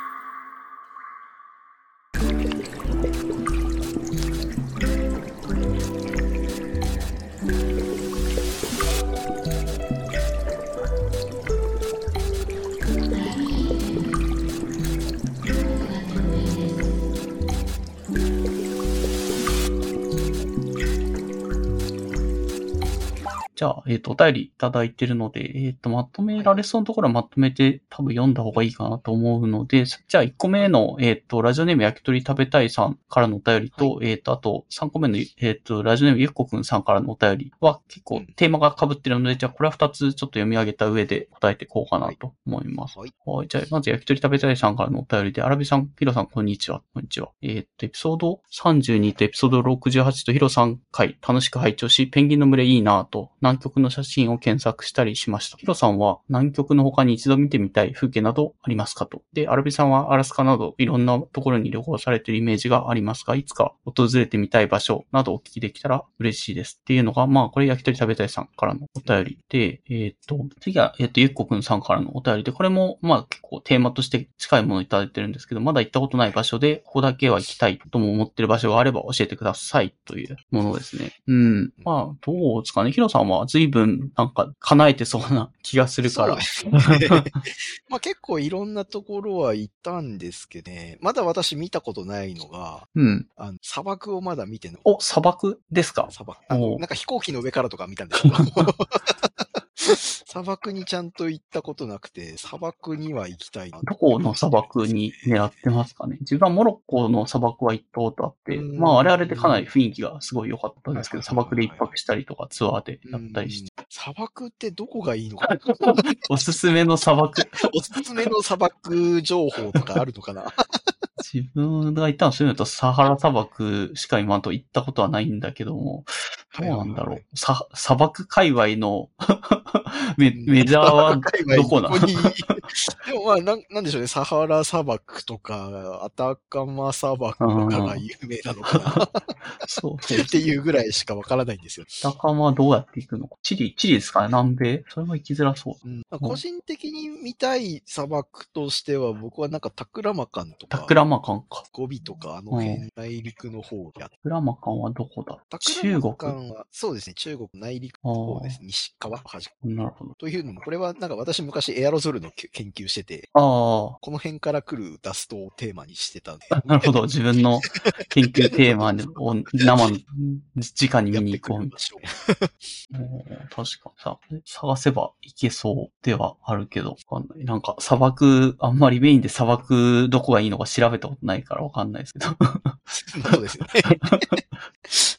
じゃあ、お便りいただいてるので、まとめられそうなところはまとめて多分読んだ方がいいかなと思うので、じゃあ1個目の、ラジオネーム焼き鳥食べたいさんからのお便りと、あと3個目の、ラジオネームゆっこくんさんからのお便りは結構テーマが被ってるので、じゃあこれは2つちょっと読み上げた上で答えていこうかなと思います。はい。じゃあ、まず焼き鳥食べたいさんからのお便りで、アラビさん、ヒロさん、こんにちは。こんにちは。エピソード32とエピソード68とヒロさん回楽しく拝聴し、ペンギンの群れいいなぁと、南極の写真を検索したりしました。ヒロさんは南極の他に一度見てみたい風景などありますかと。で、アラビさんはアラスカなどいろんなところに旅行されているイメージがありますが、いつか訪れてみたい場所などお聞きできたら嬉しいです。っていうのが、まあ、これ焼き鳥食べたいさんからのお便りで、次は、ゆっこくんさんからのお便りで、これも、まあ、結構テーマとして近いものをいただいてるんですけど、まだ行ったことない場所で、ここだけは行きたいとも思ってる場所があれば教えてくださいというものですね。まあ、どうですかね。ヒロさんは随分なんか叶えてそうな気がするから。 まあ結構いろんなところは行ったんですけどね。まだ私見たことないのが、砂漠をまだ見てない。 お、砂漠ですか？ 砂漠。なんか飛行機の上からとか見たんですけど。砂漠にちゃんと行ったことなくて、砂漠には行きたいな。 どこの砂漠に狙ってますかね？自分はモロッコの砂漠は行ったことあって、まああれあれでかなり雰囲気がすごい良かったんですけど、砂漠で一泊したりとかツアーでやったりして。 砂漠ってどこがいいのかなおすすめの砂漠。 おすすめの砂漠情報とかあるのかな自分が行ったのそういうのとサハラ砂漠しか今と行ったことはないんだけども、どうなんだろう。砂漠界隈のメジャーはどこなのでもまあなんでしょうね。サハラ砂漠とか、アタカマ砂漠とかが有名なのかな。そうっていうぐらいしかわからないんですよ。 アタカマどうやって行くのか。チリですかね？南米？それも行きづらそう。 個人的に見たい砂漠としては、僕はなんかタクラマカンとか。 タクラマカンか。 ゴビとか、あの辺、内陸の方や。 タクラマカンはどこだ？ 中国。そうですね、中国内陸の方です。西側端。 なるほど。 というのも、これはなんか私昔エアロゾルの研究してて、 この辺から来るダストをテーマにしてたんで。 なるほど。自分の研究テーマを直に見に行こうみたいな。確かさ、探せば行けそうではあるけど、わかんない。なんか砂漠、あんまりメインで砂漠どこがいいのか調べたことないからわかんないですけど。 そうですよね。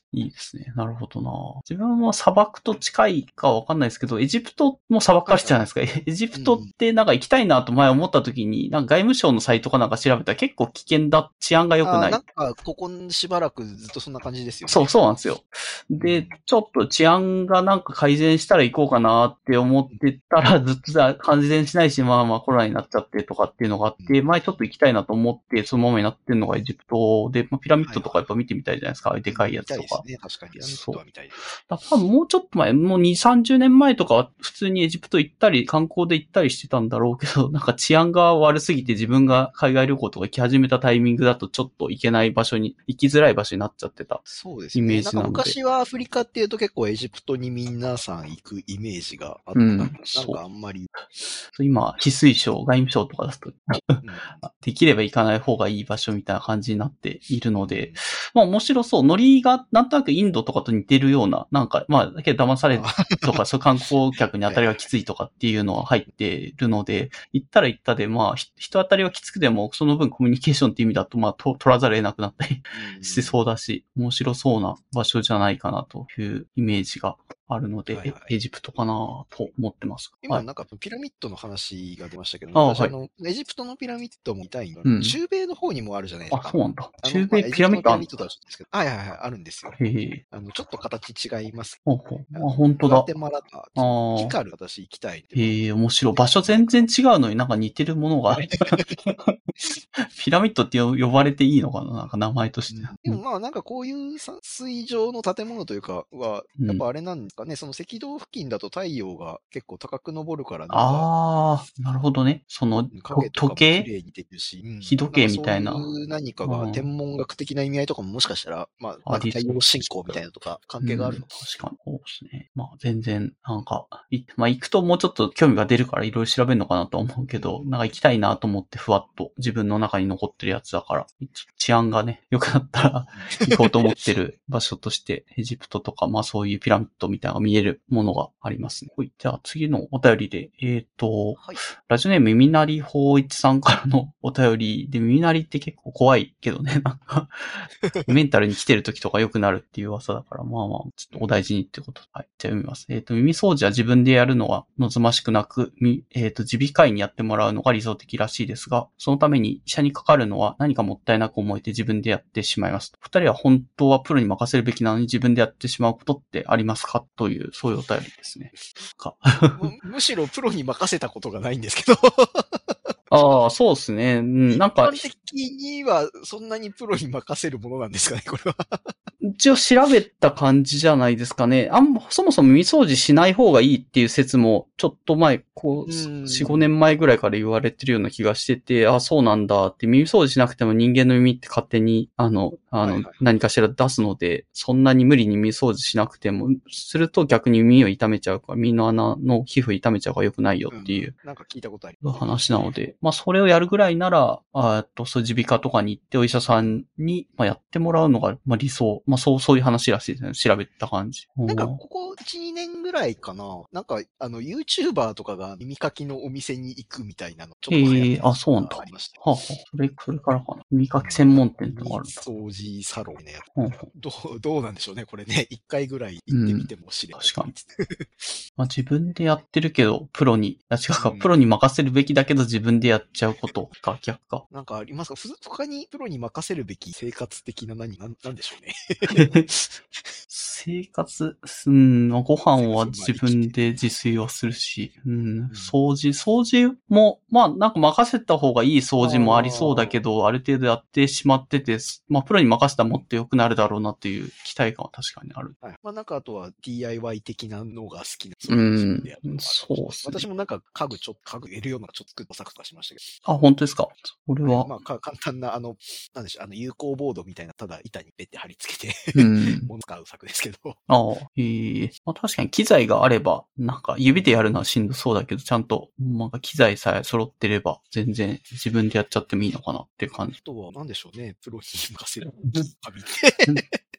いいですね。なるほどな。自分も砂漠と近いかわかんないですけど、エジプトも砂漠化しじゃないですか。エジプトってなんか行きたいなと前思った時に、なんか外務省のサイトかなんか調べたら結構危険だ、治安が良くない。 なんか、ここしばらくずっとそんな感じですよね。 そうなんですよ。で、ちょっと治安がなんか改善したら行こうかなって思ってたら、ずっと改善しないし、まあコロナになっちゃってとかっていうのがあって、前ちょっと行きたいなと思って、そのままになってるのがエジプトで、ピラミッドとかやっぱ見てみたいじゃないですか。でかいやつとか。 見たいですね、確かに。ピラミッドは見たいです。 だからもうちょっと前、もう2、30年前とかは普通にエジプト行ったり、観光で行ったりしてたんだろうけど、なんか治安が悪すぎて自分が海外旅行とか行き始めたタイミングだとちょっと行けない場所に、行きづらい場所になっちゃってた。 そうですね。イメージなんか昔はアフリカっていうと結構エジプトに皆さん行くイメージがあった。なんかあんまり。 今、翡翠省、外務省とかだと、できれば行かない方がいい場所みたいな感じになっているので、まあ面白そう。ノリがなんとなくインドとかと似てるような、なんか、まあ、だけど騙されとか、そういう観光客に当たりがきついとかっていうのは入ってるので、行ったら行ったで、まあ、人当たりはきつくても、その分コミュニケーションって意味だと、まあ、取らざるを得なくなったりしてそうだし、面白そうな場所じゃないかなというイメージがあるので、エジプトかなと思ってます。 今なんかピラミッドの話が出ましたけど、私エジプトのピラミッドも見たいの、中米の方にもあるじゃないですか。 あ、そうなんだ。中米ピラミッドあるんだ。 はい、あるんですよ。 へえ。 ちょっと形違います。 あ、本当だ。 グアテマラタ、キカル私行きたい。 へえ、面白い。場所全然違うのになんか似てるものがある。ピラミッドって呼ばれていいのかな、なんか名前として。 でもまあなんかこういう水上の建物というかは、やっぱあれなんですかね、その赤道付近だと太陽が結構高く昇るからなんか。 ああ、なるほどね。その時計綺麗にできるし、 日時計みたいな。 そういう何かが天文学的な意味合いとかももしかしたら、まあ、太陽進行みたいなとか関係があるのか。 確かに。そうですね。まあ全然なんか、まあ行くともうちょっと興味が出るからいろいろ調べるのかなと思うけど、なんか行きたいなと思ってふわっと自分の中に残ってるやつだから、治安がね、良くなったら行こうと思ってる場所として、エジプトとか、まあそういうピラミッドみたいなのが見えるものがありますね。じゃあ次のお便りで、はい、ラジオネーム耳鳴り法一さんからのお便りで、耳鳴りって結構怖いけどね、なんか、メンタルに来てる時とか良くなるっていう噂だから、まあまあ、ちょっとお大事にってことで。はい。じゃあ読みます。耳掃除は自分でやるのは望ましくなく、耳鼻科医にやってもらうのが理想的らしいですが、そのために医者にかかるのは何かもったいなく思えて自分でやってしまいます。二人は本当はプロに任せるべきなのに自分でやってしまうことってありますかという、そういうお便りですね。 むしろプロに任せたことがないんですけど。 ああ、そうですね。なんか。 一般的にはそんなにプロに任せるものなんですかね、これは。 一応調べた感じじゃないですかね。そもそも耳掃除しない方がいいっていう説も、ちょっと前、4、5年前ぐらいから言われてるような気がしてて、あ、そうなんだって、耳掃除しなくても人間の耳って勝手に、何かしら出すので、そんなに無理に耳掃除しなくても、すると逆に耳を痛めちゃうから、耳の穴の皮膚痛めちゃうから良くないよっていう。 なんか聞いたことあります。話なので、まあそれをやるぐらいなら、そう耳鼻科とかに行ってお医者さんに、やってもらうのが、理想。まあそういう話らしいですね。調べた感じ。 なんかここ1、2年ぐらいかな。なんかYouTuber とかが耳かきのお店に行くみたいなのちょっと流行ってそうなんだ。 ありました。 はあ、それからかな。耳かき専門店ってのがあるんだ。 掃除サロンね。どうなんでしょうね、これね。1回ぐらい行ってみても知れない。 確かに。まあ自分でやってるけど、プロに任せるべきだけど自分でやっちゃうことか、逆か。 なんかありますか？他にプロに任せるべき生活的ななんでしょうね。 生活、ご飯は自分で自炊はするし、掃除も、まあなんか任せた方がいい掃除もありそうだけど、ある程度やってしまってて、まあプロに任せたらもっと良くなるだろうなっていう期待感は確かにある。 はい。まあなんかあとは DIY 的なのが好きな。 そうですね。 私もなんか家具得るようなちょっと作った作とかしましたけど。あ、本当ですか？これは。 まあ簡単ななんでしょう、有効ボードみたいな、ただ板にペッて貼り付けて、物使う作ですけど。 まあ確かに機材があれば、なんか指でやるのはしんどそうだけど、ちゃんと、なんか機材さえ揃ってれば、全然自分でやっちゃってもいいのかなっていう感じ。 あとは、なんでしょうね、プロに任せる。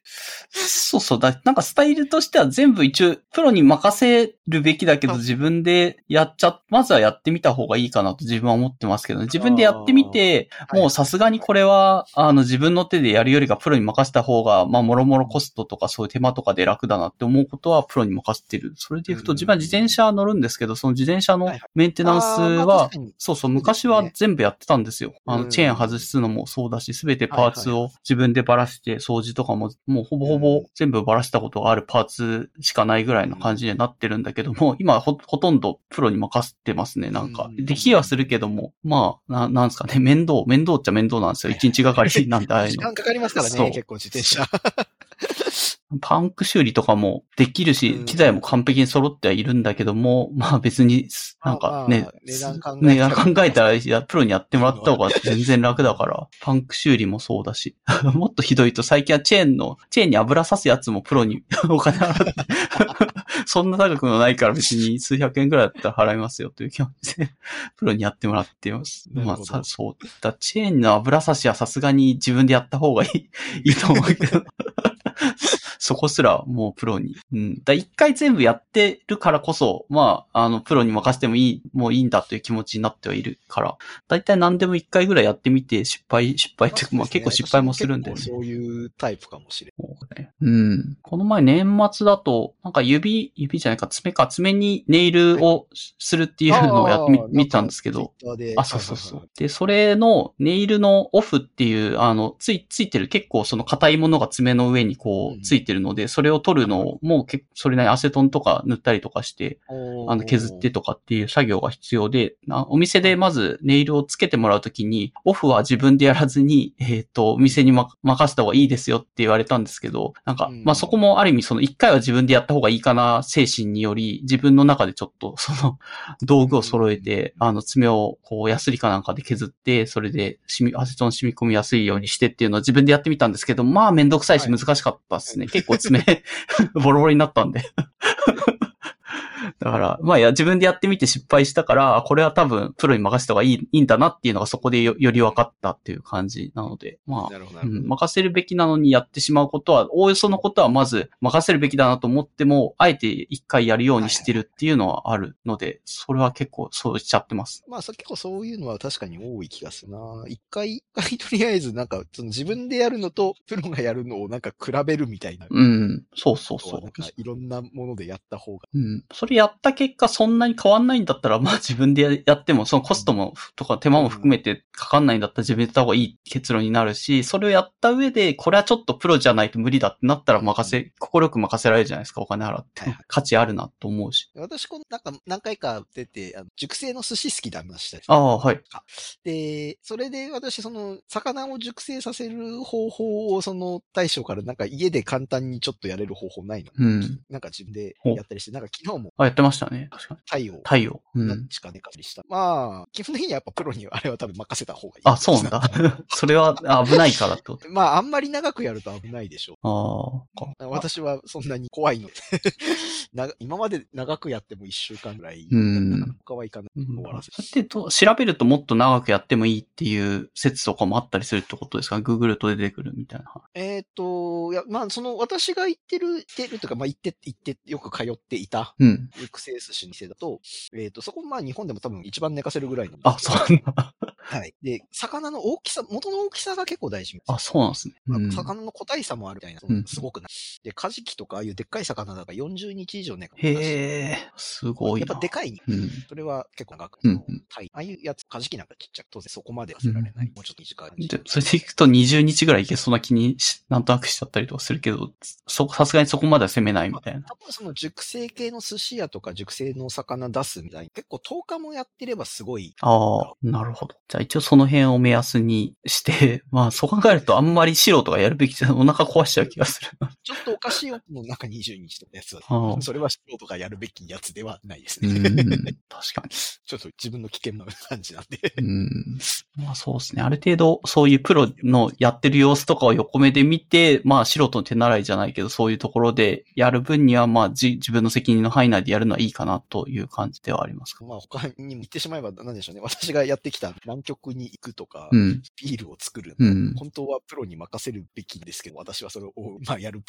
そうそう。なんかスタイルとしては全部一応、プロに任せるべきだけど、自分でまずはやってみた方がいいかなと自分は思ってますけどね。自分でやってみて、もうさすがにこれは、自分の手でやるよりかプロに任せた方が、まあ、もろもろコストとかそういう手間とかで楽だなって思うことは、プロに任せてる。それでいくと、自分は自転車乗るんですけど、その自転車のメンテナンスは、そうそう、昔は全部やってたんですよ。チェーン外すのもそうだし、すべてパーツを自分でばらして、掃除とかも、もうほぼほぼ全部ばらしたことがあるパーツしかないぐらいの感じになってるんだけども、今ほとんどプロに任せてますね。なんか、できはするけども、まあ、なんですかね、面倒っちゃ面倒なんですよ。1日がかりなんで、 時間かかりますからね、結構自転車。 パンク修理とかもできるし、機材も完璧に揃ってはいるんだけども、まあ別に、なんかね、値段考えたら、プロにやってもらった方が全然楽だから、パンク修理もそうだし、もっとひどいと最近はチェーンに油刺すやつもプロにお金払って、そんな高くもないから別に数百円くらいだったら払いますよという気持ちで、プロにやってもらってます。まあそうだ、チェーンの油刺しはさすがに自分でやった方がいいと思うけど。そこすらもうプロに。一回全部やってるからこそ、まあ、プロに任せてももういいんだという気持ちになってはいるから、だいたい何でも一回ぐらいやってみて失敗っていうか、まあ結構失敗もするんでね。 そういうタイプかもしれない。 この前年末だと、なんか指じゃないか、爪にネイルをするっていうのを見たんですけど、そう。で、それのネイルのオフっていう、ついてる結構その硬いものが爪の上にこうついてるので、それを取るのをもうそれなりアセトンとか塗ったりとかして、削ってとかっていう作業が必要で、お店でまずネイルをつけてもらうときに、オフは自分でやらずに、お店に任せた方がいいですよって言われたんですけど、なんか、まあそこもある意味その一回は自分でやった方がいいかな精神により、自分の中でちょっとその道具を揃えて、爪をこうヤスリかなんかで削って、それでアセトン染み込みやすいようにしてっていうのを自分でやってみたんですけど、まあめんどくさいし難しかったですね。結構爪ボロボロになったんでだから、まあ自分でやってみて失敗したから、これは多分プロに任せた方がいいんだなっていうのがそこでより分かったっていう感じなので、まあ、任せるべきなのにやってしまうことは、おおよそのことはまず任せるべきだなと思っても、あえて一回やるようにしてるっていうのはあるので、それは結構そうしちゃってます。 まあ結構そういうのは確かに多い気がするな。一回とりあえずなんか、その自分でやるのとプロがやるのをなんか比べるみたいな。 そう。 なんかいろんなものでやった方が。 それやった結果そんなに変わんないんだったら、まあ自分でやっても、そのコストもとか手間も含めてかかんないんだったら自分でやった方がいい結論になるし、それをやった上で、これはちょっとプロじゃないと無理だってなったら心よく任せられるじゃないですか、お金払って。価値あるなと思うし。 私なんか何回か出て、熟成の寿司好きだました。 はい。 で、それで私魚を熟成させる方法を大将からなんか家で簡単にちょっとやれる方法ないの？なんか自分でやったりして、なんか昨日も。 やってましたね。確かに。太陽。 しかねかりした。まあ、基本的にはやっぱプロにあれは多分任せた方がいい。 そうなんだ。それは危ないからってこと。 まあ、あんまり長くやると危ないでしょう。私はそんなに怖いので今まで長くやっても1週間ぐらい。他はいかない。終わらせて。調べるともっと長くやってもいいっていう説とかもあったりするってことですか？ Google と出てくるみたいな。 いや、まあ、私が行ってるというか、まあ、行ってよく通っていた、育成寿司の店だと、そこまあ日本でも多分一番寝かせるぐらいの。 そうなんだ。 はい。で、魚の大きさ、元の大きさが結構大事。 そうなんですね。 魚の個体差もあるみたいな、すごくない。で、カジキとかああいうでっかい魚だから40日以上寝かせる。 へー、すごいな。 やっぱでかい。それは結構長く。ああいうやつ、カジキなんかちっちゃく、当然そこまではせられない。もうちょっと短い。 それでいくと20日ぐらいいけそうな気になんとなくしちゃったりとかするけど、さすがにそこまでは攻めないみたいな。 多分その熟成系の寿司屋とか熟成の魚出すみたいに、結構10日もやってればすごい。 なるほど。じゃあ一応その辺を目安にして、まあそう考えるとあんまり素人がやるべきじゃお腹壊しちゃう気がする。 ちょっとおかしいよの中20日とかやつは、それは素人がやるべきやつではないですね。 確かに。 ちょっと自分の危険な感じなんで。 まあそうですね。ある程度そういうプロのやってる様子とかを横目で見て、まあ素人の手習いじゃないけど、そういうところでやる分には、まあ自分の責任の範囲内でやるのはいいかなという感じではありますか。 まあ他にも言ってしまえば何でしょうね。私がやってきた南極に行くとか、ビールを作る。本当はプロに任せるべきですけど、私はそれを、まあやる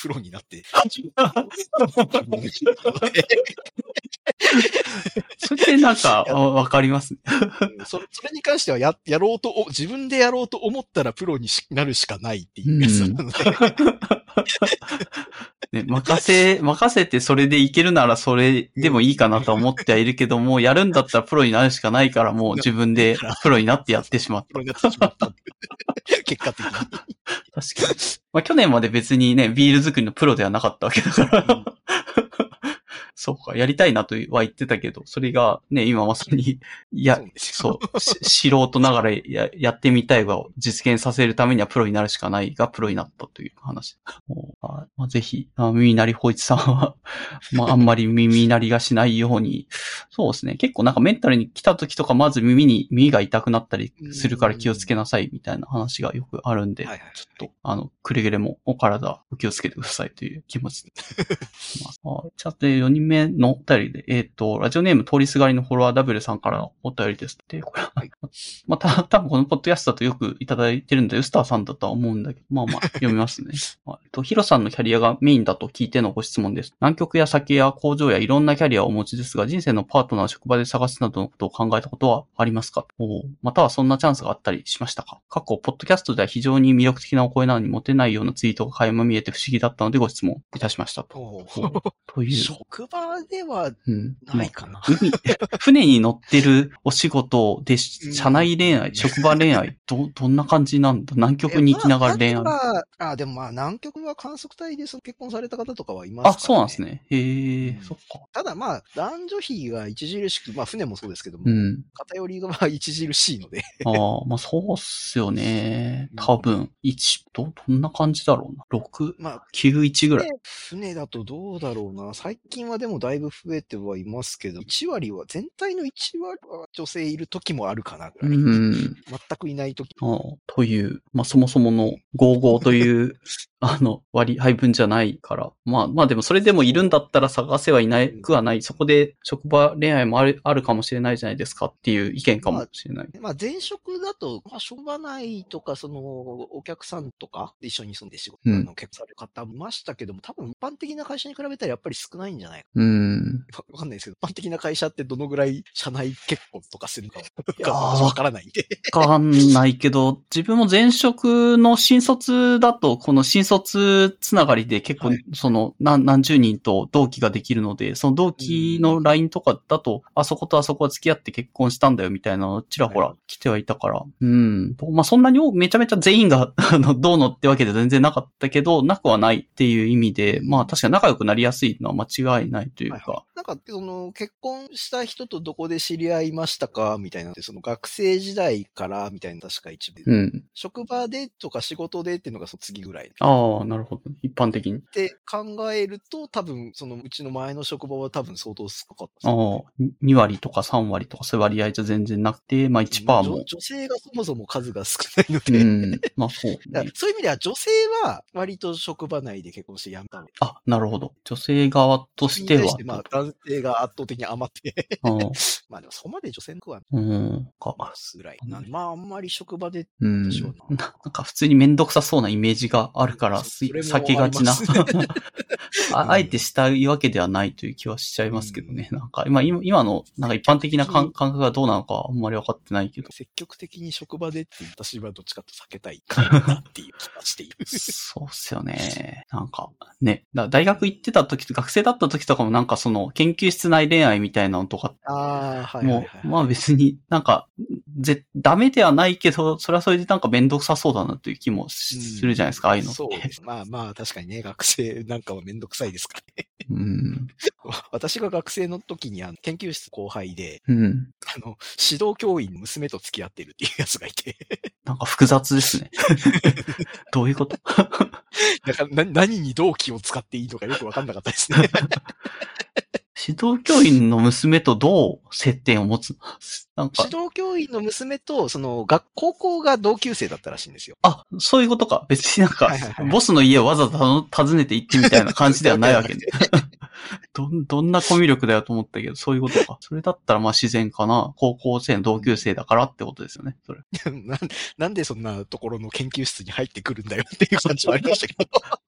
プロになって。 それってなんか、わかりますね。 それに関してはやろうと、自分でやろうと思ったらプロになるしかないっていうやつなので。 ね、任せてそれでいけるならそれでもいいかなと思ってはいるけども、やるんだったらプロになるしかないからもう自分でプロになってやってしまった。 プロになってしまった。結果的に。確かに。まあ去年まで別にね、ビール作りのプロではなかったわけだから。そうか、やりたいなとは言ってたけど、それがね、今まさに、素人ながらやってみたいを実現させるためにはプロになるしかないが、プロになったという話。まあ、ぜひ、耳鳴りほいちさんは、まあ、あんまり耳鳴りがしないように、そうですね、結構なんかメンタルに来た時とか、まず耳が痛くなったりするから気をつけなさいみたいな話がよくあるんで、ちょっと、くれぐれもお体お気をつけてくださいという気持ちで。チャット4人目のお便りで、ラジオネーム通りすがりのフォロワー W さんからのお便りです。で、これは、また、多分このポッドキャストだとよくいただいてるんで、ウスターさんだとは思うんだけど、まあまあ、読みますね。ヒロさんのキャリアがメインだと聞いてのご質問です。南極や酒や工場やいろんなキャリアをお持ちですが、人生のパートナーを職場で探すなどのことを考えたことはありますか？またはそんなチャンスがあったりしましたか？過去、ポッドキャストでは非常に魅力的なお声なのに持てないようなツイートが垣間見えて不思議だったのでご質問いたしましたと。という。 職場ではないかな。 船に乗ってるお仕事で、社内恋愛、職場恋愛、どんな感じなんだ？南極に行きながら恋愛。 でもまあ南極は観測隊で結婚された方とかはいますからね。 そうなんですね。へえ、そっか。 ただまあ、男女比が著しく、まあ船もそうですけども、偏りが著しいので。 まあそうっすよね。多分、どんな感じだろうな。6、9、1ぐらい。 船だとどうだろうな。最近はでもだいぶ増えてはいますけど、1割は、全体の1割は女性いる時もあるかなぐらい。全くいない時。 という、まあそもそもの55という、配分じゃないから。まあでもそれでもいるんだったら探せはいなくはない。そこで職場恋愛もあるかもしれないじゃないですかっていう意見かもしれない。 まあ前職だと、職場内とかお客さんとか一緒に住んで仕事結婚される方もいましたけども、多分一般的な会社に比べたらやっぱり少ないんじゃないか。わかんないですけど、一般的な会社ってどのぐらい社内結婚とかするかわからないんで。 わかんないけど、自分も前職の新卒だと、この新卒つながりで結構、何十人と同期ができるので、その同期の LINE とかだと、あそことあそこは付き合って結婚したんだよみたいなのちらほら来てはいたから。まあそんなにめちゃめちゃ全員がどうのってわけで全然なかったけど、なくはないっていう意味で、まあ確かに仲良くなりやすいのは間違いないというか。 なんか、結婚した人とどこで知り合いましたかみたいな、学生時代からみたいな確か一部。職場でとか仕事でっていうのが次ぐらい。 なるほど。一般的に。 って考えると、多分、うちの前の職場は多分相当少かった、 ね。2割とか3割とかそういう割合じゃ全然なくて、まあ 1% も。 女性がそもそも数が少ないので。 まあそう、 ね。そういう意味では女性は割と職場内で結婚して辞めたの。 なるほど。女性側としては。 まあ男性が圧倒的に余ってまあでもそこまで女性の子はぐらい。まああんまり職場で私はなんか普通にめんどくさそうなイメージがあるから避けがちな。あえてしたいわけではないという気はしちゃいますけどね。なんか今のなんか一般的な感覚がどうなのかあんまり分かってないけど。 積極的に職場でって私はどっちかと避けたいかなっていう気がしている。 そうっすよね。なんかね、大学行ってた時と学生だった時とかもなんか研究室内恋愛みたいなのとかもうまあ別になんかダメではないけど、それはそれでなんかめんどくさそうだなという気もするじゃないですか、ああいうのって。 そうです。まあ確かにね、学生なんかはめんどくさいですからね。私が学生の時に研究室後輩で、指導教員の娘と付き合ってるっていうやつがいて。 なんか複雑ですね。どういうことだから何にどう気を使っていいのかよくわかんなかったですね。 指導教員の娘とどう接点を持つなんか指導教員の娘と、高校が同級生だったらしいんですよ。 そういうことか。別になんか、ボスの家をわざわざ訪ねて行ってみたいな感じではないわけね。どんなコミュ力だよと思ったけど、そういうことか。それだったらまあ自然かな。高校生の同級生だからってことですよね。それ。 なんでそんなところの研究室に入ってくるんだよっていう感じはありましたけど。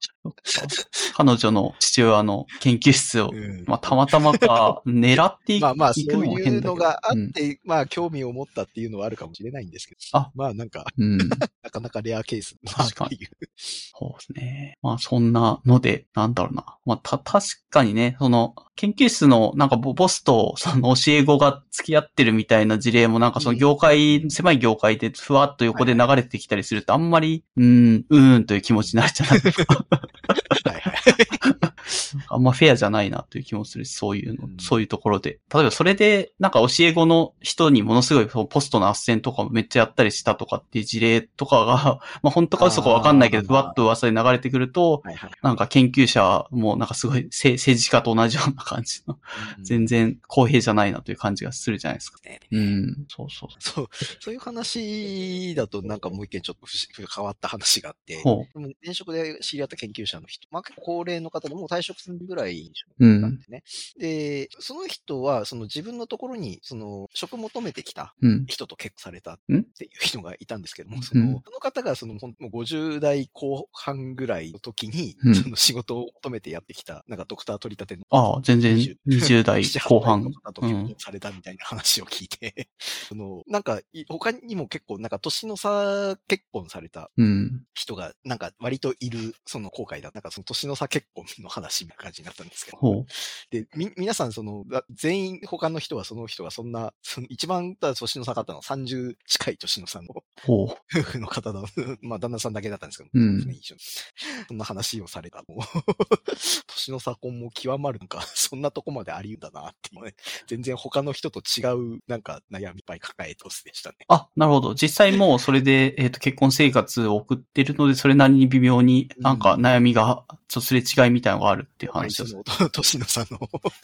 彼女の父親の研究室を、まあ、たまたまか、狙っていくのも変だけど。 そういうのがあって、まあ、興味を持ったっていうのはあるかもしれないんですけど。まあ、なんか、なかなかレアケースだなっていう。 そうですね。まあ、そんなので、なんだろうな。まあ、確かにね、その、研究室のなんかボスとその教え子が付き合ってるみたいな事例もなんかその業界、狭い業界でふわっと横で流れてきたりするとあんまり、という気持ちになるじゃないですか。はいはい。あんまフェアじゃないなという気もするし、そういうの、そういうところで。例えばそれで、なんか教え子の人にものすごいポストの斡旋とかもめっちゃやったりしたとかっていう事例とかが、まあ本当か嘘かわかんないけど、ふわっと噂で流れてくると、なんか研究者もなんかすごい政治家と同じような感じの、全然公平じゃないなという感じがするじゃないですか。そういう話だとなんかもう一件ちょっと変わった話があって、前職で知り合った研究者の人、まあ結構高齢の方でもう退職するぐらいなんでね。で、その人はその自分のところにその職求めてきた人と結婚されたっていう人がいたんですけども、その方がそのもう50代後半ぐらいの時に、その仕事を求めてやってきた、なんかドクター取り立ての。 全然20代後半。 の方と結婚されたみたいな話を聞いて、なんか他にも結構なんか年の差結婚された人がなんか割といるその後悔だ。なんかその年の差結婚の話みたいな感じになったんですけど。で、皆さんその全員他の人はその人がそんな、一番年の差があったのは30近い年の差の夫婦の方だ。まあ旦那さんだけだったんですけど、そんな話をされた。年の差婚も極まるのか、そんなとこまであり得んだなっていうね。全然他の人と違うなんか悩みいっぱい抱えとすでしたね。 なるほど。実際もうそれで、結婚生活を送ってるので、それなりに微妙になんか悩みが、ちょっとすれ違いみたいなのがあるっていう話です。 年の差の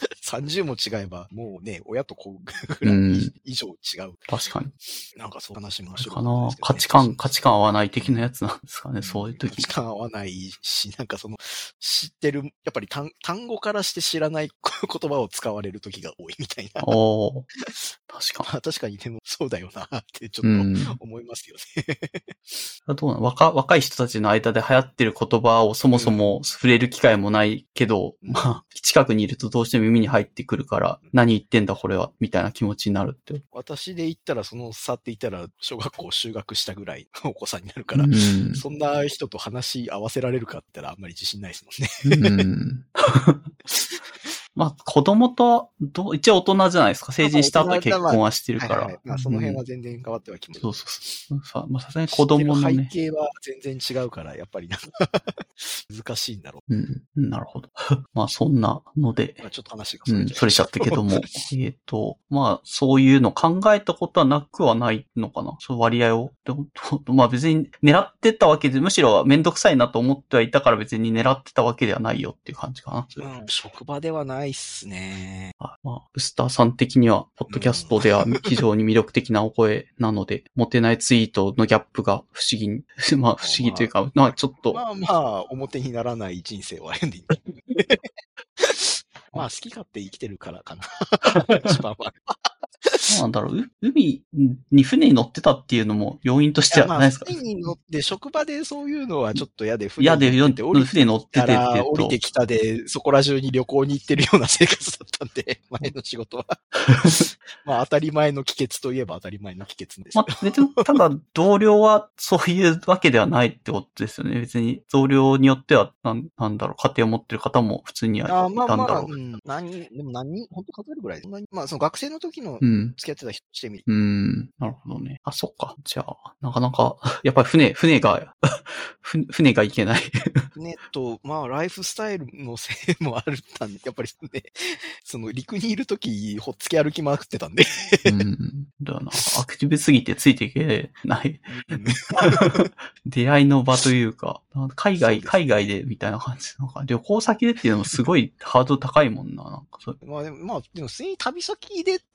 30も違えば、もうね、親と子ぐらい以上違う。 確かに。 なんかそう話も面白いですけど、ね。価値観合わない的なやつなんですかね、そういう時。 価値観合わないし、なんかその、知ってる、やっぱり単語からして知らない言葉を使われる時が多いみたいな。確かに。確かにでもそうだよなってちょっと思いますよね。 どうなの？若い人たちの間で流行ってる言葉をそもそも触れる機会もないけど、まあ、近くにいるとどうしても耳に入ってくるから、何言ってんだこれは、みたいな気持ちになるって。 私で言ったらその差って言ったら、小学校修学したぐらいのお子さんになるから、そんな人と話合わせられるかって言ったらあんまり自信ないですもんね。 まあ、子供と、一応大人じゃないですか。成人した後結婚はしてるから。 まあ、その辺は全然変わってはきます。 そう。まあ、さすがに子供のね。 背景は全然違うから、やっぱり難しいんだろう。なるほど。まあ、そんなので。 まあ、ちょっと話がそれちゃったけども。まあ、そういうの考えたことはなくはないのかな。そう割合を。まあ別に狙ってたわけで、むしろめんどくさいなと思ってはいたから別に狙ってたわけではないよっていう感じかな。 職場ではないっすね。 まあ、ウスターさん的には、ポッドキャストでは非常に魅力的なお声なので、モテないツイートのギャップが不思議に、まあ不思議というか、まあちょっと。 まあ、表にならない人生を歩んでいる。まあ好き勝手生きてるからかな。一番は。 なんだろう、海に船に乗ってたっていうのも要因としてはないですか？ 船に乗って、職場でそういうのはちょっと嫌で、 船乗って降りてきたで、そこら中に旅行に行ってるような生活だったんで、前の仕事は。まあ当たり前の帰結といえば当たり前の帰結です。 まあ別に、ただ同僚はそういうわけではないってことですよね。別に同僚によっては、なんだろう、家庭を持ってる方も普通にはいたんだろう。 でも何人、本当数えるぐらい。まあその学生の時の付き合ってた人してみる。 なるほどね。そっか。じゃあ、なかなか、やっぱり船がいけない。 船と、まあ、ライフスタイルのせいもあるったんで、やっぱりね、その陸にいるとき、ほっつき歩き回ってたんで。 だな。アクティブすぎてついていけない。出会いの場というか、海外でみたいな感じ。なんか旅行先でっていうのもすごいハードル高いもんな。なんかまあでも普通に旅先で旅し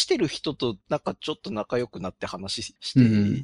してる人となんかちょっと仲良くなって話して、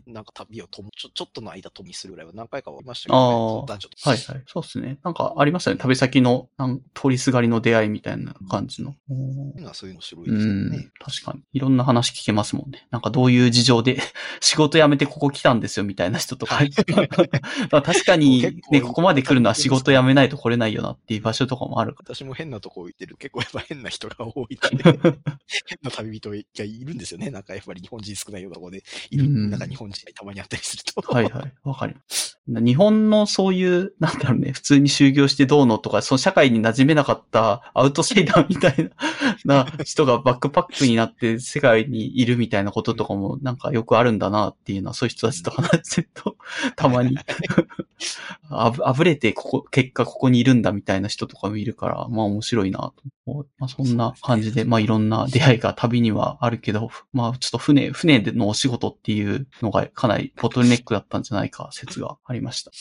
なんか旅をちょっとの間とみするぐらいは何回かはありましたけどね、その男女と。 はいはい。そうですね。なんかありましたね。旅先の通りすがりの出会いみたいな感じの。 そういうの白いですよね。 確かに。いろんな話聞けますもんね。なんかどういう事情で仕事辞めてここ来たんですよみたいな人とか。確かに、ね、ここまで来るのは仕事辞めないと来れないよなっていう場所とかもある。 私も変なとこ行ってる。結構やっぱ変な人が多いので、変な旅人がいるんですよね。なんかやっぱり日本人少ないようなところでいる。なんか日本人たまにあったりすると。 はいはい。わかります。日本のそういう、なんだろうね、普通に就業してどうのとか、その社会に馴染めなかったアウトサイダーみたいな人がバックパックになって世界にいるみたいなこととかもなんかよくあるんだなっていうのは、そういう人たちと話してると、たまにあぶれて結果ここにいるんだみたいな人とかもいるから、まあ面白いなと思う。まあそんな感じで、まあいろんな出会いが旅にはあるけど、まあちょっと船でのお仕事っていうのがかなりボトルネックだったんじゃないか説がありました。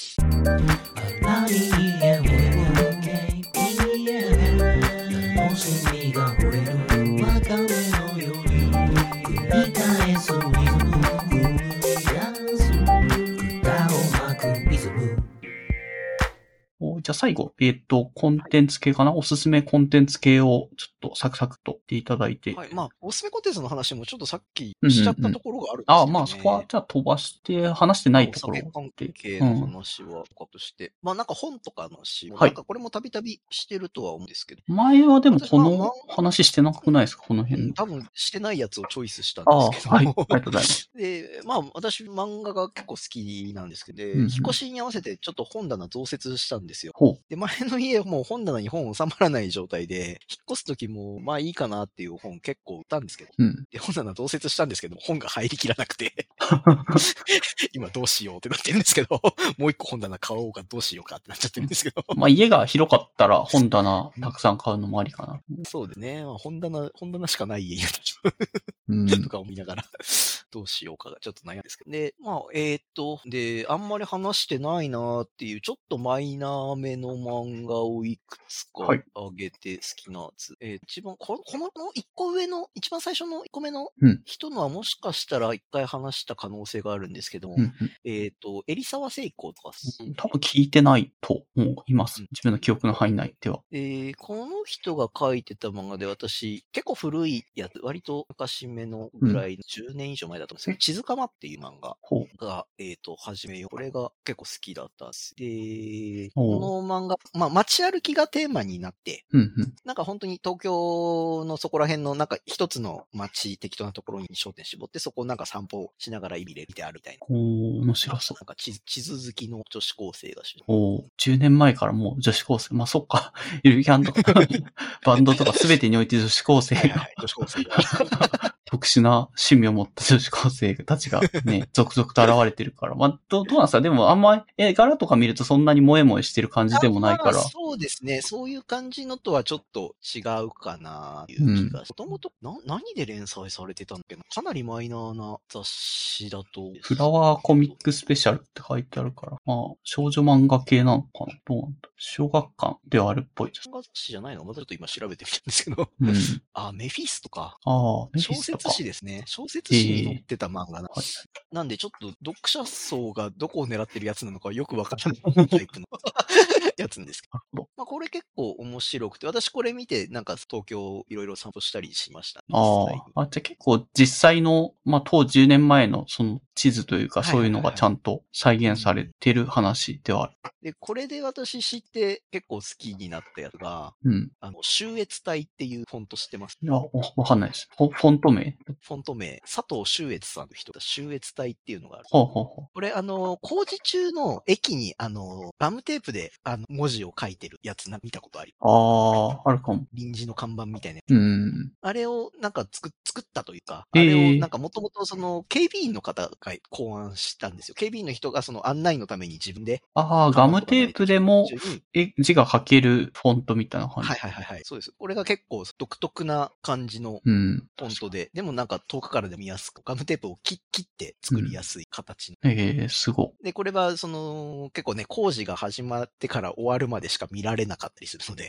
じゃあ最後、コンテンツ系かな？おすすめコンテンツ系をちょっとサクサクと言っていただいて。 はい。まあ、おすすめコンテンツの話もちょっとさっきしちゃったところがあるんですよね。 まあそこはじゃあ飛ばして話してないところ。 お酒関係の話はとして。まあなんか本とかの話も、なんかこれもたびたびしてるとは思うんですけど。 前はでもこの話してなくないですか？この辺。 多分してないやつをチョイスしたんですけど。 はい。ありがとうございます。 で、まあ私漫画が結構好きなんですけど、引っ越しに合わせてちょっと本棚増設したんですよ。で、前の家もう本棚に本収まらない状態で、引っ越す時もまあいいかなっていう本結構売ったんですけど、で、本棚増設したんですけど、本が入りきらなくて、今どうしようってなってるんですけど、もう一個本棚買おうかどうしようかってなっちゃってるんですけど。 まあ家が広かったら本棚たくさん買うのもありかな。 そうでね、まあ、本棚しかない家とかを見ながらどうしようかがちょっと悩んですけど。で、まあ、で、あんまり話してないなっていう、ちょっとマイナーめの漫画をいくつかあげて好きなやつ。一番、この一個上の、一番最初の一個目の人のはもしかしたら一回話した可能性があるんですけども、エリサワセイコーとか。 多分聞いてないと思います。自分の記憶の範囲内では。 この人が書いてた漫画で私、結構古いやつ、割と昔めのぐらいの10年以上前だと思うんですけど、地図かまっていう漫画が、始めよう。これが結構好きだったんです。で、この漫画、まあ街歩きがテーマになって、なんか本当に東京のそこら辺のなんか一つの街、適当なところに焦点絞って、そこをなんか散歩しながら見てあるみたいな。 面白そう。 なんか地図好きの女子高生が 10年前からもう女子高生。まあそっか。ゆるキャンとか、バンドとか全てにおいて女子高生が。 女子高生が。 特殊な趣味を持った女子高生たちがね、続々と現れてるから。まあ、どうなんですか？でもあんま柄とか見るとそんなに萌え萌えしてる感じでもないから。 そうですね。そういう感じのとはちょっと違うかなという気が。もともと何で連載されてたんだっけな？かなりマイナーな雑誌だと。 フラワーコミックスペシャルって書いてあるから。まあ、少女漫画系なのかな？どうなんだ？小学館ではあるっぽいです。 漫画雑誌じゃないの？またちょっと今調べてみたんですけど。メフィストか。 メフィストか。 小説誌ですね。小説誌に載ってた漫画なんでちょっと読者層がどこを狙ってるやつなのかよくわからないタイプのやつですけど。まあこれ結構面白くて、私これ見てなんか東京いろいろ散歩したりしました。 じゃあ結構実際の、まあ当10年前のその地図というかそういうのがちゃんと再現されてる話ではある。 で、これで私知って結構好きになったやつが、秀越隊っていうフォント知ってます？ いや、わかんないです。フォント名佐藤秀越さんの人が秀越隊っていうのがある。 これ工事中の駅にガムテープで文字を書いてるやつ見たことある？ あるかも。 臨時の看板みたいな。あれをなんか作ったというか、あれをなんかもともとその警備員の方が考案したんですよ。警備員の人がその案内のために自分で。 ガムテープでも字が書けるフォントみたいな感じ。 はい。そうです。これが結構独特な感じのフォントで、でもなんか遠くからでも見やすく、ガムテープを切って作りやすい形の。 すごい。 で、これは結構ね、工事が始まってから終わるまでしか見られなかったりするので、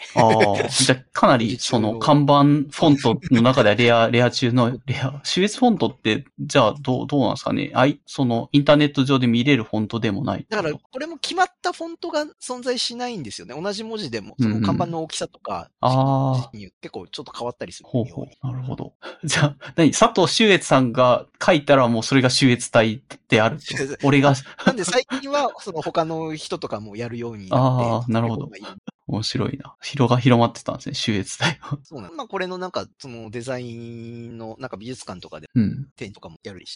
ああ、じゃあかなりその看板フォントの中ではレア中のレア。種別フォントって、じゃあどうなんですかね。そのインターネット上で見れるフォントでもない。 だから、これも決まったフォントが存在しないんですよね。同じ文字でも、その看板の大きさとか、結構ちょっと変わったりするように。 ほう。なるほど。じゃあ、佐藤秀悦さんが書いたらもうそれが秀悦体であると。俺が。 なんで最近は、その他の人とかもやるようになって。 ああ、なるほど。面白いな。広まってたんですね、秀悦体は。 そうなんまあこれのなんか、そのデザインのなんか美術館とかで、展とかもやるりして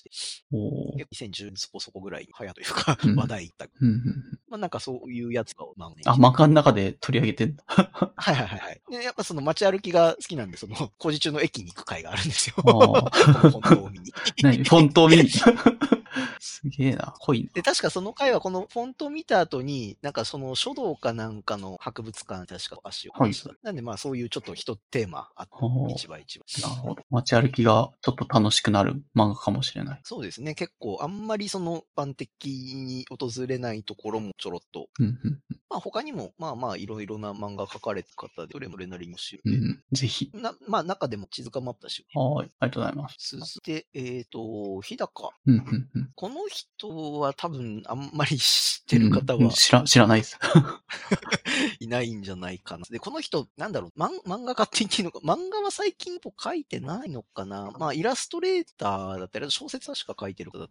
。2010そこそこぐらい早というか、話題いった。まあなんかそういうやつが、まあね。 漫画の中で取り上げてんだ。 はい。で、やっぱその街歩きが好きなんで、その工事中の駅に行く会があるんですよ。フォントを見に。 フォントを見に。すげえな。濃いな。 で、確かその回はこのフォントを見た後に、なんかその書道かなんかの博物館確か足を出した。なんでまあそういうちょっと一テーマあって、一番。 なるほど。街歩きがちょっと楽しくなる漫画かもしれない。 そうですね。結構あんまりその一般的に訪れないところもちょろっと。まあ他にもまあいろいろな漫画描かれた方で、どれもれなりもしぜひ。 まあ中でも地図化もあったし。 はい。ありがとうございます。 続いて、日高。この人は多分あんまり知ってる方は、 知らないです。 いないんじゃないかな。で、この人、なんだろう、漫画家って言っていいのか、漫画は最近書いてないのかな。まあ、イラストレーターだったり、小説はしか書いてる方だった。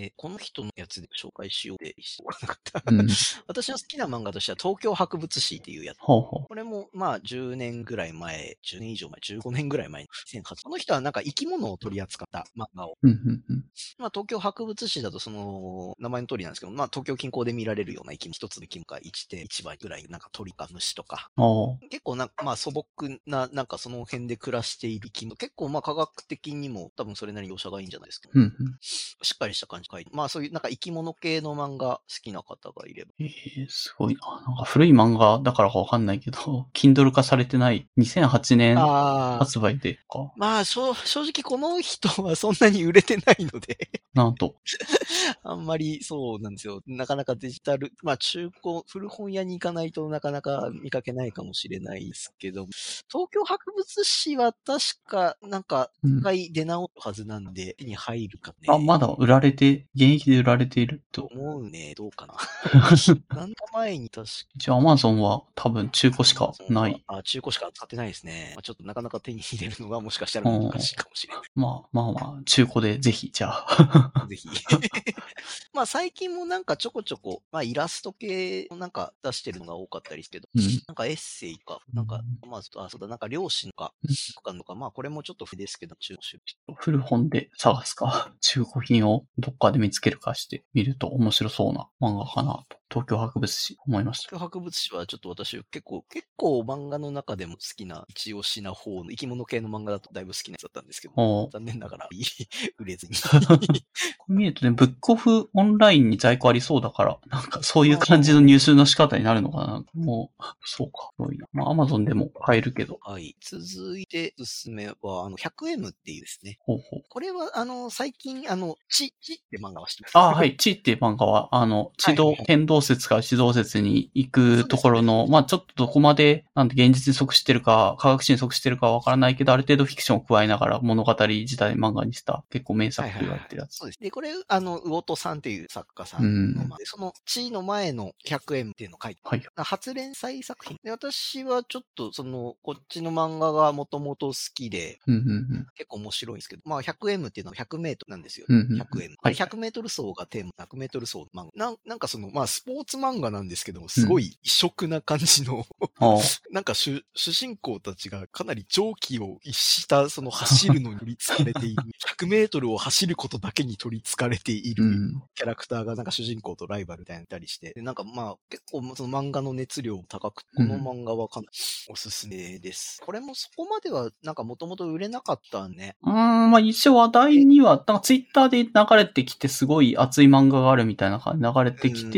この人のやつで紹介しようでしてもらわなかった。私の好きな漫画としては、東京博物誌っていうやつ。これも、まあ、10年ぐらい前、10年以上前、15年ぐらい前に、2008。この人はなんか生き物を取り扱った漫画を。まあ、東京博物誌だとその、名前の通りなんですけど、まあ、東京近郊で見られるような一つの生き物が 1.1 倍ぐらい、なんか鳥か虫とか。結構まあ素朴な、なんかその辺で暮らしている生き物。結構まあ科学的にも多分それなりに描写がいいんじゃないですか。しっかりした感じ書いて。まあそういうなんか生き物系の漫画好きな方がいれば。 すごいな。なんか古い漫画だからかわかんないけど、Kindle 化されてない2008年発売でか。 まあ正直この人はそんなに売れてないので。 なんと。 あんまりそうなんですよ。なかなかデジタル、まあ中古、古本屋に行かないとなかなか見かけないかもしれないですけど、東京博物誌は確かなんか一回出直るはずなんで、手に入るかね。 まだ現役で売られていると。 思うね。どうかな。何か前に確か。 じゃあ Amazon は多分中古しかない。 中古しか使ってないですね。ちょっとなかなか手に入れるのがもしかしたら難しいかもしれない。 まあ、中古でぜひ、じゃあ。 ぜひ。まあ最近もなんかちょこちょこ、まあイラスト系をなんか出してるのが多かったりするけど、なんかエッセイか、なんか、まあそうだ、なんか漁師か、まあこれもちょっと不ですけど、 古本で探すか、中古品をどっかで見つけるかして見ると面白そうな漫画かなと。東京博物誌思いました。 東京博物誌はちょっと私結構漫画の中でも好きな一押しな方の生き物系の漫画だとだいぶ好きなやつだったんですけど、残念ながら売れずに。 これ見るとね、ブックオフオンラインに在庫ありそうだから、なんかそういう感じの入手の仕方になるのかな。もう、そうか。すごいな。まあ Amazon でも買えるけど。 はい。続いておすすめは、100M っていうですね。これは、最近、地って漫画は知ってます。 はい。地っていう漫画は、天動説から地動説に行くところの、まあちょっとどこまで、なんで現実に即してるか、科学史に即してるかわからないけど、ある程度フィクションを加えながら物語自体漫画にした結構名作と言われてるやつ。 そうです。で、これ、魚戸さんっていう作家さんの、その地の前の 100M っていうのを書いて、初連載作品。で、私はちょっと、こっちの漫画がもともと好きで、結構面白いんですけど、まあ 100M っていうのは100メートルなんですよ。100M。100メートル走がテーマ、100メートル走の漫画。なんかまあスポーツ漫画なんですけども、すごい異色な感じの、なんか主人公たちがかなり常軌を逸したその走るのに取り憑かれている、100メートルを走ることだけに取り憑かれているキャラクターがなんか主人公とライバルみたいにいたりして、でなんかまあ結構その漫画の熱量高く、この漫画はかなりおすすめです。これもそこまではなんかもともと売れなかったね。 まあ一応話題には、なんかツイッターで流れてきてすごい熱い漫画があるみたいな感じで流れてきて、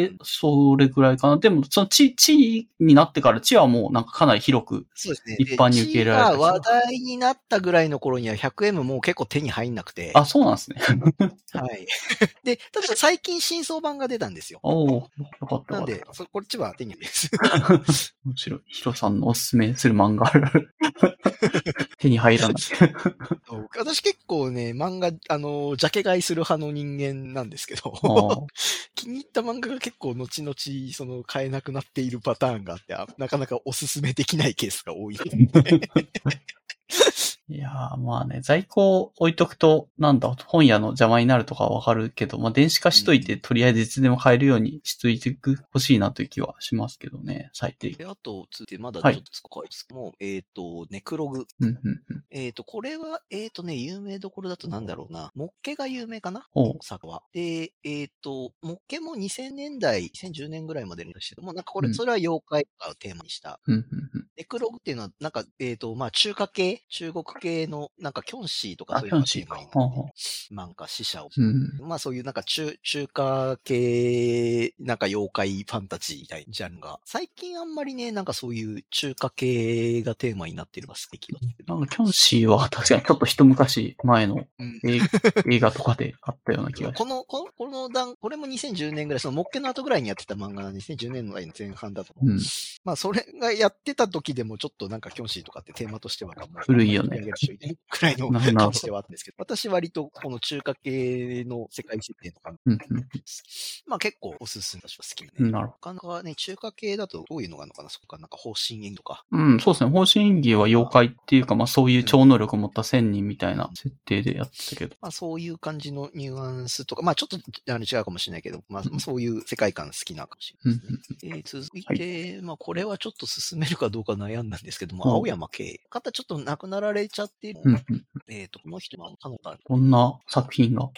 それぐらいかな。でも、その地になってから地はもうなんかかなり広く、 そうですね。 一般に受け入れられた。 が話題になったぐらいの頃には 100M もう結構手に入んなくて。 あ、そうなんですね。 はい。で、ただ最近新装版が出たんですよ。 おー、よかった。 なんで、こっちは手に入れです。 面白い。ヒロさんのおすすめする漫画ある。手に入らない。 私結構ね、漫画、ジャケ買いする派の人間なんですけど、気に入った漫画が結構後々、買えなくなっているパターンがあって、なかなかおすすめできないケースが多いので。 いやー、まあね、在庫置いとくと、なんだ、本屋の邪魔になるとかわかるけど、まあ電子化しといて、とりあえずいつでも買えるようにしといてほしいなという気はしますけどね、最低限。 あと、ついてまだちょっと使いですけども、ネクログ。これは、有名どころだとなんだろうな。モッケが有名かな作は。で、モッケも2000年代、2010年ぐらいまででしたけども、なんかこれ、それは妖怪とかをテーマにした。ネクログっていうのは、なんか、まあ中華系、中国系の、なんかキョンシーとかそういうのがテーマになって、なんか死者を。まあそういうなんか中華系、なんか妖怪ファンタジーみたいなジャンルが。最近あんまりね、なんかそういう中華系がテーマになっているのが素敵だ。 なんかキョンシーは確かにちょっと一昔前の映画とかであったような気がします。 これも2010年ぐらい、そのモッケの後ぐらいにやってた漫画なんで、2010年代の前半だと。まあそれがやってた時でもちょっとなんかキョンシーとかってテーマとしては古いよね。 くらいの感じではあったんですけど、私割とこの中華系の世界設定とか、まあ結構おすすめ私は好きで、ね。なかなかね、中華系だとどういうのがあるのかな、そこかなんか方針演技とか。 そうですね。方針演技は妖怪っていうか、まあそういう超能力を持った仙人みたいな設定でやってたけど。 まあそういう感じのニュアンスとか、まあちょっと違うかもしれないけど、まあそういう世界観好きなかもしれないですね。続いて、まあこれはちょっと進めるかどうか悩んだんですけども、青山系。方ちょっと亡くなられちゃっている。この人はかなりどんな作品が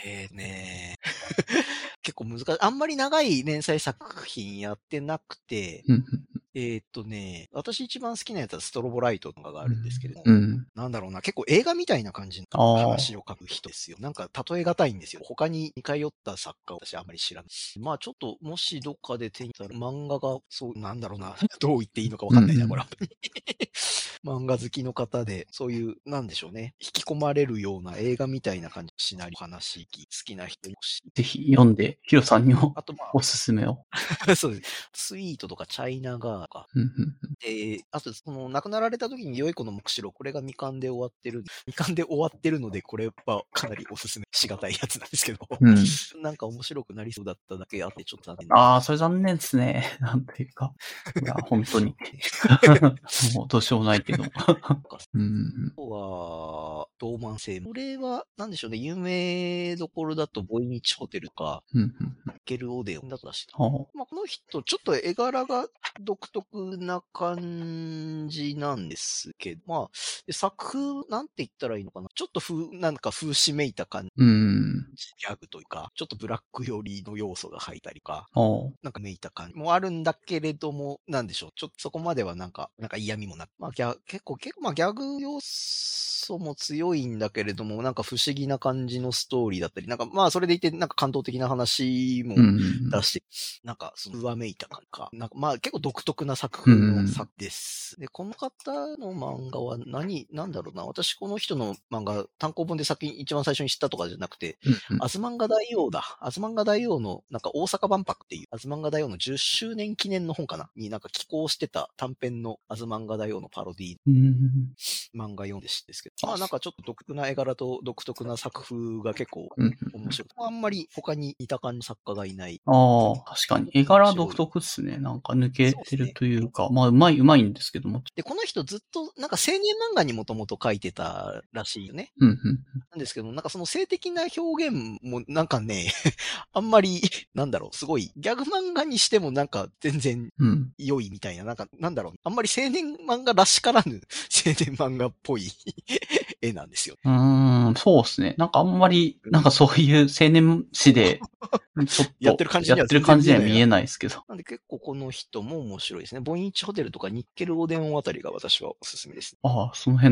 結構難しい。あんまり長い連載作品やってなくて、私一番好きなやつはストロボライトとかがあるんですけれども、なんだろうな、結構映画みたいな感じの話を書く人ですよ。なんか例え難いんですよ。他に似通った作家を私あんまり知らない。まあちょっと、もしどっかで手に入れたら漫画が、そう、なんだろうな、どう言っていいのかわかんないな、これ。漫画好きの方で、そういう、なんでしょうね。引き込まれるような映画みたいな感じのシナリオ話好きな人もし。 ぜひ読んで、ヒロさんにもおすすめを。 そうです。スイートとかチャイナガーとか。あと、亡くなられた時に良い子の目視録、これが未完で終わってるので、これはかなりおすすめしがたいやつなんですけど。なんか面白くなりそうだっただけあって、ちょっと残念。 それ残念ですね。なんていうか。いや、本当に。もうどうしようもないけど。あとは、同慢性。これは、なんでしょうね、有名どころだと、ボイニッチホテルか、ケルオデオンだと出してた。まあ、この人、ちょっと絵柄が独特な感じなんですけど、まあ、作風、なんて言ったらいいのかな。ちょっとなんか風刺めいた感じ。ギャグというか、ちょっとブラック寄りの要素が入ったりか、なんかめいた感じもあるんだけれども、なんでしょう。ちょっとそこまではなんか嫌味もなく、まあ結構、まあギャグ要素も強いんだけれども、なんか不思議な感じのストーリーだったり、なんかまあそれでいて、なんか感動的な話も出して、なんかその上めいた感か、なんかまあ結構独特な作風の作です。で、この方の漫画はなんだろうな、私この人の漫画、単行本で一番最初に知ったとかじゃなくて、アズマンガ大王だ。アズマンガ大王の、なんか大阪万博っていう、アズマンガ大王の10周年記念の本かなになんか寄稿してた短編のアズマンガ大王のパロディ漫画読んで知ってですけど、まあなんかちょっと独特な絵柄と独特な作風が結構面白い。あんまり他に似た感じの作家がいない。 確かに。絵柄独特っすね。なんか抜けてるというか、まあうまいんですけども。 で、この人ずっとなんか青年漫画にもともと書いてたらしいよね。なんですけど、なんかその性的な表現もなんかね、あんまり、なんだろう、すごい、ギャグ漫画にしてもなんか全然良いみたいな、なんか、なんだろう、あんまり青年漫画らしからぬ青年漫画っぽい絵なんですよ。 そうですね。なんかあんまり、なんかそういう青年誌で、ちょっとやってる感じには見えないですけど。 なんで結構この人も面白いですね。ボインチホテルとかニッケルオデオンあたりが私はおすすめです。 その辺の。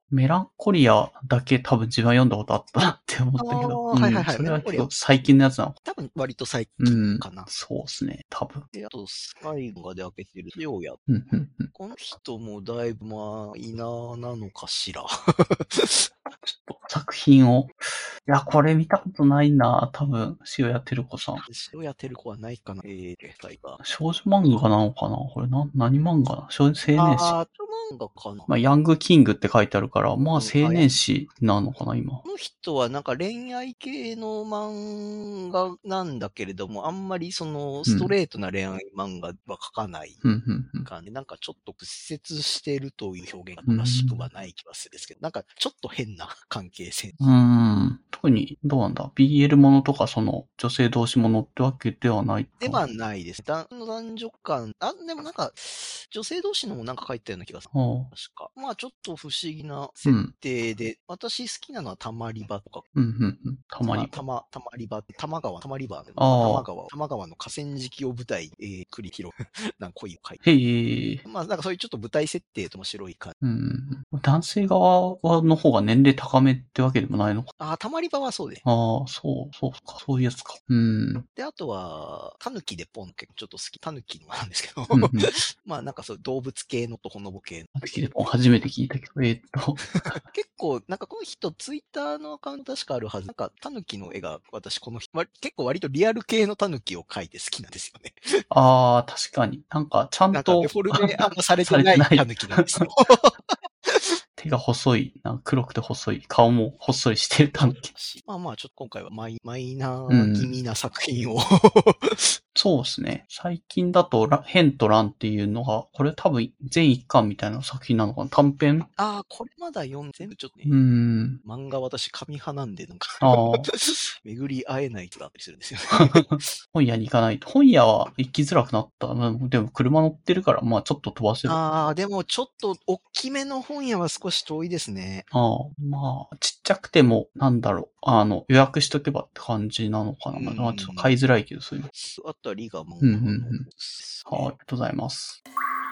メランコリアだけ多分自分は読んだことあったなって思ったけど。 はいはいはい。 それは結構最近のやつなの。 多分割と最近かな。 そうですね、多分。 で、あと、最後がで開けてるようや。この人もだいぶマイナーなのかしら。 ちょっと作品を。いや、これ見たことないな、多分。塩谷照子さん。 塩谷照子はないかな。 少女漫画なのかなこれ何漫画な青年誌。 少女漫画かな。 まあ、ヤングキングって書いてあるから、まあ、青年誌なのかな、今。 この人はなんか恋愛系の漫画なんだけれども、あんまりそのストレートな恋愛漫画は書かない感じ。なんかちょっと屈折しているという表現が正しくはない気がするんですけど、なんかちょっと変な関係性。 特に、どうなんだ ?BL ものとかその女性同士ものってわけではないではないです。男女間、でもなんか、女性同士のもなんか書いたような気がする。確か。まあちょっと不思議な設定で、私好きなのはたまり場とか。たまり場。たま川の河川敷を舞台、繰り広く、なんか恋を書いて。まあなんかそういうちょっと舞台設定と面白い感じ。 男性側の方が年齢高めってわけでもないのか。 たまり場はそうです。 そうか。そういうやつか。 で、あとは、タヌキでポン結構ちょっと好き。タヌキのなんですけど。まあなんかそう動物系のとほのぼ系の。 タヌキでポン初めて聞いたけど、 結構、なんかこの人、ツイッターのアカウント確かあるはず。なんか、タヌキの絵が、私この人、結構割とリアル系のタヌキを描いて好きなんですよね。 確かに。なんか、ちゃんと。 なんかデフォルメあんまされてないタヌキなんですよ。 手が細い、黒くて細い、顔もほっそりしてるタヌキ。 まあちょっと今回はマイナー気味な作品を。 そうですね。最近だと、変と乱っていうのが、これ多分全一巻みたいな作品なのかな短編これまだ全部ちょっとね。漫画私紙派なんで、なんか巡り会えないとだったりするんですよね。 本屋に行かないと。本屋は行きづらくなった。でも車乗ってるから、まあちょっと飛ばせる。 でもちょっと大きめの本屋は少し遠いですね。 まあ、ちっちゃくても、なんだろう。予約しとけばって感じなのかな。まあちょっと買いづらいけど、そういうの。 あたりがもう。 ありがとうございます。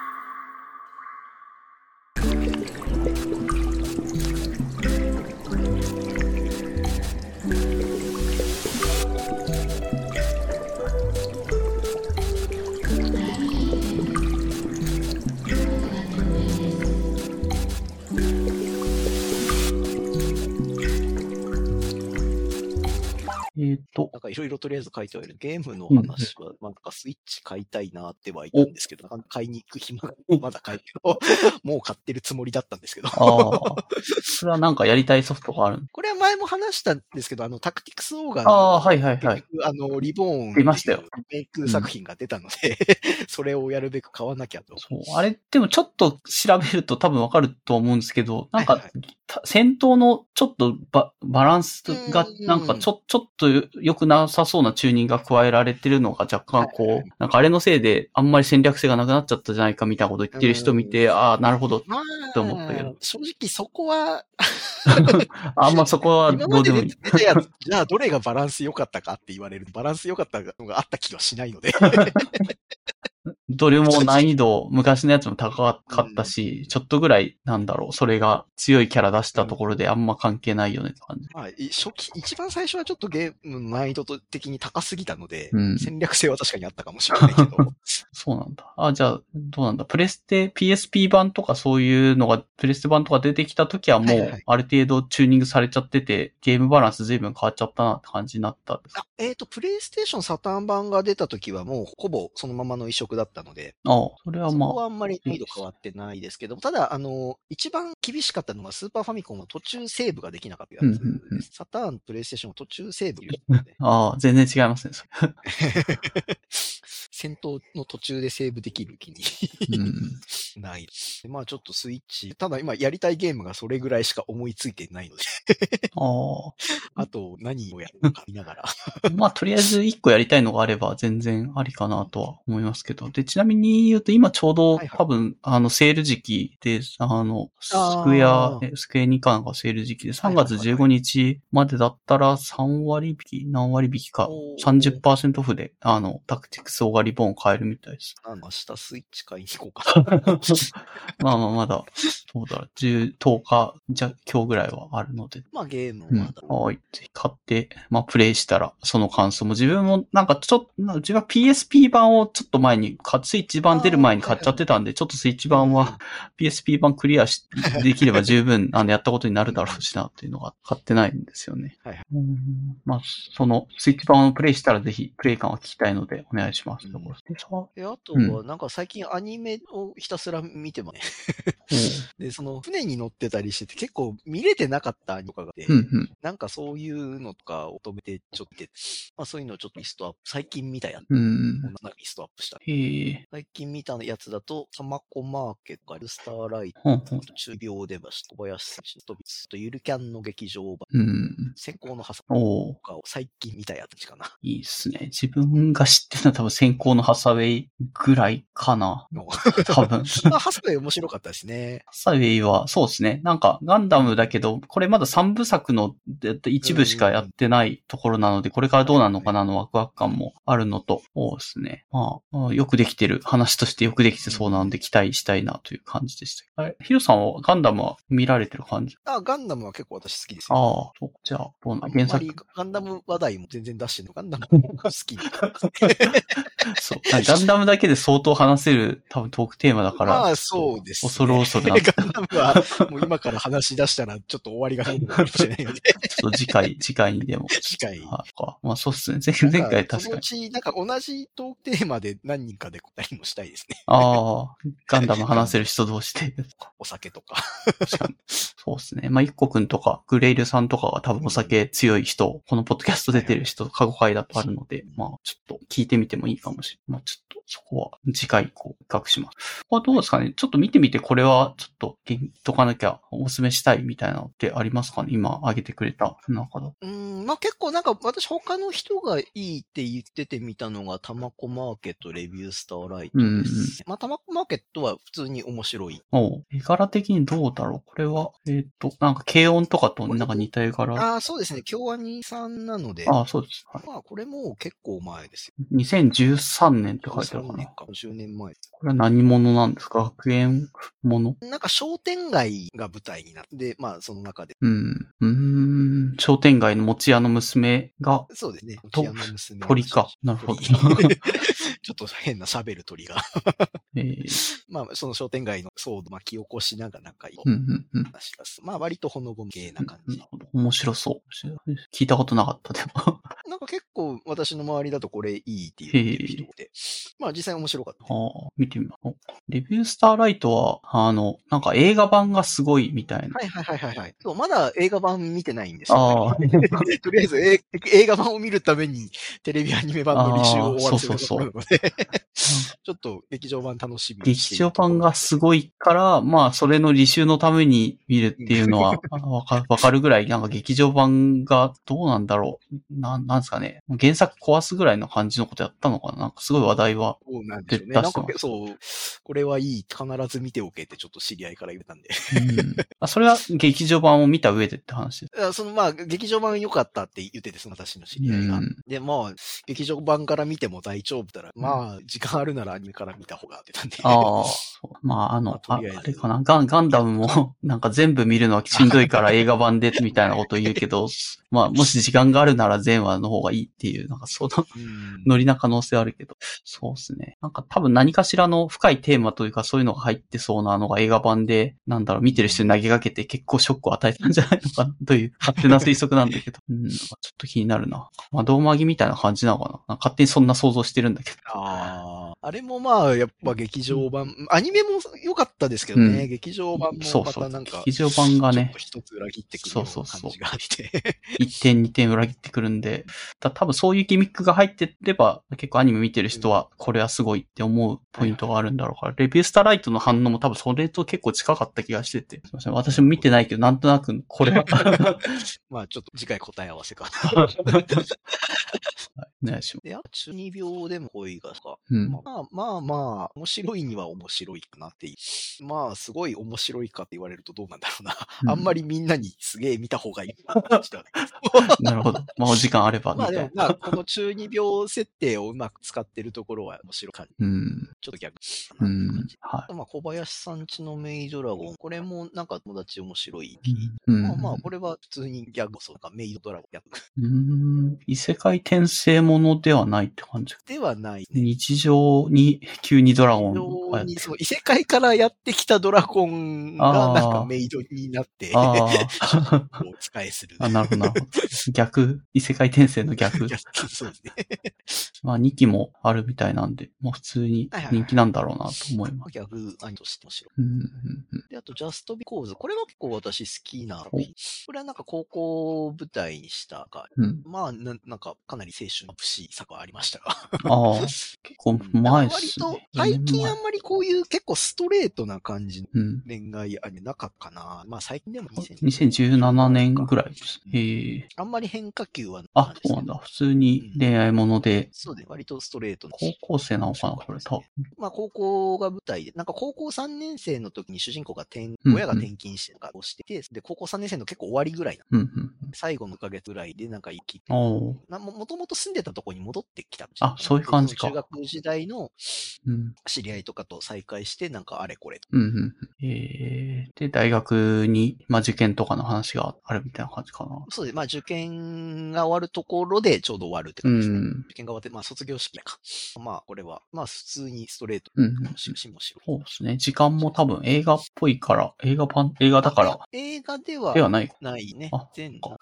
なんかいろいろとりあえず書いてはいる。ゲームの話は、なんかスイッチ買いたいなってはいたんですけど、買いに行く暇がまだ買えるけど、もう買ってるつもりだったんですけど。 それはなんかやりたいソフトがある？ これは前も話したんですけど、タクティクスオーガの、リボーン出ましたよ。 メイク作品が出たので、それをやるべく買わなきゃと。 あれ、でもちょっと調べると多分わかると思うんですけど、なんか、戦闘のちょっとバランスが、なんかちょっと良くなさそうなチューニングが加えられてるのが若干なんかあれのせいであんまり戦略性がなくなっちゃったじゃないかみたいなこと言ってる人見て、なるほどって思ったけど。 正直そこはあんまそこはどうでもいい。 じゃあどれがバランス良かったかって言われる。バランス良かったのがあった気はしないので。 どれも難易度、昔のやつも高かったし、ちょっとぐらい、なんだろう、それが強いキャラ出したところであんま関係ないよねって感じ。 一番最初はちょっとゲームの難易度的に高すぎたので、戦略性は確かにあったかもしれないけど。 そうなんだ。じゃあ、どうなんだ。PSP 版とかそういうのが、プレステ版とか出てきた時はもう、ある程度チューニングされちゃってて、ゲームバランス随分変わっちゃったなって感じになった。 プレイステーションサターン版が出た時はもうほぼそのままの移植だったので。 それはまあ。 そこはあんまり難易度変わってないですけど、ただ、一番厳しかったのがスーパーファミコンは途中セーブができなかったやつです。サターン、プレイステーションは途中セーブ全然違いますね、それ。 戦闘の途中でセーブできる気にない。まあちょっとスイッチ、ただ今やりたいゲームがそれぐらいしか思いついてないので。あと何をやるのか見ながら。 まあとりあえず1個やりたいのがあれば全然ありかなとは思いますけど。で、ちなみに言うと今ちょうど多分セール時期で、スクエ2巻がセール時期で3月15日までだったら3割引き、何割引きか 30% オフでタクティクスオーガリボーン買えるみたいです。 明日スイッチ買いに行こうかな。 まあまあまだ、どうだろう、10日、じゃ、今日ぐらいはあるので。 まあゲームうん。 はまだ。 はい。ぜひ買って、まあプレイしたら、その感想も自分もなんかちょっと、自分は PSP 版をちょっと前に、スイッチ版出る前に買っちゃってたんで、ちょっとスイッチ版は PSP 版クリアできれば十分、やったことになるだろうしなっていうのが買ってないんですよね。 はいはい。 まあ、そのスイッチ版をプレイしたらぜひプレイ感を聞きたいのでお願いします。 うんでで、あとは、なんか最近アニメをひたすら見てますね。で、その船に乗ってたりしてて結構見れてなかったアニメとかがあって、なんかそういうのとかを止めてちょっと、まあそういうのをちょっとリストアップ、最近見たやつ、リストアップした。最近見たやつだと、タマコマーケット、ガルスターライト、中病出ました、小林選手、とゆるキャンの劇場版、先行のハサウェイとかを最近見たやつかな。 いいっすね。自分が知ってるのは多分先行のハサウェイぐらいかな。多分。 まあ、ハサウェイ面白かったですね。 ハサウェイは、そうですね。なんか、ガンダムだけど、これまだ3部作の一部しかやってないところなので、これからどうなるのかなのワクワク感もあるのと、そうですね。まあ、よくできてる、話としてよくできてそうなので期待したいなという感じでした。あれ、ヒロさんはガンダムは見られてる感じ？ ガンダムは結構私好きですよ。 そう。じゃあ、どうな原作。ガンダム話題も全然出してるの。ガンダムが好き。 そう。ガンダムだけで相当話せる多分トークテーマだから。 まあそうです、ね。 恐る恐るな。 ガンダムはもう今から話し出したらちょっと終わりがないかもしれないので。 ちょっと次回にでも。 次回。 まあそうっすね。前回確かに。 そのうちなんか同じトークテーマで何人かで答えもしたいですね。 ガンダム話せる人同士で。 お酒とか。 確かに。そうですね。まあ、一個くんとか、グレイルさんとかが多分お酒強い人、このポッドキャスト出てる人、過去回だとあるので、まあ、ちょっと聞いてみてもいいかもしれない。まあ、ちょっと、そこは次回以降、比較します。どうですかね。ちょっと見てみて、これはちょっと言っとかなきゃお勧めしたいみたいなのってありますかね。今挙げてくれた中だ。 まあ、結構なんか私他の人がいいって言っててみたのが、タマコマーケットレビュースターライトです。まあ、タマコマーケットは普通に面白い。 絵柄的にどうだろう。これは、なんか軽音とかとなんか似た絵柄。 そうですね。京アニさんなので。 そうです。 まあ、これも結構前ですよ。 2013年って書いてあるかな。 10年前。 これは何者なんですか？学園もの？ なんか商店街が舞台になって、まあその中で。 商店街の餅屋の娘が。 そうですね。餅屋の娘。 鳥か。なるほど。 ちょっと変な喋る鳥が。まあその商店街の騒動巻き起こしながら仲いい話がまあ割とほのぼの系な感じ。 面白そう。聞いたことなかったでも。 なんか結構私の周りだとこれいいって言ってる人で。まあ実際面白かった。 見てみます。レビュースターライトは、なんか映画版がすごいみたいな。 はい。そう、まだ映画版見てないんですよ、ね。とりあえず映画版を見るためにテレビアニメ版の履修を終わらせるところなので、ちょっと劇場版楽しみにしている。 劇場版がすごいから、まあそれの履修のために見るっていうのはわかるぐらい、なんか劇場版がどうなんだろう。なんですかね。原作壊すぐらいの感じのことやったのかな。なんかすごい話題は。 そうなんですよね。なんかそう、これはいい、必ず見ておけってちょっと知り合いから言ったんで。 それは劇場版を見た上でって話です。 まあ、劇場版良かったって言ってて、私の知り合いが。で、まあ、劇場版から見ても大丈夫だら、まあ、時間あるならアニメから見た方がって言ったんで。 まあ、あれかな。ガンダムも、なんか全部見るのはしんどいから映画版でみたいなこと言うけど、まあ、もし時間があるなら全話の方がいいっていう、なんかそのノリな可能性あるけど、そうですね。なんか多分何かしらの深いテーマというかそういうのが入ってそうなのが映画版で、なんだろう、見てる人に投げかけて結構ショックを与えたんじゃないのかなという勝手な推測なんだけど、ちょっと気になるな。まあ、胴巻きみたいな感じなのかな。勝手にそんな想像してるんだけど。 あれもまあ、やっぱ劇場版、アニメも良かったですけどね、劇場版もまたなんか、 劇場版がね、 ちょっと一つ裏切ってくるような感じがあって。 1点2点裏切ってくるんで、多分そういうギミックが入ってれば、結構アニメ見てる人は、これはすごいって思うポイントがあるんだろうから、レビュースターライトの反応も多分それと結構近かった気がしてて、すいません、私も見てないけど、なんとなくこれは。 まあちょっと次回答え合わせか。 お願いします。 中二病でも恋がか。まあ、面白いには面白いかなっていう。まあ、すごい面白いかって言われるとどうなんだろうな。あんまりみんなにすげえ見た方がいいな感じだね。 なるほど。まあ、お時間あればみたいな。 まあでもまあ、この中二病設定をうまく使ってるところは面白かった。ちょっと逆かなっていう感じ。 はい。 まあ、小林さんちのメイドラゴン。これもなんか友達面白い。まあまあ、これは普通にギャグそうか、メイドドラゴンやる。 異世界転生ものではないって感じ。 ではない、 ね。日常に急にドラゴンがやってそう異世界からやってきたドラゴンがなんかメイドになって、お使いする。 なるほど、なるほど。逆、異世界転生の逆。 そうですね。 まあ2期もあるみたいなんで、まあ普通に人気なんだろうなと思います。 逆アニとして面白い。で、あと、ジャストビコーズ。これは結構私好きな作品。これはなんか高校を舞台にしたか、まあなんかかなり青春の節作はありましたが。 結構前ですね。 割と、最近あんまりこういう結構ストレートな感じの恋愛アニメなかったかな。まあ最近でも 2017年ぐらいです。 あんまり変化球はないですね。そうなんだ。普通に恋愛もので。 そうで、割とストレート高校生なのかな、これ多分。 まあ高校が舞台で、なんか高校3年生の時に主人公が親が転勤して学校してて、で、高校3年生の結構終わりぐらいな。最後の1ヶ月ぐらいでなんか生きて、もともと住んでたとこに戻ってきた。 そういう感じか。 中学時代の知り合いとかと再会して、なんかあれこれ。 で、大学に、まあ受験とかの話があるみたいな感じかな。 そうです。まあ受験が終わるところでちょうど終わるって感じですね。受験が終わって、まあ卒業式か。まあこれは、まあ普通にストレート。 そうですね。時間も多分映画っぽいから、映画だから。 映画ではない。ないね。全部。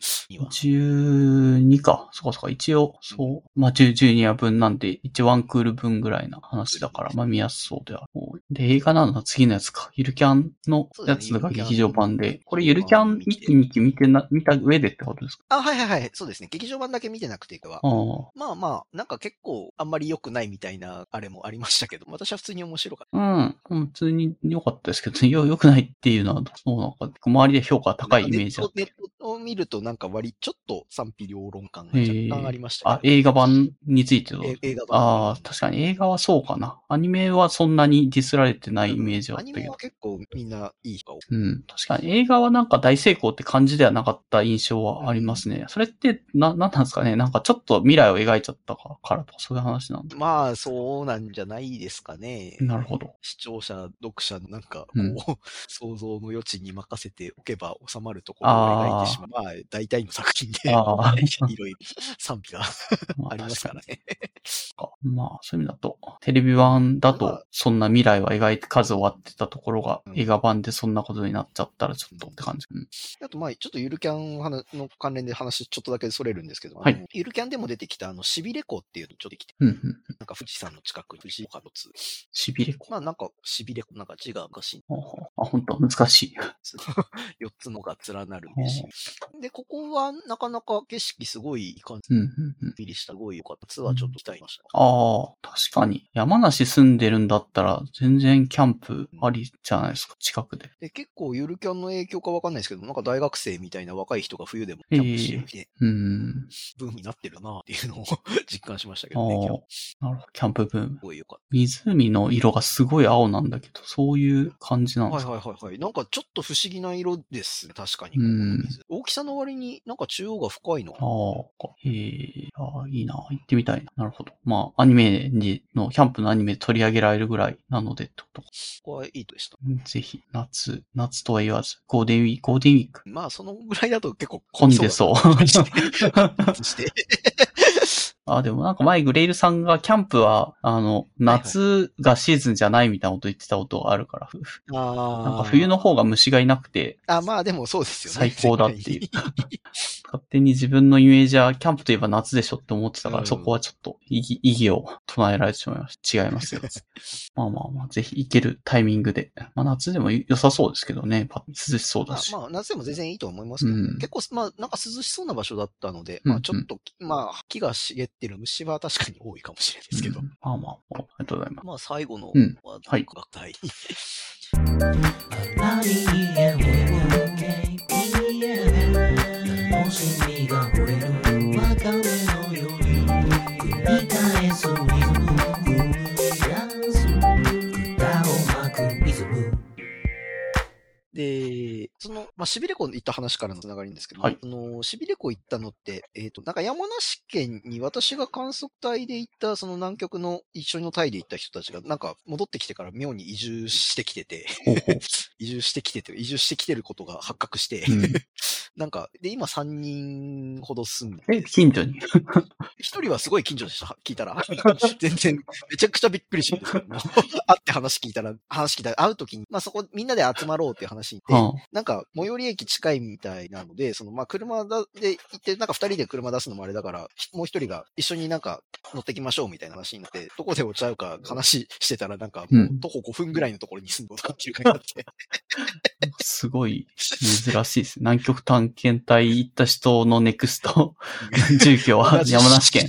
12か。そうか。一応、そう。まあ12話分なんで、一応ワンクール分ぐらいな話だから、まあ見やすそうでは。で、映画なのは次のやつか。ゆるキャンのやつが劇場版で。これゆるキャン1期2期見た上でってことですか？ はい。そうですね。劇場版だけ見てなくては。まあまあ、なんか結構あんまり良くないみたいなあれもありましたけど、私は普通に面白かった。 普通に良かったですけど、良くないっていうのは、そうなんか、周りで評価高いイメージあって。 ネットを見るとなんかちょっと賛否両論感が若干ありましたけど。映画版について映画版。 確かに映画はそうかな。アニメはそんなにディスられてないイメージはあったけど。 アニメは結構みんないい人が多い。確かに映画はなんか大成功って感じではなかった印象はありますね。それって、なんなんですかね。なんかちょっと未来を描いちゃったからとかそういう話なんだ。 まあ、そうなんじゃないですかね。 なるほど。 視聴者、読者のなんか、想像の余地に任せておけば収まるところを描いてしまう。まあ、大体の作品で、いろいろ賛否がありますからね。 まあ、そういう意味だと、テレビ版だと、そんな未来は描いて数終わってたところが、映画版でそんなことになっちゃったらちょっとって感じ。 あと、まあ、ちょっとゆるキャンの関連で話ちょっとだけそれるんですけど、ゆるキャンでも出てきたしびれ湖っていうのちょっと来て、なんか富士山の近くに富士岡の津。 しびれ湖？ まあなんかしびれ湖、なんか字がおかしい。 本当難しい。 4つのが連なるし。で、ここはなかなか景色すごい感じ。ビリしたすごい良かった。ツアーちょっと期待しました。 確かに。山梨住んでるんだったら、全然キャンプありじゃないですか、近くで。 で、結構ゆるキャンの影響かわかんないですけど、なんか大学生みたいな若い人が冬でもキャンプしてみて、ブームになってるなっていうのを実感しましたけどね。 なるほど、キャンプブーム。 すごい良かった。 湖の色がすごい青なんだけど、そういう感じなんですか？ はい。なんかちょっと不思議な色ですね、確かに。大きさの割になんか中央が深いの。いいな、行ってみたいな。なるほど。まあ、アニメの、キャンプのアニメ取り上げられるぐらいなのでってことか。 ここはいいとでした。 ぜひ、夏とは言わず、ゴールデンウィーク。 まあ、そのぐらいだと結構混んでそう。でもなんか前グレイルさんがキャンプは、夏がシーズンじゃないみたいなこと言ってたことがあるから、なんか冬の方が虫がいなくて、 まあでもそうですよね。 最高だっていう。勝手に自分のイメージはキャンプといえば夏でしょって思ってたから、そこはちょっと意義を唱えられてしまいました。違いますよ。まあ、ぜひ行けるタイミングで。まあ夏でも良さそうですけどね。涼しそうだし。 まあ夏でも全然いいと思いますけど、結構まあなんか涼しそうな場所だったので、まあちょっと、まあ木が茂ってる虫は確かに多いかもしれないですけど。 まあ、ありがとうございます。 まあ最後のは、 はい。 星が吠えるわかめのように繰り返すリズムダンス歌をまくリズムで、 まあ、しびれ湖行った話からのつながりんですけど、 はいしびれ湖行ったのって、なんか山梨県に私が観測隊で行った、その南極の一緒のタイで行った人たちが、なんか戻ってきてから妙に移住してきてて、 ほうほう。 移住してきてることが発覚して、 うん、 なんか、で、今3人ほど住んで、 近所に。 一人はすごい近所でした、聞いたら。全然、めちゃくちゃびっくりしたんですけども、会って話聞いたら、会うときに、まあそこみんなで集まろうっていう話に行って、なんか、最寄り駅近いみたいなので、まあ車で行って、なんか二人で車出すのもあれだから、もう一人が一緒になんか乗ってきましょうみたいな話になって、どこで落ちちゃうか話してたら、なんかもう徒歩5分ぐらいのところに住んでたっていう感じになって。 すごい珍しいです。南極探検隊行った人のネクスト住居は山梨県。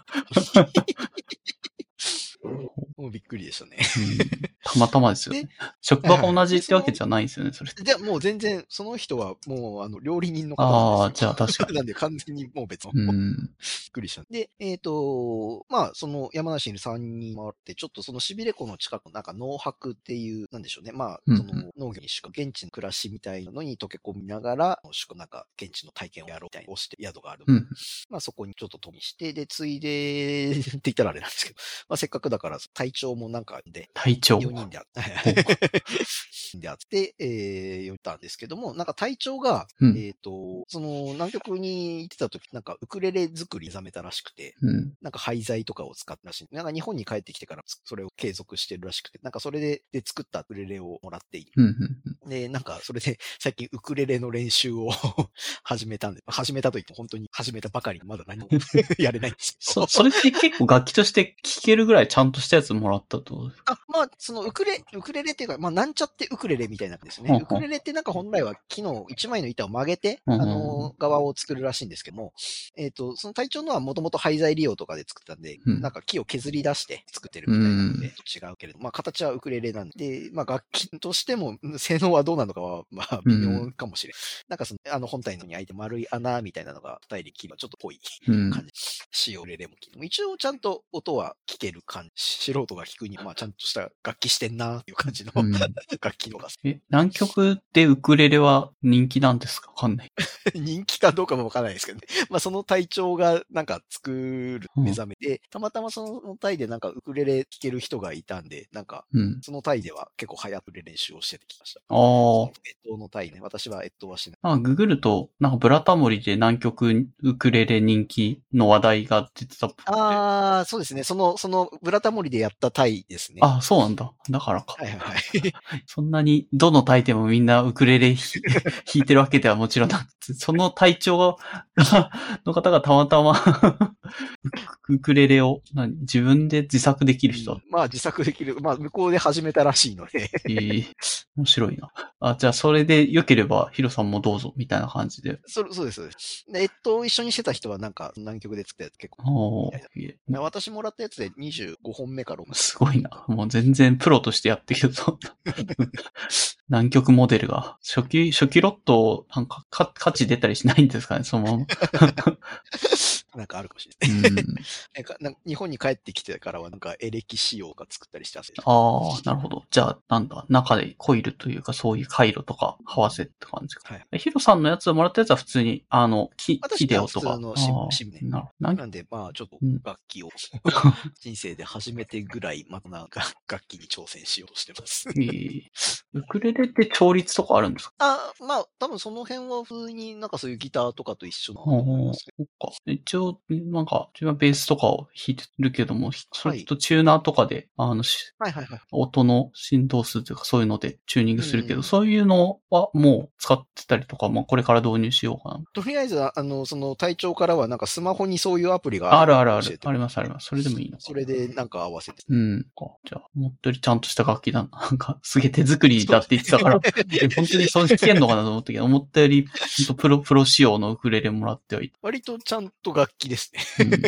もうびっくりでしたね。 たまたまですよね。職場が同じってわけじゃないんですよね、それ。 で、もう全然、その人はもう、料理人の方なんですよ。ああ、じゃあ確かに。 なんで完全にもう別の。びっくりした。で、まあ、その山梨に3人回って、ちょっとそのしびれ湖の近くのなんか農泊っていう、なんでしょうね。まあ、その農業にしか現地の暮らしみたいなのに溶け込みながら、なんか現地の体験をやろうみたいに押して宿がある。まあそこにちょっと飛びして、で、ついでって言ったらあれなんですけど、まあせっかくだから体調もなんかで、 体調 4人でであって、言ったんですけども、なんか隊長が、その南極に行ってた時、なんかウクレレ作りに目覚めたらしくて、なんか廃材とかを使ったらしい。なんか日本に帰ってきてからそれを継続してるらしくて、なんかそれで作ったウクレレをもらっていい。で、なんかそれで最近ウクレレの練習を始めたと言って本当に始めたばかりまだ何もやれないんですけど。 それって結構楽器として聴けるぐらいちゃんとしたやつもらったと。 まあ、そのウクレレっていうか、まあ、なんちゃってウクレレみたいなですね。ウクレレってなんか本来は木の一枚の板を曲げて、側を作るらしいんですけども、その隊長のはもともと廃材利用とかで作ってたんで、なんか木を削り出して作ってるみたいなので、違うけれど、まあ、形はウクレレなんで、まあ、楽器としても、性能はどうなのかは、まあ、微妙かもしれん。なんか本体のに開いて丸い穴みたいなのが、二人で木はちょっとぽい感じ。仕様レレも一応ちゃんと音は聞ける感じ。素人が弾くに、まあ、ちゃんとした楽器してんなっていう感じの、楽器のが。 南極でウクレレは人気なんですか？わかんない。 人気かどうかもわからないですけどね。まあ、その隊長がなんか作る目覚めて、たまたまその隊でなんかウクレレ弾ける人がいたんで、なんか、その隊では結構流行って練習をしてきました。越冬の隊ね。私は越冬はしない。 ググると、なんかブラタモリで南極ウクレレ人気の話題が出てたっぽくて。 そうですね。そのブラタモリでやった隊ですね。 そうなんだ。だからか。 はい。 そんなに、どの隊でもみんなウクレレ弾いてるわけではもちろんなくて、その隊長の方がたまたまウクレレを自分で自作できる人だ。 まあ自作できる。まあ向こうで始めたらしいので。 面白いな。じゃあそれで良ければヒロさんもどうぞみたいな感じで。 そうです。で、一緒にしてた人はなんか南極で作ったやつ結構。私もらったやつで25本目から。 すごいな。もう全然プロとしてやってきると。南極モデルが。初期ロット、なんか価値出たりしないんですかね、そのまま。 なんかあるかもしれない。なんか日本に帰ってきてからはなんかエレキ仕様が作ったりしてます。 なるほど。じゃあ、なんだ、中でコイルというかそういう回路とか合わせって感じか。はい。ヒロさんのやつもらったやつは普通に、木で音が。 普通のシムね。なんで、まあちょっと楽器を人生で初めてぐらいまたなんか楽器に挑戦しようとしてます。 ウクレレって調律とかあるんですか？ まあ多分その辺は普通になんかそういうギターとかと一緒だと思いますけど。 そっか。一応、なんか、自分はベースとかを弾いてるけども、それとチューナーとかで、音の振動数というかそういうのでチューニングするけど、そういうのはもう使ってたりとか、まあこれから導入しようかな。 とりあえず、その隊長からはなんかスマホにそういうアプリがある。 あります。それでもいいのか。 それでなんか合わせて。 じゃあ、思ったよりちゃんとした楽器だな。なんか、すげえ手作りだって言ってたから、本当にそう弾けんのかなと思ったけど、思ったより、プロ仕様のウクレレもらってはいて。 割とちゃんと楽器ですね。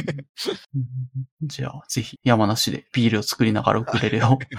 じゃあ、ぜひ山梨でビールを作りながらウクレレを。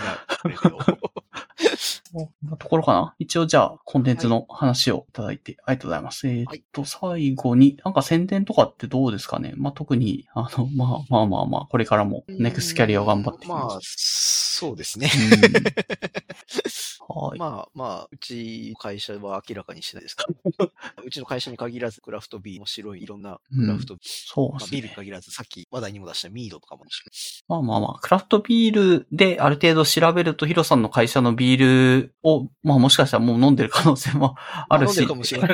こんなところかな。一応じゃあ、コンテンツの話をいただいて、ありがとうございます。最後に、なんか宣伝とかってどうですかね。まあ、特に、まあ、これからもネクスキャリアを頑張っていきます。 まあ、そうですね。 はい。 まあ、うち会社は明らかにしてないですけど、うちの会社に限らずクラフトビール、面白いいろんなクラフトビール、 そうですね。 ビールに限らずさっき話題にも出したミードとかも面白い。 まあ、クラフトビールである程度調べると、ヒロさんの会社のビールを、まあもしかしたらもう飲んでる可能性もあるし。 飲んでるかもしれない。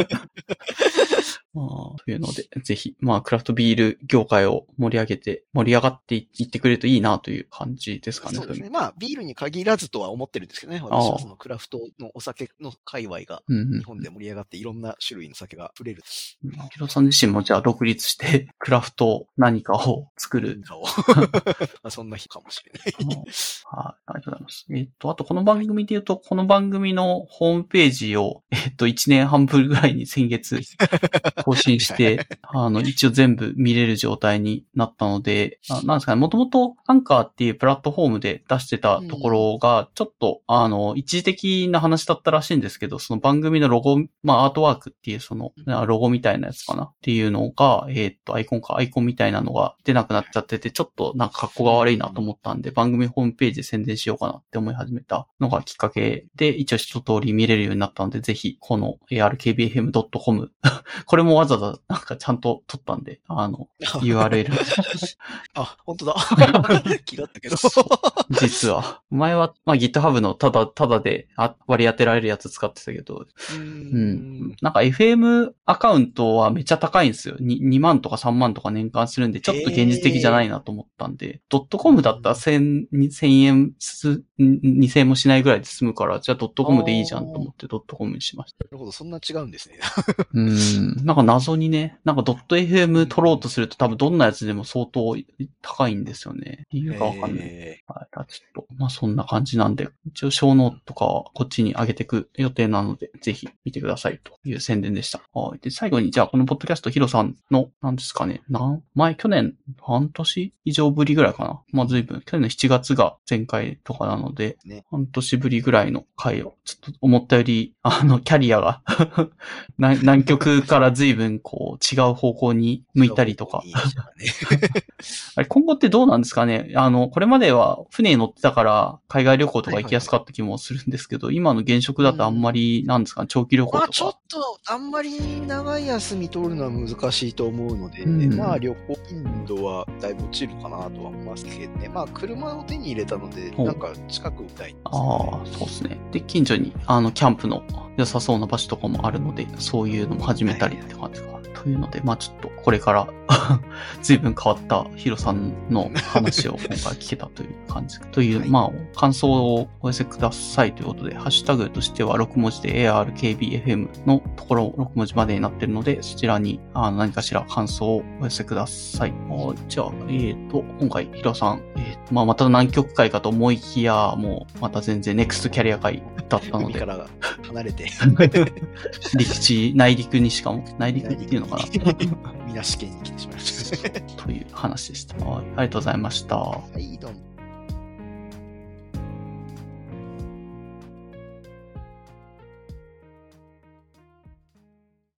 まあ、というので、ぜひ、まあ、クラフトビール業界を盛り上がっていってくれるといいなという感じですかね。 そうですね。まあ、ビールに限らずとは思ってるんですけどね。私はそのクラフトのお酒の界隈が日本で盛り上がっていろんな種類の酒が触れる。 ヒロさん自身もじゃあ独立してクラフト何かを作る。 まあそんな日かもしれない。 はい、ありがとうございます。あとこの番組で言うと、この番組のホームページを、1年半分ぐらいに先月更新して、一応全部見れる状態になったので、なんですかね、もともとアンカーっていうプラットフォームで出してたところが、ちょっと、一時的な話だったらしいんですけど、その番組のロゴ、まあ、アートワークっていうその、ロゴみたいなやつかなっていうのが、アイコンみたいなのが出なくなっちゃってて、ちょっとなんか格好が悪いなと思ったんで、番組ホームページで宣伝しようかなって思い始めたのがきっかけで、一応一通り見れるようになったので、ぜひ、この arkbfm.com これもわざわざなんかちゃんと取ったんで、URL あ、本当だ。気だったけど。 実は。前は、まあ、GitHub のただで割り当てられるやつ使ってたけど、なんか FM アカウントはめっちゃ高いんですよ。2万とか3万とか年間するんで、ちょっと現実的じゃないなと思ったんで、.com だったら1000円、2000円もしないぐらいで済むから、じゃあ.com でいいじゃんと思って.com にしました。 なるほど、そんな違うんですね。 なんか謎にね、なんか.fm 取ろうとすると多分どんなやつでも相当高いんですよね。理由がわかんない。はい、ちょっと、まあそんな感じなんで、一応小ノートとかはこっちに上げていく予定なので、ぜひ見てくださいという宣伝でした。はい。で、最後に、じゃあこのポッドキャストヒロさんの、なんですかね、去年、半年以上ぶりぐらいかな。まあ随分、去年の7月が前回とかなので、半年ぶりぐらいの回を、ちょっと思ったより、キャリアが南極から随分こう違う方向に向いたりとか。あれ今後ってどうなんですかね。これまでは船に乗ってたから海外旅行とか行きやすかった気もするんですけど、今の現職だとあんまりなんですかね、長期旅行とか。 まあちょっとあんまり長い休み取るのは難しいと思うので、まあ旅行頻度はだいぶ落ちるかなとは思いますけどね。まあ車を手に入れたので、なんか近くみたいですね。 そうですね。で、近所にキャンプの良さそうな場所とかもあるので、そういうのも始めたりって感じかな。というので、まあちょっとこれから随分変わったヒロさんの話を今回聞けたという感じという、まあ感想をお寄せくださいということで、ハッシュタグとしては6文字で ARKBFM のところ6文字までになっているので、そちらに何かしら感想をお寄せください。じゃあ、今回ヒロさん、まあまた南極会かと思いきや、もうまた全然ネクストキャリア会だったので。 海から離れて。 内陸にしかも、内陸っていうのかな。 みなし県に来てしまいました。 という話でした。はい、ありがとうございました。 はい、どうも。